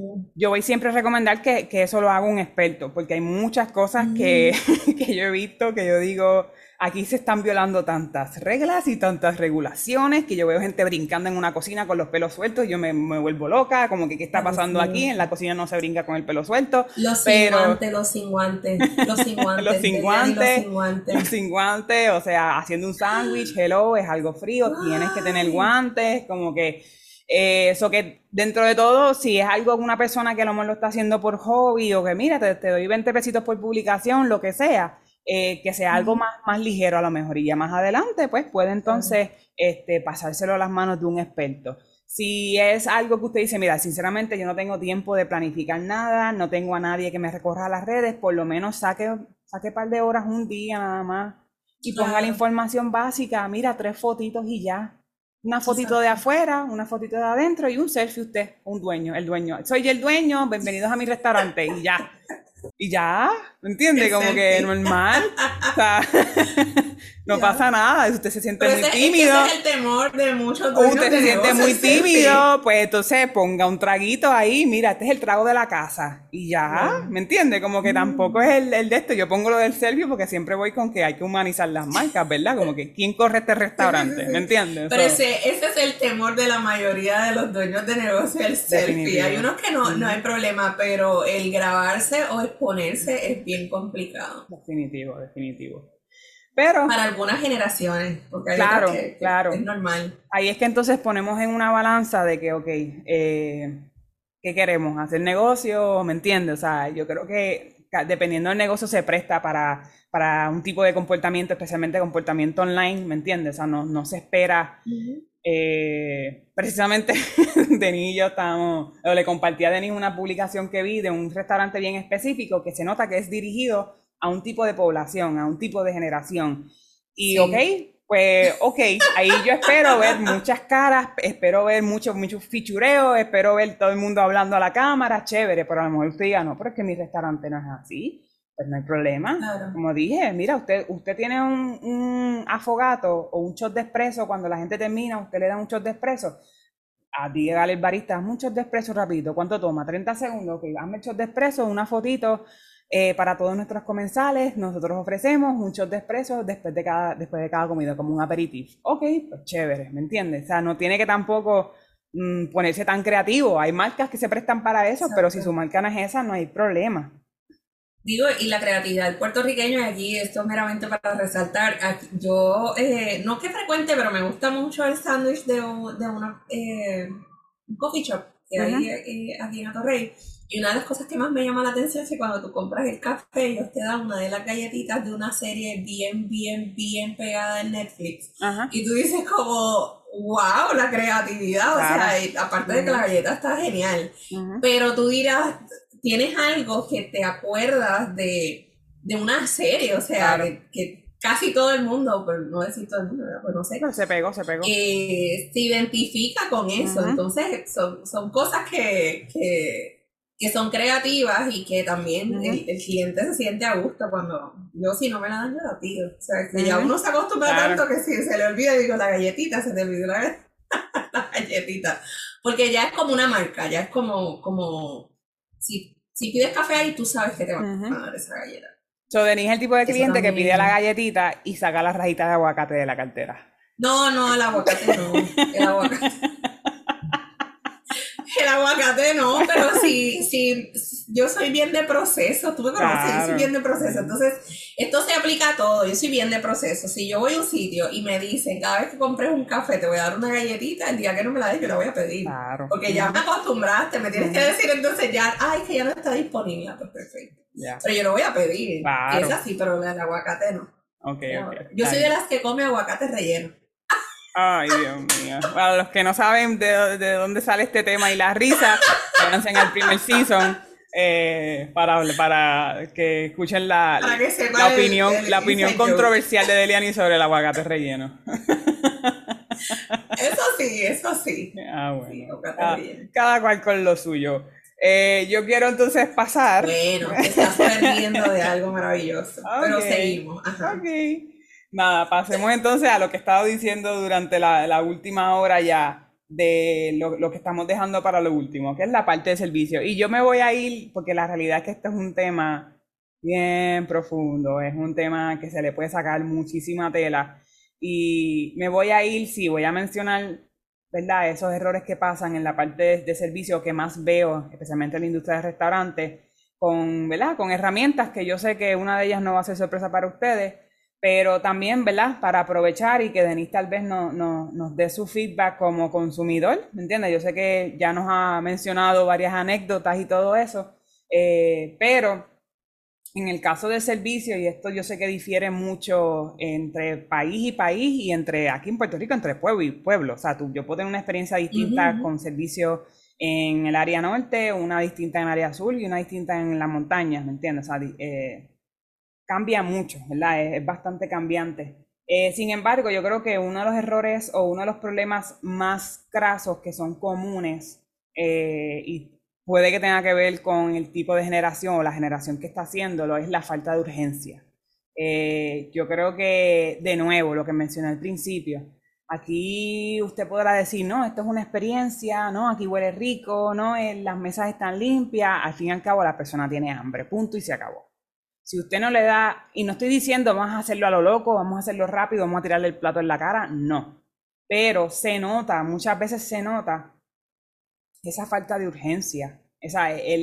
yo voy siempre a recomendar que, que eso lo haga un experto, porque hay muchas cosas uh-huh. que, que yo he visto que yo digo... Aquí se están violando tantas reglas y tantas regulaciones que yo veo gente brincando en una cocina con los pelos sueltos y yo me, me vuelvo loca, como que ¿qué está pasando aquí? En la cocina no se brinca con el pelo suelto.
Los
pero...
sin guantes, los sin guantes, los sin guantes.
los sin guantes,
los sin guantes.
Los sin guantes, o sea, haciendo un sándwich, hello, es algo frío, Ay. Tienes que tener guantes, como que... Eh, eso que dentro de todo, si es algo una persona que a lo mejor lo está haciendo por hobby o que mira, te, te doy veinte pesitos por publicación, lo que sea... Eh, que sea algo más, más ligero a lo mejor y ya más adelante pues puede entonces este, pasárselo a las manos de un experto. Si es algo que usted dice, mira, sinceramente yo no tengo tiempo de planificar nada, no tengo a nadie que me recorra las redes, por lo menos saque, saque un par de horas un día nada más y ponga claro. la información básica, mira, tres fotitos y ya. Una fotito Exacto. de afuera, una fotito de adentro y un selfie usted, un dueño, el dueño. Soy el dueño, bienvenidos a mi restaurante y ya. Y ya, ¿me entiende? Como que normal, o sea, no ya. pasa nada, usted se siente
Pero
muy
ese,
tímido.
Ese es el temor de muchos
dueños Usted se siente muy tímido,
selfie.
Pues entonces ponga un traguito ahí, mira, este es el trago de la casa. Y ya, mm. ¿me entiende? Como que mm. tampoco es el, el de esto, yo pongo lo del selfie porque siempre voy con que hay que humanizar las marcas, ¿verdad? Como que, ¿quién corre este restaurante? ¿Me entiendes?
Pero ese, ese es el temor de la mayoría de los dueños de negocio, el selfie. Hay unos que no, mm. no hay problema, pero el grabarse o exponerse es bien complicado.
Definitivo, definitivo. Pero,
para algunas generaciones, porque hay
claro,
otras que, que
claro.
es normal.
Ahí es que entonces ponemos en una balanza de que, ok, eh, ¿qué queremos? ¿Hacer negocio? ¿Me entiendes? O sea, yo creo que ca- dependiendo del negocio se presta para, para un tipo de comportamiento, especialmente comportamiento online, ¿me entiendes? O sea, no, no se espera.
Ujú.
eh, precisamente Denis y yo estábamos, o le compartí a Denis una publicación que vi de un restaurante bien específico que se nota que es dirigido a un tipo de población, a un tipo de generación. Y ok,
Sí.
pues ok, ahí yo espero ver muchas caras, espero ver mucho, mucho fichureo, espero ver todo el mundo hablando a la cámara, chévere, pero a lo mejor usted diga, no, pero es que mi restaurante no es así, pues no hay problema.
Claro.
Como dije, mira, usted, usted tiene un, un afogato o un shot de espresso, cuando la gente termina, usted le da un shot de espresso. A dígale el barista, hazme un shot de espresso rapidito. ¿Cuánto toma? treinta segundos. Ok, hazme el shot de espresso, una fotito eh, para todos nuestros comensales. Nosotros ofrecemos un shot de espresso después de cada, después de cada comida, como un aperitivo. Ok, pues chévere, ¿me entiendes? O sea, no tiene que tampoco mm, ponerse tan creativo. Hay marcas que se prestan para eso, pero si su
Exacto.
marca no es esa, no hay problema.
Digo, y la creatividad del puertorriqueño, y aquí esto es meramente para resaltar, aquí- yo, eh, no que frecuente, pero me gusta mucho el sándwich de, un- de una, eh, un coffee shop que hay
Ujú.
eh, aquí en Atorrey. Y una de las cosas que más me llama la atención es que cuando tú compras el café, ellos te dan una de las galletitas de una serie bien, bien, bien pegada en Netflix.
Ajá,
Y tú dices como, wow, la creatividad, o
claro.
sea, y aparte de que la
Ujú,
galleta está genial.
ujú.
Pero tú dirás, tienes algo que te acuerdas de, de una serie, o sea,
Claro.
que, que casi todo el mundo, pues no decir todo el mundo, ¿verdad? Pues no sé,
Pero se pegó, se pegó.
eh, se identifica con eso.
Ujú,
Entonces, son, son cosas que, que, que son creativas y que también
ujú,
el, el cliente se siente a gusto cuando yo, si no me la dan, yo la pido. O sea, que ya
ujú.
uno se acostumbra
Claro.
tanto que si se le olvida, digo, la galletita, se te olvidó la, la galletita. Porque ya es como una marca, ya es como, como si, si pides café ahí, tú sabes que te van a
Ujú.
dar esa galleta.
So, Denis es el tipo de
Eso
cliente que pide la
también.
galletita y saca las rajitas de aguacate de la cartera.
No, no, el aguacate no. El aguacate. El aguacate no, pero sí, sí, yo soy bien de proceso, tú me conoces, yo soy
Claro.
bien de proceso,
Sí.
entonces esto se aplica a todo, yo soy bien de proceso. Si yo voy a un sitio y me dicen, cada vez que compres un café te voy a dar una galletita, el día que no me la des yo la voy a pedir,
Claro.
porque ya me
Ujú,
acostumbraste, me tienes que
ujú.
decir entonces ya, ay, que ya no está disponible, pues perfecto.
Ya.
Pero yo lo voy a pedir, y es
Claro.
así, pero el aguacate no.
Ok,
El
ok.
aguacate. Yo
Está
soy de
bien.
las que come aguacate relleno.
Ay, Dios mío. Para los que no saben de, de dónde sale este tema y la risa, váyanse al primer season eh, para, para que escuchen la,
Para que
la
sepa el,
opinión, la
el
opinión
inside joke.
controversial de Deliani sobre el aguacate relleno.
Eso sí, eso sí.
Ah,
Sí,
bueno.
aguacate
Cada,
relleno.
cada cual con lo suyo. Eh, yo quiero entonces pasar.
Bueno, te estás perdiendo de algo maravilloso.
Ok,
Pero seguimos, ajá.
ok. Nada, pasemos entonces a lo que he estado diciendo durante la, la última hora ya de lo, lo que estamos dejando para lo último, que es la parte de servicio. Y yo me voy a ir porque la realidad es que este es un tema bien profundo, es un tema que se le puede sacar muchísima tela. Y me voy a ir, sí, voy a mencionar, ¿verdad? Esos errores que pasan en la parte de, de servicio que más veo, especialmente en la industria de restaurantes, con, ¿verdad? Con herramientas que yo sé que una de ellas no va a ser sorpresa para ustedes, pero también, ¿verdad? Para aprovechar y que Denise tal vez no, no, nos dé su feedback como consumidor, ¿me entiendes? Yo sé que ya nos ha mencionado varias anécdotas y todo eso, eh, pero en el caso del servicio, y esto yo sé que difiere mucho entre país y país y entre aquí en Puerto Rico, entre pueblo y pueblo. O sea, tú, yo puedo tener una experiencia
Ujú,
distinta
ujú.
con servicio en el área norte, una distinta en el área sur y una distinta en las montañas, ¿me entiendes? O sea, di- eh, cambia mucho, ¿verdad? Es, es bastante cambiante. Eh, sin embargo, yo creo que uno de los errores o uno de los problemas más crasos que son comunes eh, y puede que tenga que ver con el tipo de generación o la generación que está haciéndolo es la falta de urgencia. Eh, yo creo que, de nuevo, lo que mencioné al principio, aquí usted podrá decir, no, esto es una experiencia, no, aquí huele rico, no, eh, las mesas están limpias, al fin y al cabo la persona tiene hambre, punto y se acabó. Si usted no le da, y no estoy diciendo vamos a hacerlo a lo loco, vamos a hacerlo rápido, vamos a tirarle el plato en la cara, no. Pero se nota, muchas veces se nota esa falta de urgencia. Esa, el,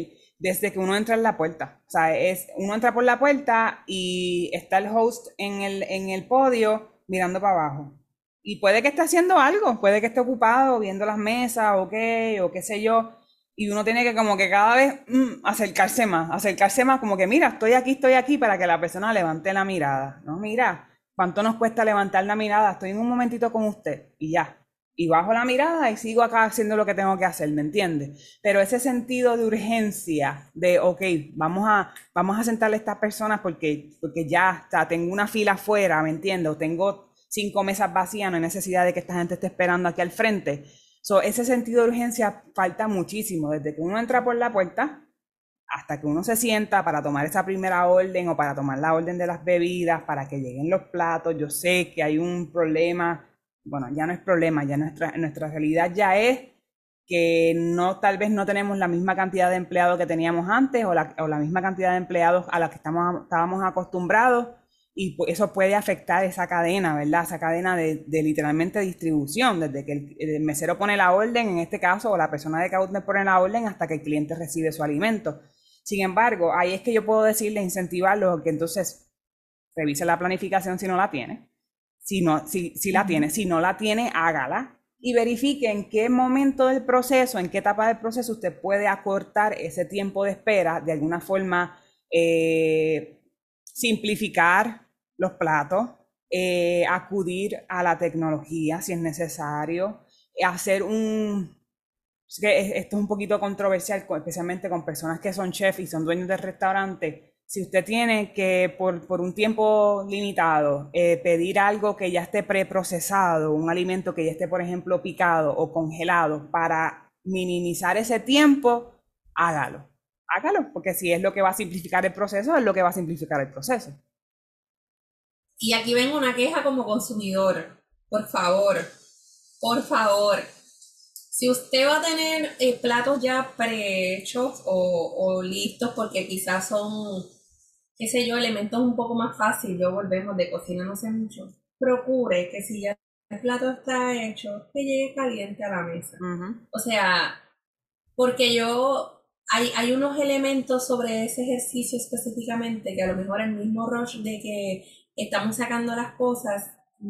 desde que uno entra en la puerta. O sea, es, uno entra por la puerta y está el host en el, en el podio mirando para abajo. Y puede que esté haciendo algo, puede que esté ocupado viendo las mesas o qué, o qué sé yo. Y uno tiene que como que cada vez mm, acercarse más, acercarse más, como que mira, estoy aquí, estoy aquí, para que la persona levante la mirada. No, mira, ¿cuánto nos cuesta levantar la mirada? Estoy en un momentito con usted y ya. Y bajo la mirada y sigo acá haciendo lo que tengo que hacer, ¿me entiendes? Pero ese sentido de urgencia, de, ok, vamos a, vamos a sentarle a estas personas porque, porque ya está, tengo una fila afuera, ¿me entiendes? O tengo cinco mesas vacías, no hay necesidad de que esta gente esté esperando aquí al frente. So, ese sentido de urgencia falta muchísimo, desde que uno entra por la puerta hasta que uno se sienta para tomar esa primera orden o para tomar la orden de las bebidas, para que lleguen los platos. Yo sé que hay un problema, bueno, ya no es problema, ya nuestra, nuestra realidad ya es que no, tal vez no tenemos la misma cantidad de empleados que teníamos antes o la, o la misma cantidad de empleados a la que estamos, estábamos acostumbrados. Y eso puede afectar esa cadena, ¿verdad? Esa cadena de, de literalmente distribución, desde que el, el mesero pone la orden, en este caso, o la persona de counter pone la orden hasta que el cliente recibe su alimento. Sin embargo, ahí es que yo puedo decirle, incentivarlo, que entonces revise la planificación si no la tiene. Si, no, si, si la tiene, si no la tiene, hágala. Y verifique en qué momento del proceso, en qué etapa del proceso usted puede acortar ese tiempo de espera, de alguna forma eh, simplificar los platos, eh, acudir a la tecnología si es necesario, hacer un... Es que esto es un poquito controversial, especialmente con personas que son chefs y son dueños de restaurantes. Si usted tiene que por, por un tiempo limitado eh, pedir algo que ya esté preprocesado, un alimento que ya esté, por ejemplo, picado o congelado, para minimizar ese tiempo, hágalo. Hágalo, porque si es lo que va a simplificar el proceso, es lo que va a simplificar el proceso.
Y aquí vengo una queja como consumidor. Por favor, por favor. Si usted va a tener eh, platos ya prehechos o, o listos porque quizás son, qué sé yo, elementos un poco más fáciles, yo volvemos de cocina no sé mucho, procure que si ya el plato está hecho, que llegue caliente a la mesa. Uh-huh. O sea, porque yo, hay, hay unos elementos sobre ese ejercicio específicamente que a lo mejor el mismo rush de que estamos sacando las cosas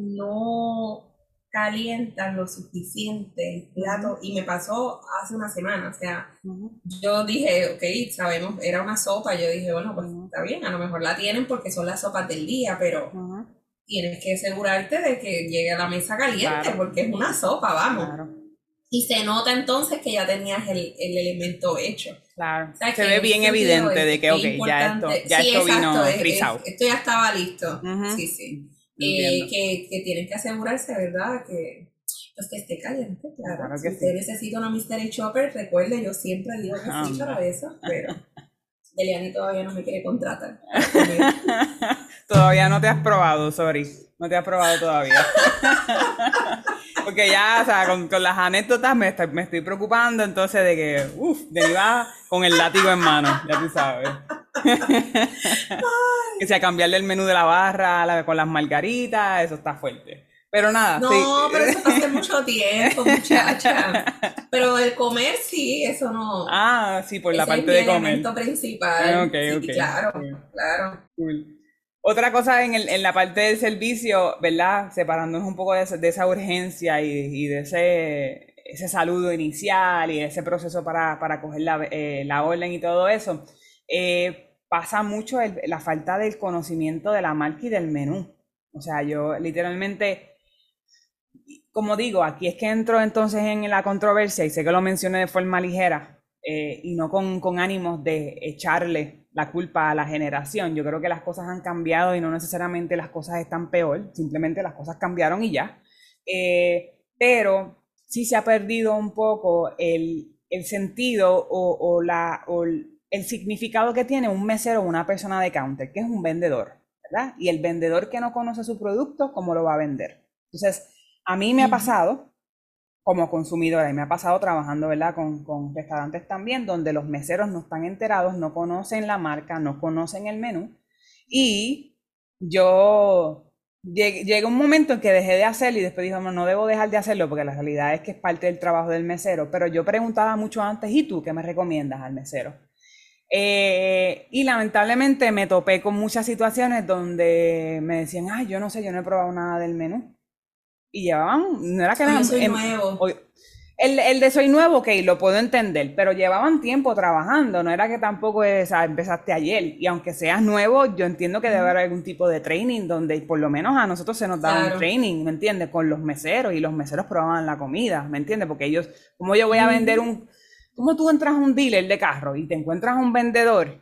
no calientan lo suficiente el plato. Uh-huh. Y me pasó hace una semana, o sea, uh-huh. yo dije, ok, sabemos, era una sopa, yo dije, bueno, pues uh-huh. está bien, a lo mejor la tienen porque son las sopas del día, pero uh-huh. tienes que asegurarte de que llegue a la mesa caliente, claro. porque es una sopa, vamos. Claro. Y se nota entonces que ya tenías el, el elemento hecho.
Claro, o sea, se ve bien evidente es, de que, ok, ya esto, ya
sí,
esto
exacto,
vino
es,
frisado.
Es, esto ya estaba listo, uh-huh. sí, sí. Eh, que, que tienen que asegurarse, ¿verdad? Que, pues que esté caliente, claro. claro si usted sí. necesita una mystery chopper, recuerde, yo siempre digo que oh, sí no. para eso, pero Deliani todavía no me quiere contratar.
Todavía no te has probado, sorry. No te has probado todavía. Porque ya, o sea, con, con las anécdotas me estoy, me estoy preocupando entonces de que, uff, de mi va con el látigo en mano, ya tú sabes. Que sea cambiarle el menú de la barra la, con las margaritas, eso está fuerte. Pero nada.
No,
sí.
pero eso hace mucho tiempo, muchacha. Pero el comer sí, eso no.
Ah, sí, por la parte de comer. Es el elemento
principal.
Ah, ok,
sí,
ok.
Claro,
okay.
claro.
Cool. Otra cosa en, el, en la parte del servicio, ¿verdad? Separándonos un poco de, de esa urgencia y, y de ese, ese saludo inicial y ese proceso para, para coger la, eh, la orden y todo eso, eh, pasa mucho el, la falta del conocimiento de la marca y del menú. O sea, yo literalmente, como digo, aquí es que entro entonces en la controversia y sé que lo mencioné de forma ligera eh, y no con, con ánimos de echarle la culpa a la generación. Yo creo que las cosas han cambiado y no necesariamente las cosas están peor, simplemente las cosas cambiaron y ya. Eh, pero sí se ha perdido un poco el, el sentido o, o, la, o el significado que tiene un mesero o una persona de counter, que es un vendedor, ¿verdad? Y el vendedor que no conoce su producto, ¿cómo lo va a vender? Entonces, a mí me ha pasado como consumidora, y me ha pasado trabajando, ¿verdad?, con, con restaurantes también, donde los meseros no están enterados, no conocen la marca, no conocen el menú, y yo llegué, llegué a un momento en que dejé de hacerlo y después dije, no, no debo dejar de hacerlo porque la realidad es que es parte del trabajo del mesero, pero yo preguntaba mucho antes, ¿y tú qué me recomiendas al mesero? Eh, y lamentablemente me topé con muchas situaciones donde me decían, ay, yo no sé, yo no he probado nada del menú. Y llevaban, no era que
O yo
eran,
soy
em,
nuevo.
o- el, el de soy nuevo, ok, lo puedo entender, pero llevaban tiempo trabajando, no era que tampoco es, ah, empezaste ayer. Y aunque seas nuevo, yo entiendo que debe haber algún tipo de training donde por lo menos a nosotros se nos daba un
Claro.
training, ¿me entiendes? Con los meseros y los meseros probaban la comida, ¿me entiendes? Porque ellos, ¿cómo yo voy a vender
Ujú.
un, cómo tú entras a un dealer de carro y te encuentras a un vendedor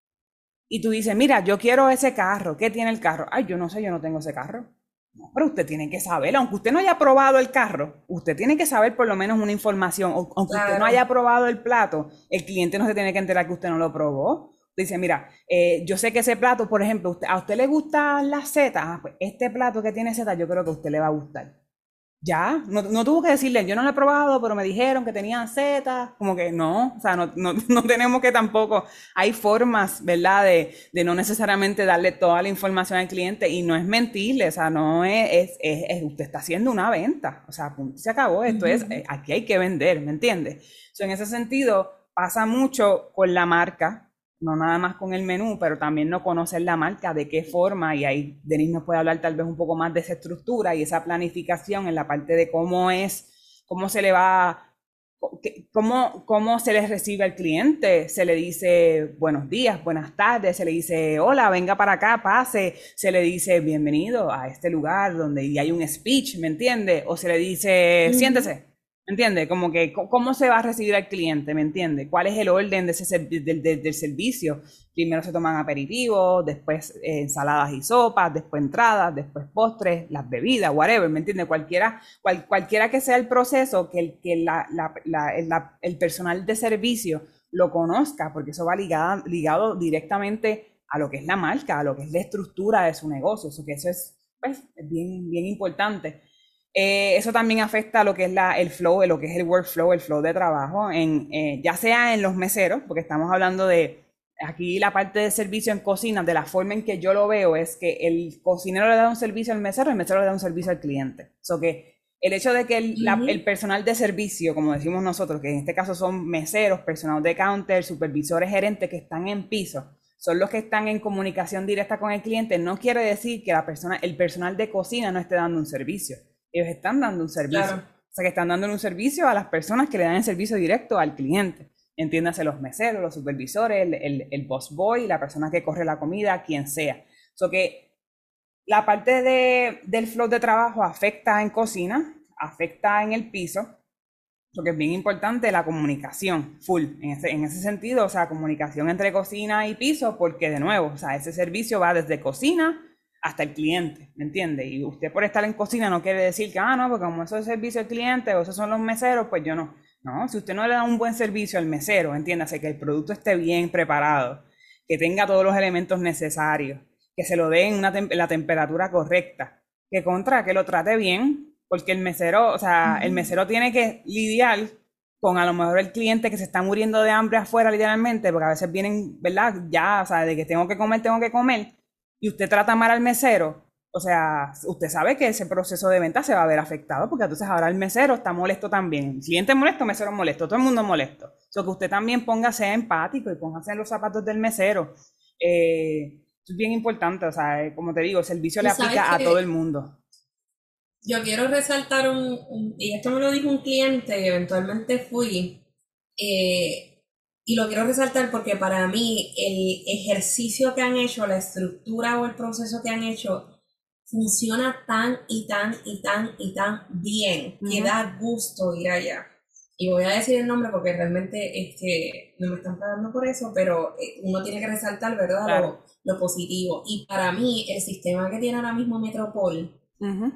y tú dices, mira, yo quiero ese carro, ¿qué tiene el carro? Ay, yo no sé, yo no tengo ese carro. No, pero usted tiene que saber, aunque usted no haya probado el carro, usted tiene que saber por lo menos una información, o- aunque usted no
Claro.
haya probado el plato, el cliente no se tiene que enterar que usted no lo probó. Dice, mira, eh, yo sé que ese plato, por ejemplo, usted- a usted le gustan las setas, ah, pues este plato que tiene setas yo creo que a usted le va a gustar. Ya, no, no tuvo que decirle, yo no lo he probado, pero me dijeron que tenían setas, como que no, o sea, no, no, no tenemos que tampoco, hay formas, ¿verdad?, de, de no necesariamente darle toda la información al cliente y no es mentirle, o sea, no es, es, es- es- usted está haciendo una venta, o sea, punto, se acabó, esto es,
Ujú.
eh, aquí hay que vender, ¿me entiendes? So, en ese sentido, pasa mucho con la marca, no nada más con el menú, pero también no conocer la marca, de qué forma, y ahí Denis nos puede hablar tal vez un poco más de esa estructura y esa planificación en la parte de cómo es, cómo se le va, cómo, cómo se les recibe al cliente, se le dice buenos días, buenas tardes, se le dice hola, venga para acá, pase, se le dice bienvenido a este lugar donde y hay un speech, ¿me entiende? O se le dice
Ujú.
siéntese. ¿Me entiende? Como que, ¿cómo se va a recibir al cliente? ¿Me entiende? ¿Cuál es el orden de ese servi- del, del- del servicio? Primero se toman aperitivos, después eh, ensaladas y sopas, después entradas, después postres, las bebidas, whatever, ¿me entiende? Cualquiera, cual- cualquiera que sea el proceso, que, el, que la- la- la- el, la- el personal de servicio lo conozca, porque eso va ligado, ligado directamente a lo que es la marca, a lo que es la estructura de su negocio, eso que eso es pues, bien, bien importante. Eh, eso también afecta a lo que es la, el flow, lo que es el workflow, el flow de trabajo, en, eh, ya sea en los meseros, porque estamos hablando de aquí la parte de servicio en cocina, de la forma en que yo lo veo es que el cocinero le da un servicio al mesero, el mesero le da un servicio al cliente. So que el hecho de que el, la, el
Ujú.
personal de servicio, como decimos nosotros, que en este caso son meseros, personal de counter, supervisores, gerentes que están en piso, son los que están en comunicación directa con el cliente, no quiere decir que la persona, el personal de cocina no esté dando un servicio. Ellos están dando un servicio.
Claro.
O sea, que están dando un servicio a las personas que le dan el servicio directo al cliente. Entiéndase los meseros, los supervisores, el, el, el boss boy, la persona que corre la comida, quien sea. So que la parte de, del flow de trabajo afecta en cocina, afecta en el piso, porque es bien importante la comunicación, full, en ese, en ese sentido, o sea, comunicación entre cocina y piso, porque de nuevo, o sea, ese servicio va desde cocina hasta el cliente, ¿me entiende? Y usted por estar en cocina no quiere decir que, ah, no, porque como eso es servicio al cliente o esos son los meseros, pues yo no. No, si usted no le da un buen servicio al mesero, entiéndase que el producto esté bien preparado, que tenga todos los elementos necesarios, que se lo dé en una tem la temperatura correcta, que contra, que lo trate bien, porque el mesero, o sea, el
Ujú.
mesero tiene que lidiar con a lo mejor el cliente que se está muriendo de hambre afuera literalmente, porque a veces vienen, ¿verdad? Ya, o sea, de que tengo que comer, tengo que comer, y usted trata mal al mesero, o sea, usted sabe que ese proceso de venta se va a ver afectado, porque entonces ahora el mesero está molesto también. El cliente molesto, mesero molesto, todo el mundo molesto. O sea, que usted también póngase empático y póngase en los zapatos del mesero. Eh, es bien importante, o sea, como te digo, el servicio
Tú
le
sabes
aplica a todo el
que
mundo.
yo quiero resaltar un, un- y esto me lo dijo un cliente y eventualmente fui, eh, y lo quiero resaltar porque para mí el ejercicio que han hecho, la estructura o el proceso que han hecho, funciona tan y tan y tan y tan bien que
Ujú.
da gusto ir allá. Y voy a decir el nombre porque realmente este, no me están pagando por eso, pero eh, uno tiene que resaltar, ¿verdad?,
Claro.
lo, lo positivo. Y para mí, el sistema que tiene ahora mismo Metropol
Ujú.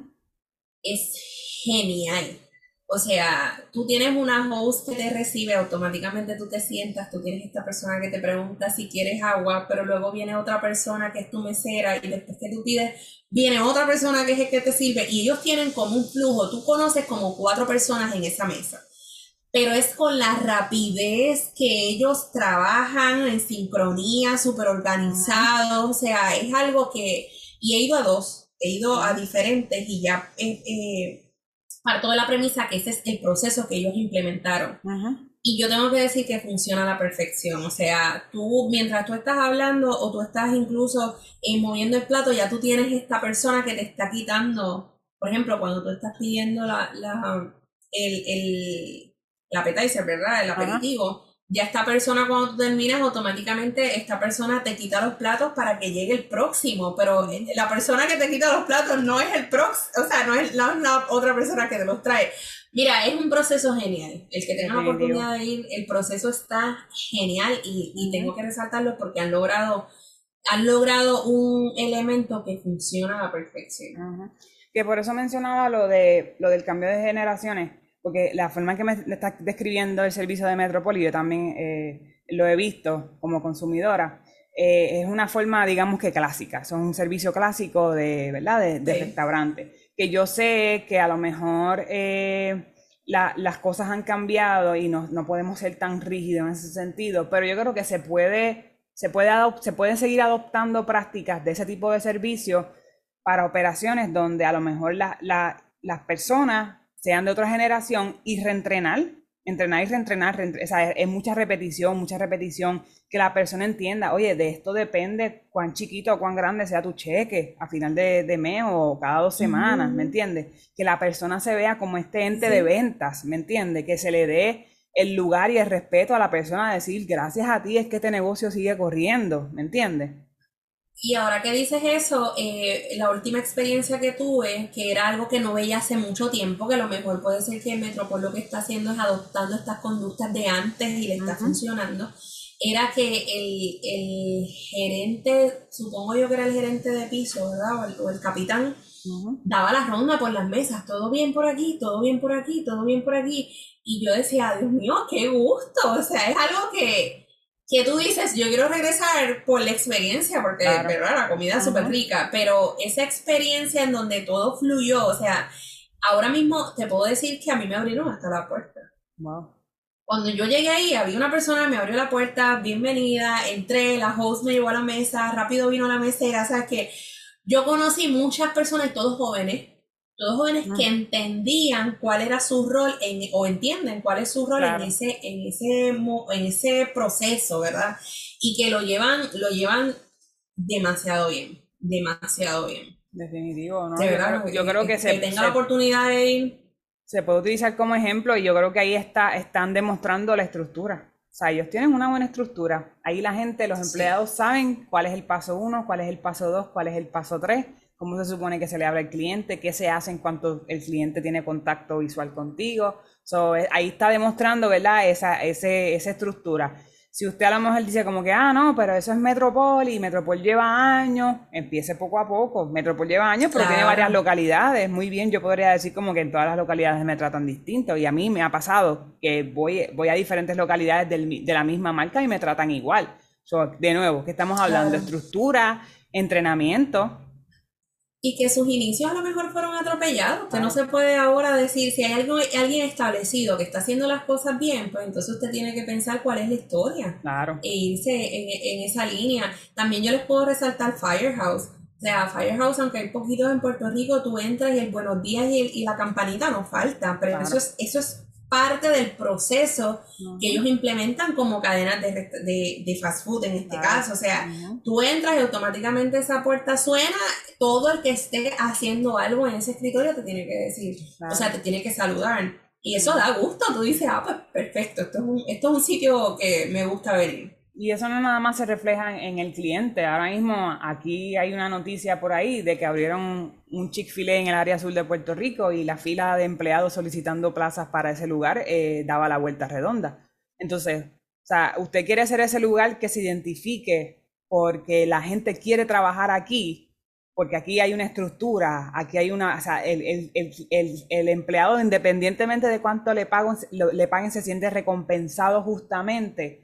es genial. O sea, tú tienes una host que te recibe, automáticamente tú te sientas, tú tienes esta persona que te pregunta si quieres agua, pero luego viene otra persona que es tu mesera y después que tú pides, viene otra persona que es el que te sirve y ellos tienen como un flujo, tú conoces como cuatro personas en esa mesa, pero es con la rapidez que ellos trabajan en sincronía, súper
Ujú.
organizados, o sea, es algo que, y he ido a dos, he ido a
Ujú.
diferentes y ya eh, eh, parto de la premisa que ese es el proceso que ellos implementaron.
Ujú.
Y yo tengo que decir que funciona a la perfección. O sea, tú, mientras tú estás hablando o tú estás incluso eh, moviendo el plato, ya tú tienes esta persona que te está quitando. Por ejemplo, cuando tú estás pidiendo la, la, el, el, el appetizer, ¿verdad? El
Ajá.
aperitivo. Ya esta persona, cuando tú terminas, automáticamente esta persona te quita los platos para que llegue el próximo. Pero eh,
Ujú.
la persona que te quita los platos no es el próximo, o sea, no es la, la otra persona que te los trae. Mira, es un proceso genial. El que tenga la
Definitivo.
oportunidad de ir, el proceso está genial y, y tengo
Ujú.
que resaltarlo porque han logrado, han logrado un elemento que funciona a la perfección.
Ujú. Que por eso mencionaba lo de lo del cambio de generaciones, porque la forma en que me me estás describiendo el servicio de Metrópoli, yo también eh, lo he visto como consumidora, eh, es una forma, digamos que clásica, son un servicio clásico de, ¿verdad? De, de
Sí.
restaurante, que yo sé que a lo mejor eh, la- las cosas han cambiado y no, no podemos ser tan rígidos en ese sentido, pero yo creo que se puede, se puede adop- se pueden seguir adoptando prácticas de ese tipo de servicio para operaciones donde a lo mejor la- la- las personas sean de otra generación y reentrenar, entrenar y reentrenar, reentr- o sea, es, es mucha repetición, mucha repetición, que la persona entienda, oye, de esto depende cuán chiquito o cuán grande sea tu cheque a final de, de mes o cada dos semanas, ¿me
Ujú.
entiendes? Que la persona se vea como este ente de
Sí.
ventas, ¿me entiendes? Que se le dé el lugar y el respeto a la persona a decir, gracias a ti es que este negocio sigue corriendo, ¿me entiendes?
Y ahora que dices eso, eh, la última experiencia que tuve, que era algo que no veía hace mucho tiempo, que a lo mejor puede ser que Metropol lo que está haciendo es adoptando estas conductas de antes y le está
Ujú,
funcionando, era que el, el gerente, supongo yo que era el gerente de piso, ¿verdad? O el, o el capitán,
ujú.
daba la ronda por las mesas, todo bien por aquí, todo bien por aquí, todo bien por aquí. Y yo decía, Dios mío, qué gusto. O sea, es algo que, que tú dices, yo quiero regresar por la experiencia, porque,
Claro.
¿verdad? La comida es súper
Ujú.
rica, pero esa experiencia en donde todo fluyó, o sea, ahora mismo te puedo decir que a mí me abrieron hasta la puerta.
Wow.
Cuando yo llegué ahí, había una persona, me abrió la puerta, bienvenida, entré, la host me llevó a la mesa, rápido vino la mesera, o sea, que yo conocí muchas personas, todos jóvenes, todos jóvenes que
Mm,
entendían cuál era su rol en, o entienden cuál es su rol en
claro,
ese, en ese, en ese proceso, ¿verdad? Y que lo llevan, lo llevan demasiado bien, demasiado bien.
definitivo, ¿no?
De
Yo creo,
verdad,
yo creo que
eh, que
se,
tenga la
se,
oportunidad de ir,
se puede utilizar como ejemplo y yo creo que ahí está, están demostrando la estructura. O sea, ellos tienen una buena estructura. Ahí la gente, los
sí,
empleados saben cuál es el paso uno, cuál es el paso dos, cuál es el paso tres, cómo se supone que se le habla al cliente, qué se hace en cuanto el cliente tiene contacto visual contigo. So, eh, ahí está demostrando, ¿verdad? Esa, ese, esa estructura. Si usted a lo mejor dice como que, ah, no, pero eso es Metropol y Metropol lleva años, empiece poco a poco. Metropol lleva años, pero tiene varias
claro.
localidades. Muy bien, yo podría decir como que en todas las localidades me tratan distinto. Y a mí me ha pasado que voy, voy a diferentes localidades del mi- de la misma marca y me tratan igual. So, de nuevo, ¿qué estamos hablando?
Claro.
Estructura, entrenamiento.
Y que sus inicios a lo mejor fueron atropellados. Usted no
Claro,
se puede ahora decir, si hay algo, alguien establecido que está haciendo las cosas bien, pues entonces usted tiene que pensar cuál es la historia
claro.
e irse en, en esa línea. También yo les puedo resaltar Firehouse. O sea, Firehouse, aunque hay poquitos en Puerto Rico, tú entras y el buenos días y, el- y la campanita no falta, pero eso
Claro.
es, eso es parte del proceso que
Ujú,
ellos implementan como cadenas de, rest- de, de fast food en este
claro.
caso. O sea,
Ujú,
tú entras y automáticamente esa puerta suena, todo el que esté haciendo algo en ese escritorio te tiene que decir, o sea,
claro.
te tiene que saludar. Y eso
Ujú.
da gusto, tú dices, ah, pues perfecto, esto es un, esto es un sitio que me gusta venir.
Y eso no nada más se refleja en el cliente. Ahora mismo aquí hay una noticia por ahí de que abrieron un Chick-fil-A en el área sur de Puerto Rico y la fila de empleados solicitando plazas para ese lugar eh, daba la vuelta redonda. Entonces, o sea, usted quiere ser ese lugar que se identifique porque la gente quiere trabajar aquí, porque aquí hay una estructura, aquí hay una, o sea, el, el, el, el, el empleado independientemente de cuánto le paguen, le paguen, se siente recompensado justamente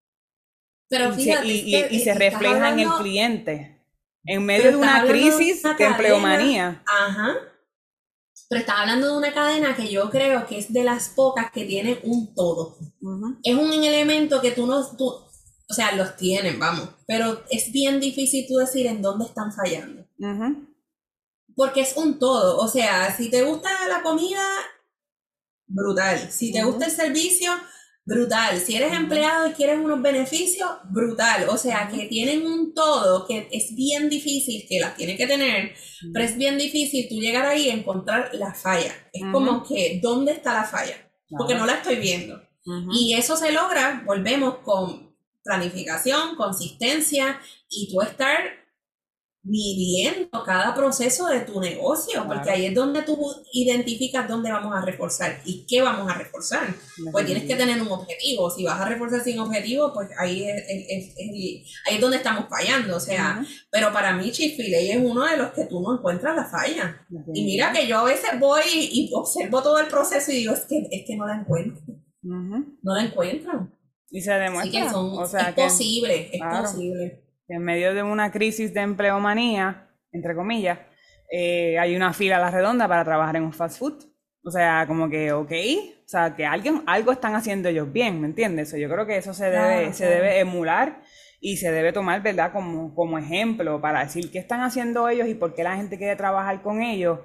Pero
y se,
fíjate,
y,
es que
y, y se
eh, estás
refleja en el
hablando,
cliente. En medio
pero
de
estás
una
hablando de
crisis
una
de
cadena,
empleomanía.
ajá, pero estás hablando de una cadena que yo creo que es de las pocas que tienen un todo.
Ujú,
Es un elemento que tú no, tú, o sea, los tienen, vamos, pero es bien difícil tú decir en dónde están fallando.
ujú,
Porque es un todo, o sea, si te gusta la comida, brutal. Si te gusta el
ujú.
servicio, brutal. Si eres
Ujú.
empleado y quieres unos beneficios, brutal. O sea, que tienen un todo que es bien difícil, que las tienen que tener, pero es
Ujú.
bien difícil tú llegar ahí y encontrar la falla. Es como
Ujú.
que, ¿dónde está la falla? Porque no
Claro.
la estoy viendo.
Ujú.
Y eso se logra, volvemos con planificación, consistencia y tú estar midiendo cada proceso de tu negocio, porque
Claro,
ahí es donde tú identificas dónde vamos a reforzar y qué vamos a reforzar. Pues tienes que
definitivo.
tener un objetivo. Si vas a reforzar sin objetivo, pues ahí es, es- es- es- ahí es donde estamos fallando. O sea,
Ujú.
pero para mí Chick-fil-A es uno de los que tú no encuentras la falla. Y mira
Definitivo.
que yo a veces voy y, y observo todo el proceso y digo, es que, es que no la encuentro,
Ujú.
no la encuentro.
Y se
Así que
demuestra,
son,
o
es
sea que,
posible, es
claro,
posible.
que en medio de una crisis de empleomanía, entre comillas, eh, hay una fila a la redonda para trabajar en un fast food. O sea, como que, ok, o sea, que alguien, algo están haciendo ellos bien, ¿me entiendes? Yo creo que eso se debe,
Claro,
se
claro.
debe emular y se debe tomar, ¿verdad? Como, como ejemplo para decir qué están haciendo ellos y por qué la gente quiere trabajar con ellos.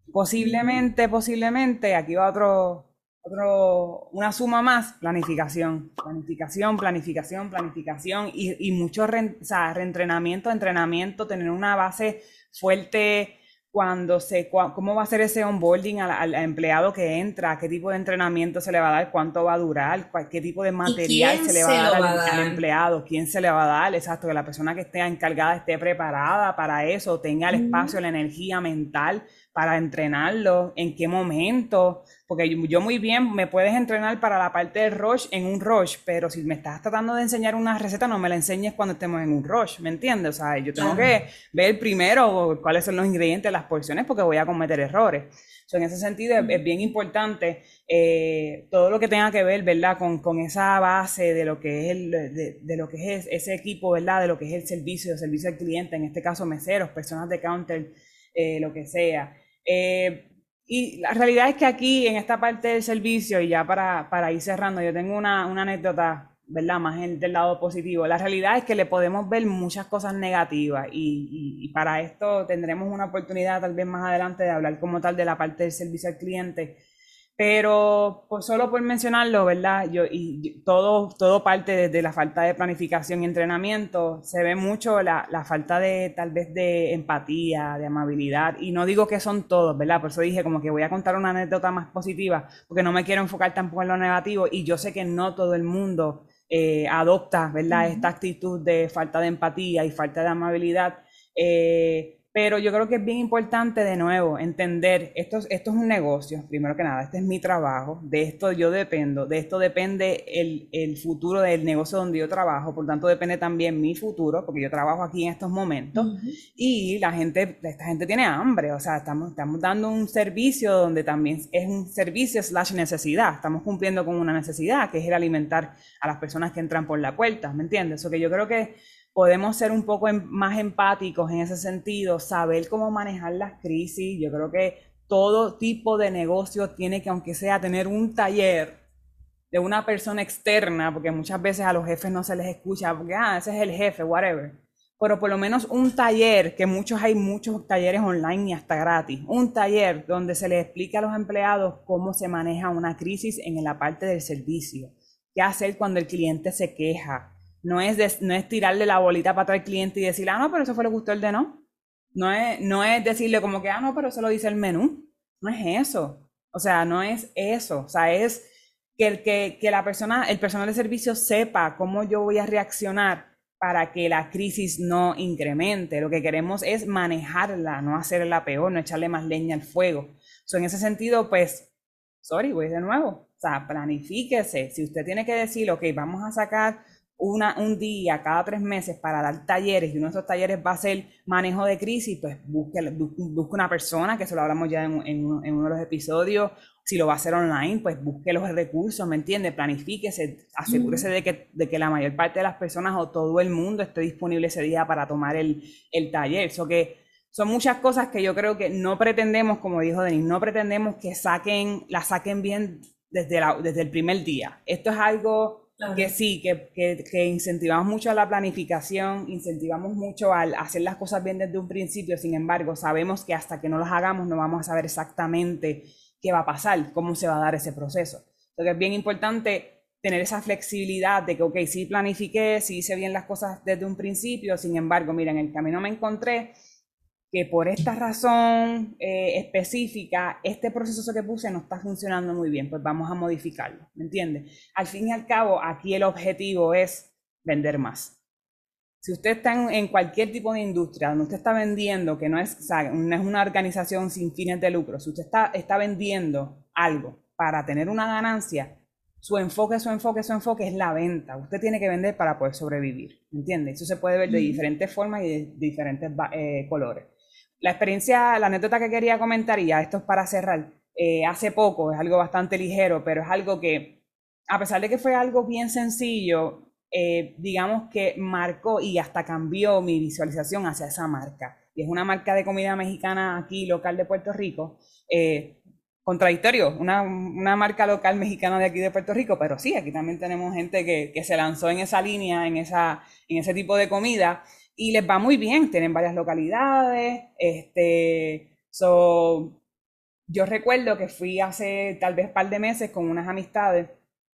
Ujú.
Posiblemente, posiblemente, aquí va otro, otro, una suma más, planificación, planificación, planificación, planificación y, y mucho re, o sea, reentrenamiento, entrenamiento, tener una base fuerte cuando se, cua, cómo va a ser ese onboarding al, al, empleado que entra, qué tipo de entrenamiento se le va a dar, cuánto va a durar, cuál, qué tipo de
¿Y
material
quién
se le va
se
a dar
lo va a
al, al
dar?
empleado, quién se le va a dar, exacto, que la persona que esté encargada esté preparada para eso, tenga el espacio,
Ujú.
la energía mental para entrenarlo, en qué momento, porque yo, yo muy bien me puedes entrenar para la parte del rush en un rush, pero si me estás tratando de enseñar una receta, no me la enseñes cuando estemos en un rush, ¿me entiendes? O sea, yo tengo
Claro.
que ver primero cuáles son los ingredientes, las porciones, porque voy a cometer errores. So, en ese sentido es, es bien importante eh, todo lo que tenga que ver, ¿verdad? Con, con esa base de lo que es el, de, de, lo que es ese equipo, ¿verdad? De lo que es el servicio, el servicio al cliente, en este caso meseros, personas de counter, eh, lo que sea. Eh, y la realidad es que aquí, en esta parte del servicio, y ya para, para ir cerrando, yo tengo una, una anécdota, ¿verdad? Más en, del lado positivo. La realidad es que le podemos ver muchas cosas negativas y, y, y para esto tendremos una oportunidad tal vez más adelante de hablar como tal de la parte del servicio al cliente, pero pues solo por mencionarlo, ¿verdad? Yo, y y todo, todo parte desde la falta de planificación y entrenamiento. Se ve mucho la, la falta de tal vez de empatía, de amabilidad. Y no digo que son todos, ¿verdad? Por eso dije como que voy a contar una anécdota más positiva, porque no me quiero enfocar tampoco en lo negativo. Y yo sé que no todo el mundo eh, adopta, ¿verdad? Esta
Ujú.
actitud de falta de empatía y falta de amabilidad. Eh, pero yo creo que es bien importante de nuevo entender, esto, esto es un negocio, primero que nada, este es mi trabajo, de esto yo dependo, de esto depende el, el futuro del negocio donde yo trabajo, por tanto depende también mi futuro, porque yo trabajo aquí en estos momentos,
Ujú.
y la gente, esta gente tiene hambre, o sea, estamos, estamos dando un servicio donde también es un servicio slash necesidad, estamos cumpliendo con una necesidad, que es el alimentar a las personas que entran por la puerta, ¿me entiendes? Eso que yo creo que podemos ser un poco em, más empáticos en ese sentido, saber cómo manejar las crisis. Yo creo que todo tipo de negocio tiene que, aunque sea, tener un taller de una persona externa, porque muchas veces a los jefes no se les escucha, porque, ah, ese es el jefe, whatever. Pero por lo menos un taller, que muchos hay muchos talleres online y hasta gratis, un taller donde se les explique a los empleados cómo se maneja una crisis en la parte del servicio, qué hacer cuando el cliente se queja. No es, de, no es tirarle la bolita para atrás al cliente y decirle, ah, no, pero eso fue lo que gustó el de no. No es, no es decirle como que, ah, no, pero eso lo dice el menú. No es eso. O sea, no es eso. O sea, es que, que, que la persona, el personal de servicio sepa cómo yo voy a reaccionar para que la crisis no incremente. Lo que queremos es manejarla, no hacerla peor, no echarle más leña al fuego. So, en ese sentido, pues, sorry, voy de nuevo. O sea, planifíquese. Si usted tiene que decir, ok, vamos a sacar una, un día cada tres meses para dar talleres y uno de esos talleres va a ser manejo de crisis, pues busque, busque una persona, que eso lo hablamos ya en, en, en uno de los episodios. Si lo va a hacer online, pues busque los recursos, ¿me entiende? Planifíquese, asegúrese
Ujú.
de que, de que la mayor parte de las personas o todo el mundo esté disponible ese día para tomar el, el taller. Eso que son muchas cosas que yo creo que no pretendemos, como dijo Denis, no pretendemos que saquen, la saquen bien desde, la, desde el primer día. Esto es algo que
Claro.
sí, que, que, que incentivamos mucho a la planificación, incentivamos mucho al hacer las cosas bien desde un principio. Sin embargo, sabemos que hasta que no las hagamos no vamos a saber exactamente qué va a pasar, cómo se va a dar ese proceso. Entonces es bien importante tener esa flexibilidad de que, ok, sí planifiqué, sí hice bien las cosas desde un principio, sin embargo, mira, en el camino me encontré que por esta razón eh, específica, este proceso que puse no está funcionando muy bien, pues vamos a modificarlo, ¿me entiendes? Al fin y al cabo, aquí el objetivo es vender más. Si usted está en, en cualquier tipo de industria donde usted está vendiendo, que no es, o sea, no es una organización sin fines de lucro, si usted está, está vendiendo algo para tener una ganancia, su enfoque, su enfoque, su enfoque es la venta. Usted tiene que vender para poder sobrevivir, ¿entiende? Eso se puede ver de diferentes formas y de diferentes eh, colores. La experiencia, la anécdota que quería comentar, y ya esto es para cerrar, eh, hace poco, es algo bastante ligero, pero es algo que, a pesar de que fue algo bien sencillo, eh, digamos que marcó y hasta cambió mi visualización hacia esa marca. Y es una marca de comida mexicana aquí, local de Puerto Rico. Eh, contradictorio, una, una marca local mexicana de aquí de Puerto Rico, pero sí, aquí también tenemos gente que, que se lanzó en esa línea, en, esa, en ese tipo de comida. Y les va muy bien, tienen varias localidades. Este, so, yo recuerdo que fui hace tal vez un par de meses con unas amistades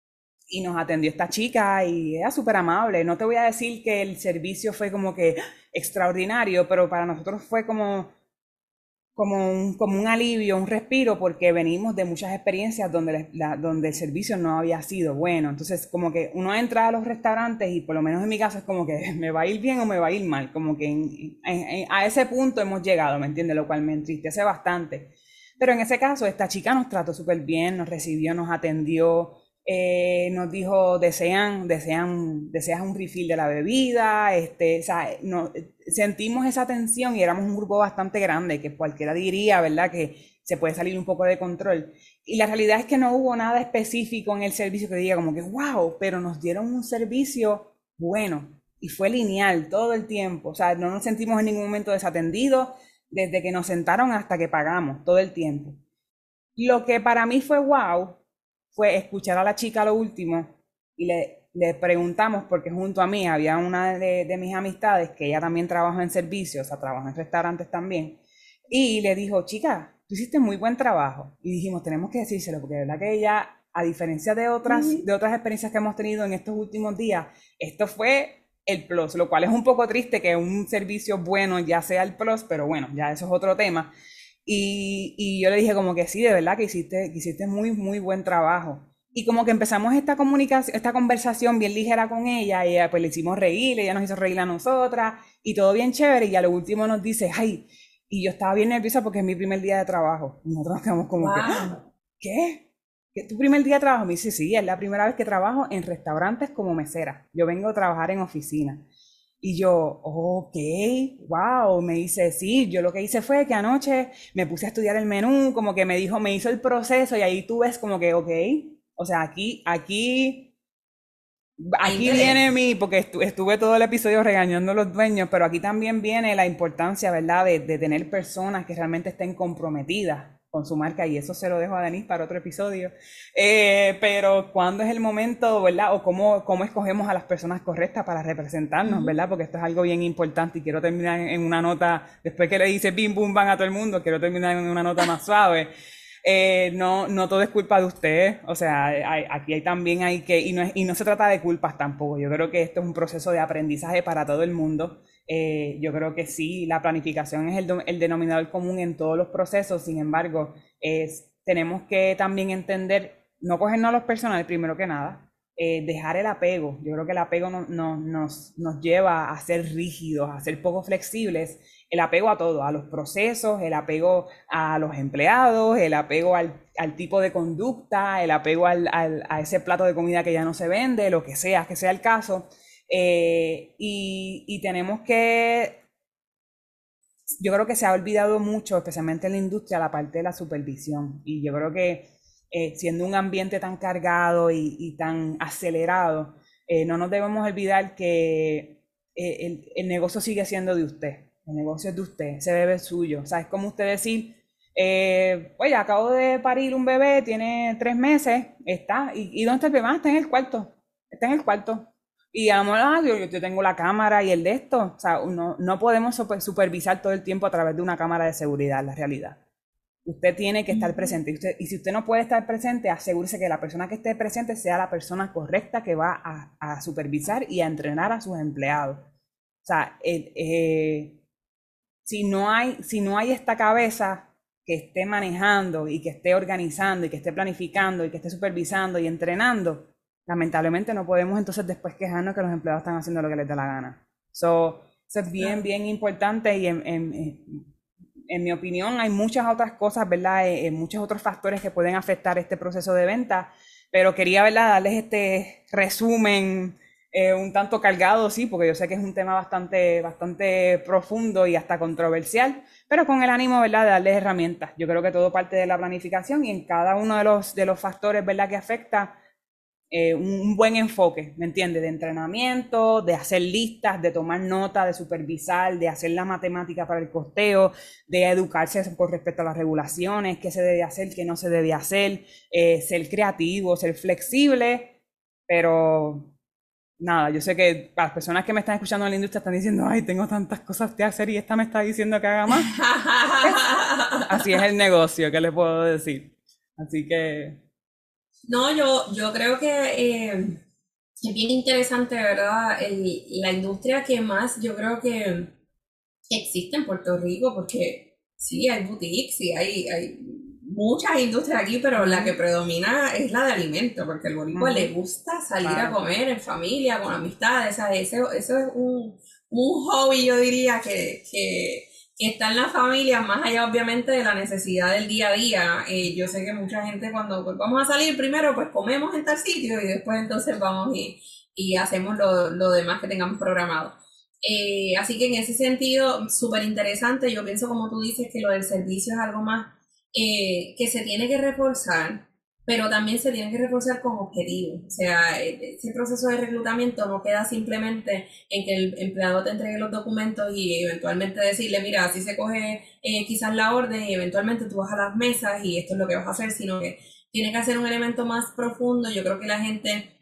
y nos atendió esta chica y era súper amable. No te voy a decir que el servicio fue como que extraordinario, pero para nosotros fue como, como, un, como un alivio, un respiro, porque venimos de muchas experiencias donde, la, donde el servicio no había sido bueno. Entonces, como que uno entra a los restaurantes y por lo menos en mi caso es como que me va a ir bien o me va a ir mal. Como que en, en, en, a ese punto hemos llegado, ¿me entiendes? Lo cual me entristece bastante. Pero en ese caso, esta chica nos trató súper bien, nos recibió, nos atendió. Eh, nos dijo, desean, desean, deseas un refill de la bebida, este, o sea, no, sentimos esa tensión y éramos un grupo bastante grande, que cualquiera diría, ¿verdad?, que se puede salir un poco de control. Y la realidad es que no hubo nada específico en el servicio que diga como que, wow, pero nos dieron un servicio bueno y fue lineal todo el tiempo, o sea, no nos sentimos en ningún momento desatendidos desde que nos sentaron hasta que pagamos, todo el tiempo. Lo que para mí fue wow fue escuchar a la chica lo último y le, le preguntamos, porque junto a mí había una de, de mis amistades que ella también trabaja en servicios, o sea, trabaja en restaurantes también, y le dijo, chica, tú hiciste muy buen trabajo. Y dijimos, tenemos que decírselo, porque de verdad que ella, a diferencia de otras, uh-huh. de otras experiencias que hemos tenido en estos últimos días, esto fue el plus, lo cual es un poco triste que un servicio bueno ya sea el plus, pero bueno, ya eso es otro tema. Y, y yo le dije como que sí, de verdad que hiciste, que hiciste muy, muy buen trabajo. Y como que empezamos esta comunicación, esta conversación bien ligera con ella, y ella pues le hicimos reír, ella nos hizo reír a nosotras, y todo bien chévere, y a lo último nos dice, ay, y yo estaba bien nerviosa porque es mi primer día de trabajo. Y nosotros nos quedamos como wow. que, ¿qué? ¿Es tu primer día de trabajo? Me dice, sí, es la primera vez que trabajo en restaurantes como mesera. Yo vengo a trabajar en oficina. Y yo, ok, wow, me dice, sí, yo lo que hice fue que anoche me puse a estudiar el menú, como que me dijo, me hizo el proceso y ahí tú ves como que, ok, o sea, aquí, aquí, aquí viene mi, porque estu estuve todo el episodio regañando a los dueños, pero aquí también viene la importancia, ¿verdad?, de, de tener personas que realmente estén comprometidas con su marca, y eso se lo dejo a Denise para otro episodio. Eh, pero ¿cuándo es el momento, verdad? O cómo, cómo escogemos a las personas correctas para representarnos, uh-huh. ¿verdad? Porque esto es algo bien importante y quiero terminar en una nota, después que le dice bim, bum, bam a todo el mundo, quiero terminar en una nota más suave. Eh, no, no todo es culpa de usted, o sea, hay, aquí hay, también hay que, y no, es, y no se trata de culpas tampoco, yo creo que esto es un proceso de aprendizaje para todo el mundo. Eh, yo creo que sí, la planificación es el, el denominador común en todos los procesos, sin embargo, es, tenemos que también entender, no cogernos a los personales primero que nada, eh, dejar el apego. Yo creo que el apego no, no, nos, nos lleva a ser rígidos, a ser poco flexibles, el apego a todo, a los procesos, el apego a los empleados, el apego al, al tipo de conducta, el apego al, al, a ese plato de comida que ya no se vende, lo que sea, que sea el caso. Eh, y, y tenemos que, yo creo que se ha olvidado mucho, especialmente en la industria, la parte de la supervisión. Y yo creo que eh, siendo un ambiente tan cargado y, y tan acelerado, eh, no nos debemos olvidar que eh, el, el negocio sigue siendo de usted. El negocio es de usted, ese bebé es suyo. O sea, es como usted decir, eh, oye, acabo de parir un bebé, tiene tres meses, está, ¿y, y dónde está el bebé? Ah, está en el cuarto, está en el cuarto. Y vamos, ah, yo, yo tengo la cámara y el de esto. O sea, no, no podemos super, supervisar todo el tiempo a través de una cámara de seguridad, la realidad. Usted tiene que estar presente. Y, usted, y si usted no puede estar presente, asegúrese que la persona que esté presente sea la persona correcta que va a, a supervisar y a entrenar a sus empleados. O sea, eh, eh, si, no hay, si no hay esta cabeza que esté manejando y que esté organizando y que esté planificando y que esté supervisando y entrenando, lamentablemente no podemos entonces después quejarnos que los empleados están haciendo lo que les da la gana. So, eso es bien, bien importante y en, en, en En mi opinión, hay muchas otras cosas, ¿verdad? Eh, eh, muchos otros factores que pueden afectar este proceso de venta, pero quería, ¿verdad?, darles este resumen eh, un tanto cargado, sí, porque yo sé que es un tema bastante, bastante profundo y hasta controversial, pero con el ánimo, ¿verdad?, de darles herramientas. Yo creo que todo parte de la planificación y en cada uno de los, de los factores, ¿verdad?, que afecta, Eh, un, un buen enfoque, ¿me entiendes? De entrenamiento, de hacer listas, de tomar nota, de supervisar, de hacer la matemática para el costeo, de educarse con respecto a las regulaciones, qué se debe hacer, qué no se debe hacer, eh, ser creativo, ser flexible, pero nada, yo sé que las personas que me están escuchando en la industria están diciendo, ay, tengo tantas cosas que hacer y esta me está diciendo que haga más. Así es el negocio, ¿qué les puedo decir? Así que...
No, yo, yo creo que eh, es bien interesante, ¿verdad? El, la industria que más yo creo que existe en Puerto Rico, porque sí, hay boutiques, sí, hay, hay muchas industrias aquí, pero la que predomina es la de alimentos, porque al boricua
Ujú.
le gusta salir a
Claro.
comer en familia, con amistades, ¿sabes? Eso, eso es un, un hobby, yo diría, que, que, que está en la familia, más allá obviamente de la necesidad del día a día. Eh, yo sé que mucha gente cuando pues, vamos a salir primero, pues comemos en tal sitio y después entonces vamos y, y hacemos lo, lo demás que tengamos programado. Eh, así que en ese sentido, súper interesante. Yo pienso, como tú dices, que lo del servicio es algo más eh, que se tiene que reforzar, pero también se tiene que reforzar con objetivos. O sea, eh, ese proceso de reclutamiento no queda simplemente en que el empleado te entregue los documentos y eventualmente decirle, mira, así se coge eh, quizás la orden y eventualmente tú vas a las mesas y esto es lo que vas a hacer, sino que tiene que hacer un elemento más profundo. Yo creo que la gente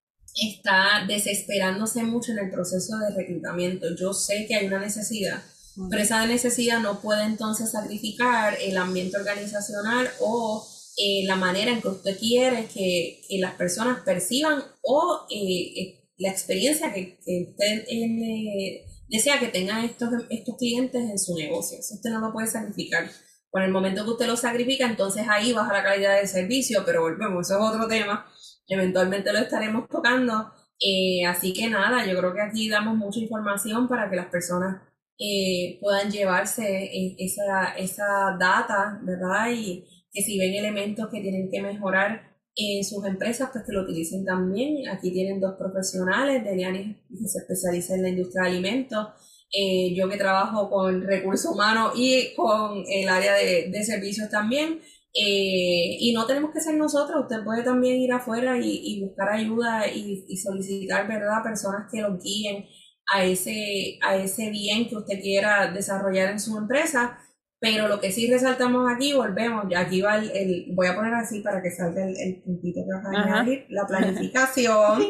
está desesperándose mucho en el proceso de reclutamiento. Yo sé que hay una necesidad, uh-huh. pero esa necesidad no puede entonces sacrificar el ambiente organizacional o eh, la manera en que usted quiere que, que las personas perciban o eh, la experiencia que, que usted eh, desea que tengan estos, estos clientes en su negocio. Eso usted no lo puede sacrificar. Por el momento que usted lo sacrifica, entonces ahí baja la calidad del servicio, pero volvemos, eso es otro tema. Eventualmente lo estaremos tocando, eh, así que nada, yo creo que aquí damos mucha información para que las personas eh, puedan llevarse esa, esa data, ¿verdad? Y que si ven elementos que tienen que mejorar en sus empresas, pues que lo utilicen también. Aquí tienen dos profesionales, Delianis, que se especializa en la industria de alimentos, eh, yo que trabajo con recursos humanos y con el área de, de servicios también. Eh, y no tenemos que ser nosotros, usted puede también ir afuera y, y buscar ayuda y, y solicitar, ¿verdad?, personas que lo guíen a ese, a ese bien que usted quiera desarrollar en su empresa. Pero lo que sí resaltamos aquí, volvemos, ya aquí va el, el voy a poner así para que salga el, el puntito que vas a añadir, la planificación.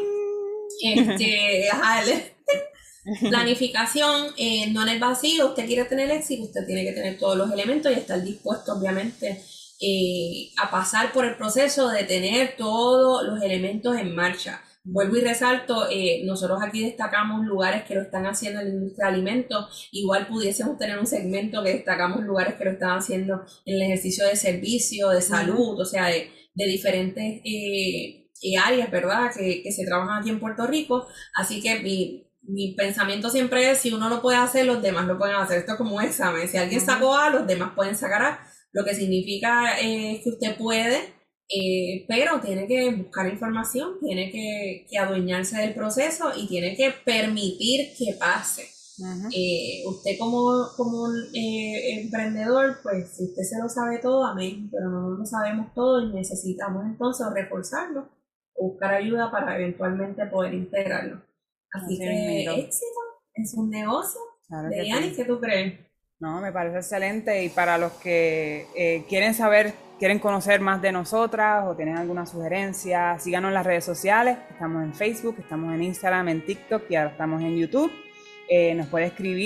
este, ajá, el, planificación, eh, no en el vacío. Usted quiere tener éxito, usted tiene que tener todos los elementos y estar dispuesto, obviamente, Eh, a pasar por el proceso de tener todos los elementos en marcha. Vuelvo y resalto, eh, nosotros aquí destacamos lugares que lo están haciendo en la industria de alimentos, igual pudiésemos tener un segmento que destacamos lugares que lo están haciendo en el ejercicio de servicio, de salud, uh-huh. o sea, de, de diferentes eh, eh, áreas, ¿verdad?, que, que se trabajan aquí en Puerto Rico. Así que mi, mi pensamiento siempre es, si uno lo puede hacer, los demás lo pueden hacer. Esto es como un examen, si alguien uh-huh. sacó A, los demás pueden sacar A. Lo que significa eh, que usted puede, eh, pero tiene que buscar información, tiene que, que adueñarse del proceso y tiene que permitir que pase. Uh-huh. Eh, usted como, como un eh, emprendedor, pues si usted se lo sabe todo, amén, pero no lo sabemos todo y necesitamos entonces reforzarlo, buscar ayuda para eventualmente poder integrarlo. Así, Así que es éxito, es un negocio. Claro, Delianis, sí. ¿Qué tú crees?
No, me parece excelente, y para los que eh, quieren saber, quieren conocer más de nosotras o tienen alguna sugerencia, síganos en las redes sociales. Estamos en Facebook, estamos en Instagram, en TikTok y ahora estamos en YouTube. Eh, nos puede escribir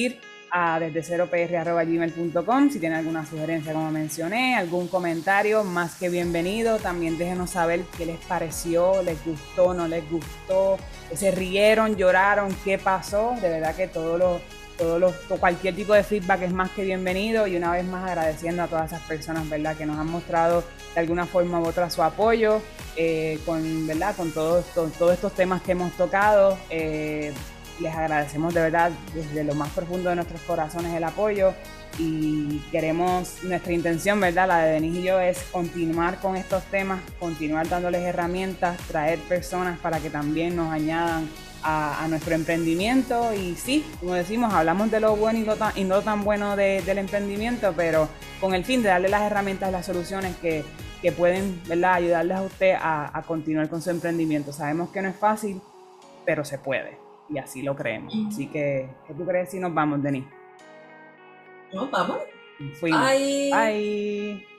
a desde cero p r arroba gmail punto com. Si tienen alguna sugerencia, como mencioné, algún comentario, más que bienvenido. También déjenos saber qué les pareció, les gustó, no les gustó, se rieron, lloraron, qué pasó. De verdad que todo lo, todo lo, cualquier tipo de feedback es más que bienvenido, y una vez más agradeciendo a todas esas personas, ¿verdad?, que nos han mostrado de alguna forma u otra su apoyo eh, con, ¿verdad?, con todos, con todos estos temas que hemos tocado. Eh, Les agradecemos de verdad desde lo más profundo de nuestros corazones el apoyo, y queremos, nuestra intención, ¿verdad?, la de Denise y yo, es continuar con estos temas, continuar dándoles herramientas, traer personas para que también nos añadan a, a nuestro emprendimiento. Y sí, como decimos, hablamos de lo bueno y, lo tan, y no tan bueno de, del emprendimiento, pero con el fin de darle las herramientas, las soluciones que, que pueden, ¿verdad?, ayudarles a usted a, a continuar con su emprendimiento. Sabemos que no es fácil, pero se puede. Y así lo creemos. Así que, ¿qué tú crees si nos vamos, Denise?
Nos vamos.
Fuimos.
Bye.
Bye.